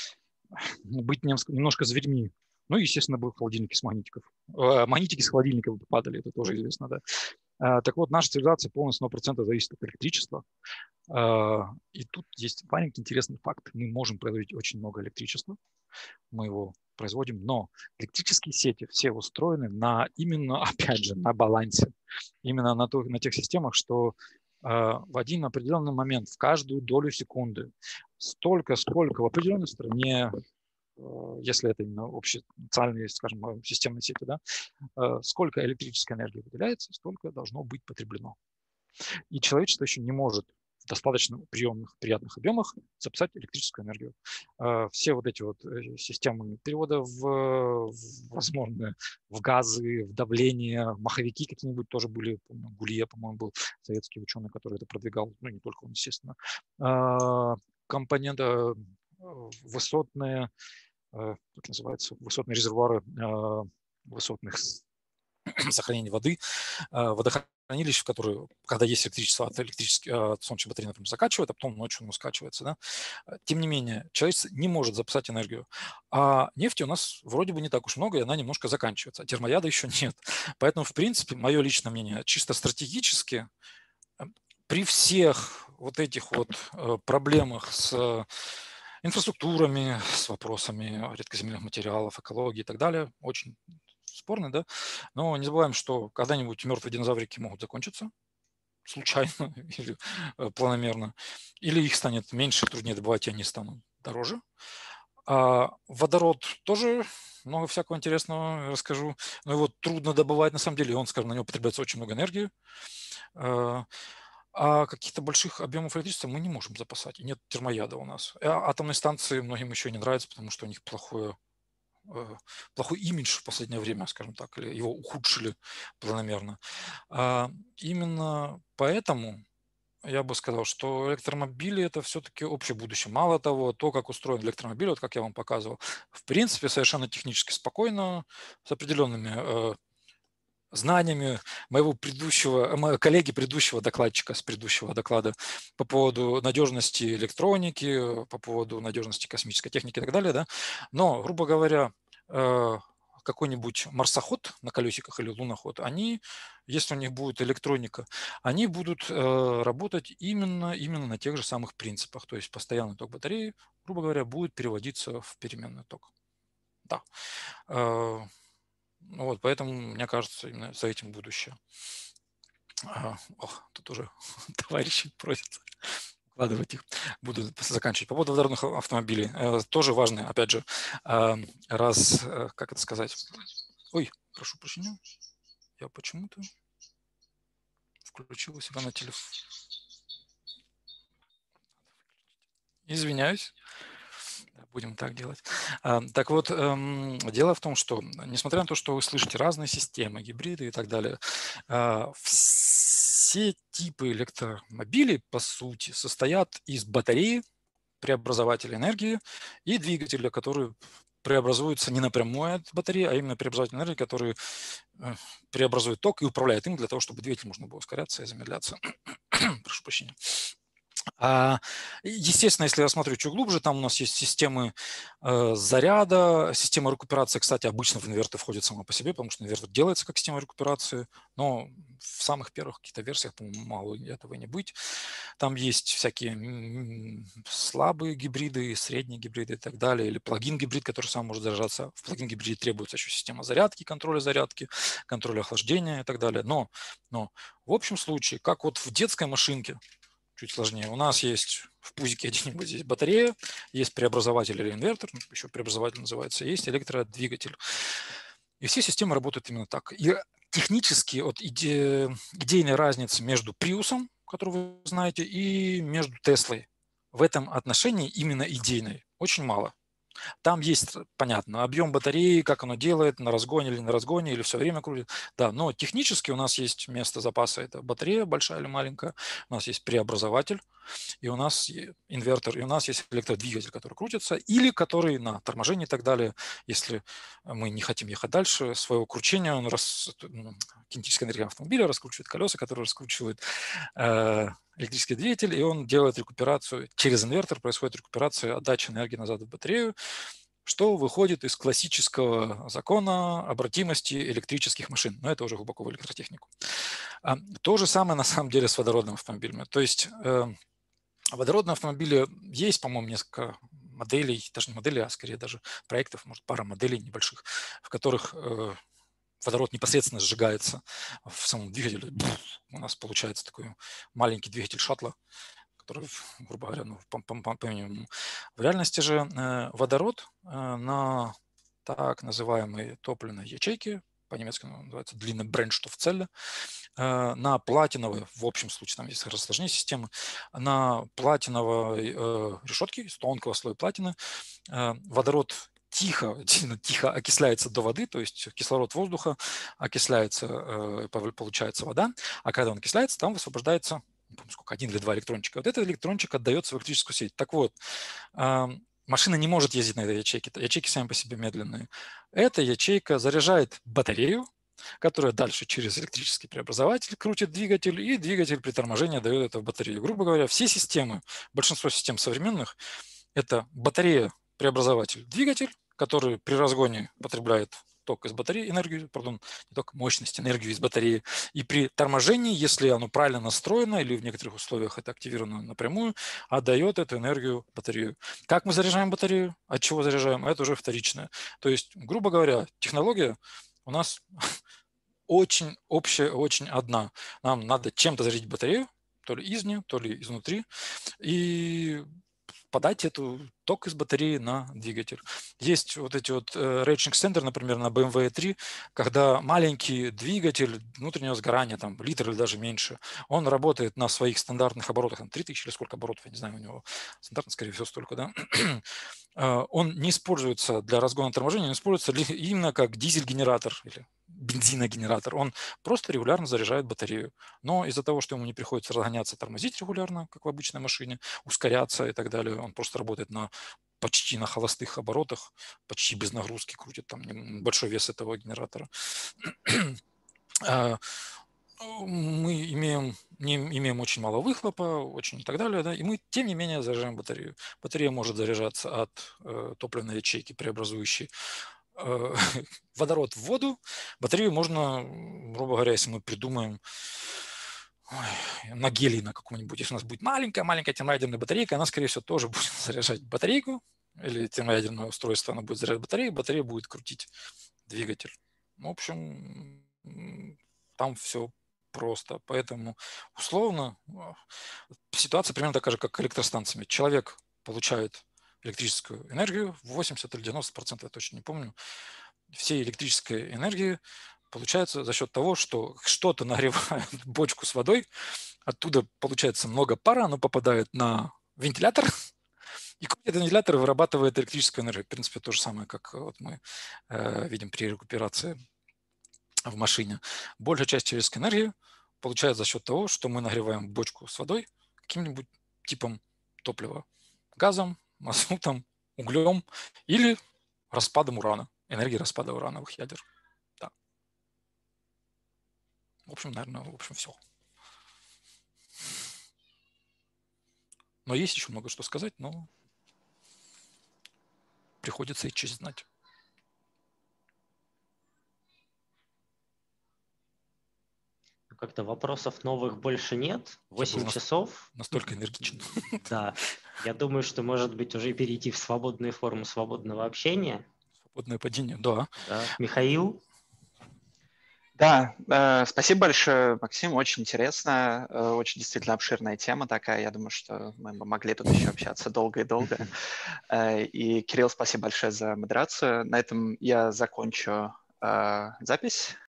быть немножко зверьми. Ну и, естественно, были холодильники с магнитиков. Э, магнитики с холодильников бы падали, это тоже известно, да. Э, так вот, наша цивилизация полностью сто процентов зависит от электричества. Э, и тут есть маленький интересный факт. Мы можем производить очень много электричества. Мы его производим, но электрические сети все устроены на именно, опять же, на балансе. Именно на, то, на тех системах, что э, в один определенный момент, в каждую долю секунды, столько, сколько в определенной стране, если это именно общенациональные, скажем, системные сети, да, сколько электрической энергии выделяется, столько должно быть потреблено. И человечество еще не может в достаточно приемных, приятных объемах записать электрическую энергию. Все вот эти вот системы перевода в, в возможно, в газы, в давление, маховики какие-нибудь тоже были. Гулье, по-моему, был советский ученый, который это продвигал, ну, не только он, естественно. Компоненты высотные, как называется, высотные резервуары высотных сохранения воды, водохранилищ, в которые, когда есть электричество от, от солнечной батареи, например, закачивает, а потом ночью оно скачивается. Да? Тем не менее, человечество не может запасать энергию. А нефти у нас вроде бы не так уж много, и она немножко заканчивается. А термояда еще нет. Поэтому, в принципе, мое личное мнение, чисто стратегически, при всех вот этих вот проблемах с инфраструктурами, с вопросами редкоземельных материалов, экологии и так далее, очень спорный, да, но не забываем, что когда-нибудь мертвые динозаврики могут закончиться случайно или планомерно, или их станет меньше, труднее добывать, и они станут дороже. А водород тоже много всякого интересного расскажу, но его трудно добывать на самом деле, и он, скажем, на него потребляется очень много энергии. А каких-то больших объемов электричества мы не можем запасать, и нет термояда у нас. А атомные станции многим еще не нравятся, потому что у них плохое плохой имидж в последнее время, скажем так, или его ухудшили планомерно. А именно поэтому я бы сказал, что электромобили – это все-таки общее будущее. Мало того, то, как устроен электромобиль, вот как я вам показывал, в принципе, совершенно технически спокойно, с определенными э, знаниями моего предыдущего, моего коллеги предыдущего докладчика с предыдущего доклада по поводу надежности электроники, по поводу надежности космической техники и так далее. Да? Но, грубо говоря, э, какой-нибудь марсоход на колесиках или луноход, они, если у них будет электроника, они будут э, работать именно, именно на тех же самых принципах. То есть постоянный ток батареи, грубо говоря, будет переводиться в переменный ток. Да. Э, вот, поэтому, мне кажется, именно за этим будущее. А, ох, тут уже товарищи просят вкладывать их. Буду заканчивать. По поводу водородных автомобилей. Э, тоже важно, опять же, э, раз, э, как это сказать? Ой, прошу прощения. Я почему-то включил у себя на телефон. Извиняюсь. Будем так делать. Так вот, дело в том, что, несмотря на то, что вы слышите разные системы, гибриды и так далее, все типы электромобилей, по сути, состоят из батареи, преобразователя энергии и двигателя, которые преобразуются не напрямую от батареи, а именно преобразователь энергии, который преобразует ток и управляет им для того, чтобы двигатель можно было ускоряться и замедляться. Прошу прощения. Естественно, если рассматривать чуть глубже, там у нас есть системы э, заряда, система рекуперации, кстати, обычно в инвертор входит сама по себе, потому что инвертор делается как система рекуперации, но в самых первых каких-то версиях, по-моему, мало этого не быть. Там есть всякие слабые гибриды, средние гибриды и так далее, или плагин-гибрид, который сам может заряжаться. В плагин-гибриде требуется еще система зарядки, контроля зарядки, контроля охлаждения и так далее. Но, но в общем случае, как вот в детской машинке, чуть сложнее. У нас есть в пузике где-нибудь здесь батарея, есть преобразователь или инвертор, еще преобразователь называется, есть электродвигатель. И все системы работают именно так. И технически вот иде, идейная разница между Приусом, который вы знаете, и между Теслой в этом отношении именно идейной очень мало. Там есть, понятно, объем батареи, как оно делает, на разгоне или на разгоне, или все время крутит. Да, но технически у нас есть место запаса, это батарея большая или маленькая, у нас есть преобразователь, и у нас инвертор, и у нас есть электродвигатель, который крутится, или который на торможении и так далее, если мы не хотим ехать дальше, своего кручения, он рас... кинетическая энергия автомобиля раскручивает колеса, которые раскручивают э, электрический двигатель, и он делает рекуперацию, через инвертор происходит рекуперация отдачи энергии назад в батарею, что выходит из классического закона обратимости электрических машин. Но это уже глубоко в электротехнику. То же самое на самом деле с водородными автомобилями. То есть э, водородные автомобили есть, по-моему, несколько моделей, даже не моделей, а скорее даже проектов, может, пара моделей небольших, в которых э, водород непосредственно сжигается в самом двигателе. У нас получается такой маленький двигатель шаттла, который, грубо говоря, ну, по, по, по, по минимуму. В реальности же э, водород э, на так называемой топливной ячейке, по-немецки называется длинная Brennstoffzelle, э, на платиновой, в общем случае, там есть гораздо сложнее системы, на платиновой э, решетке из тонкого слоя платины э, водород тихо, тихо окисляется до воды, то есть кислород воздуха окисляется, получается вода, а когда он окисляется, там высвобождается, не помню сколько, один или два электрончика. Вот этот электрончик отдается в электрическую сеть. Так вот, машина не может ездить на этой ячейке, ячейки сами по себе медленные. Эта ячейка заряжает батарею, которая дальше через электрический преобразователь крутит двигатель, и двигатель при торможении дает это в батарею. Грубо говоря, все системы, большинство систем современных, это батарея, преобразователь, двигатель, который при разгоне потребляет ток из батареи, энергию, пардон, не ток, мощность, энергию из батареи. И при торможении, если оно правильно настроено или в некоторых условиях это активировано напрямую, отдает эту энергию батарею. Как мы заряжаем батарею? От чего заряжаем? Это уже вторичное. То есть, грубо говоря, технология у нас очень общая, очень одна. Нам надо чем-то зарядить батарею, то ли извне, то ли изнутри, и подать эту ток из батареи на двигатель. Есть вот эти вот рейдж экстендер, например, на бэ эм вэ три, когда маленький двигатель внутреннего сгорания, там литр или даже меньше, он работает на своих стандартных оборотах, там три тысячи или сколько оборотов, я не знаю, у него стандартно, скорее всего, столько, да, он не используется для разгона торможения, он используется именно как дизель-генератор или бензиногенератор. Он просто регулярно заряжает батарею. Но из-за того, что ему не приходится разгоняться, тормозить регулярно, как в обычной машине, ускоряться и так далее, он просто работает на почти на холостых оборотах, почти без нагрузки крутит там большой вес этого генератора. Мы имеем, не имеем очень мало выхлопа, очень и так далее, да, и мы, тем не менее, заряжаем батарею. Батарея может заряжаться от э, топливной ячейки, преобразующей э, водород в воду. Батарею можно, грубо говоря, если мы придумаем ой, на гелий на каком-нибудь, если у нас будет маленькая-маленькая термоядерная батарейка, она, скорее всего, тоже будет заряжать батарейку, или термоядерное устройство, она будет заряжать батарею, батарея будет крутить двигатель. В общем, там все просто. Поэтому условно ситуация примерно такая же, как с электростанциями. Человек получает электрическую энергию, восемьдесят или девяносто процентов, я точно не помню, всей электрической энергии получается за счет того, что что-то нагревает бочку с водой, оттуда получается много пара, оно попадает на вентилятор, и этот вентилятор вырабатывает электрическую энергию. В принципе, то же самое, как вот мы э, видим при рекуперации в машине. Большая часть человеческой энергии получается за счет того, что мы нагреваем бочку с водой каким-нибудь типом топлива. Газом, мазутом, углем или распадом урана. Энергии распада урановых ядер. Да. В общем, наверное, в общем, все. Но есть еще много что сказать, но приходится и честь знать. Как-то вопросов новых больше нет. восемь часов. Настолько энергичен. Да. Я думаю, что, может быть, уже перейти в свободную форму свободного общения. Свободное падение, да. Да. Михаил? Да, э, спасибо большое, Максим, очень интересно, э, очень действительно обширная тема такая, я думаю, что мы бы могли тут еще общаться долго и долго. Э, и, Кирилл, спасибо большое за модерацию. На этом я закончу э, запись.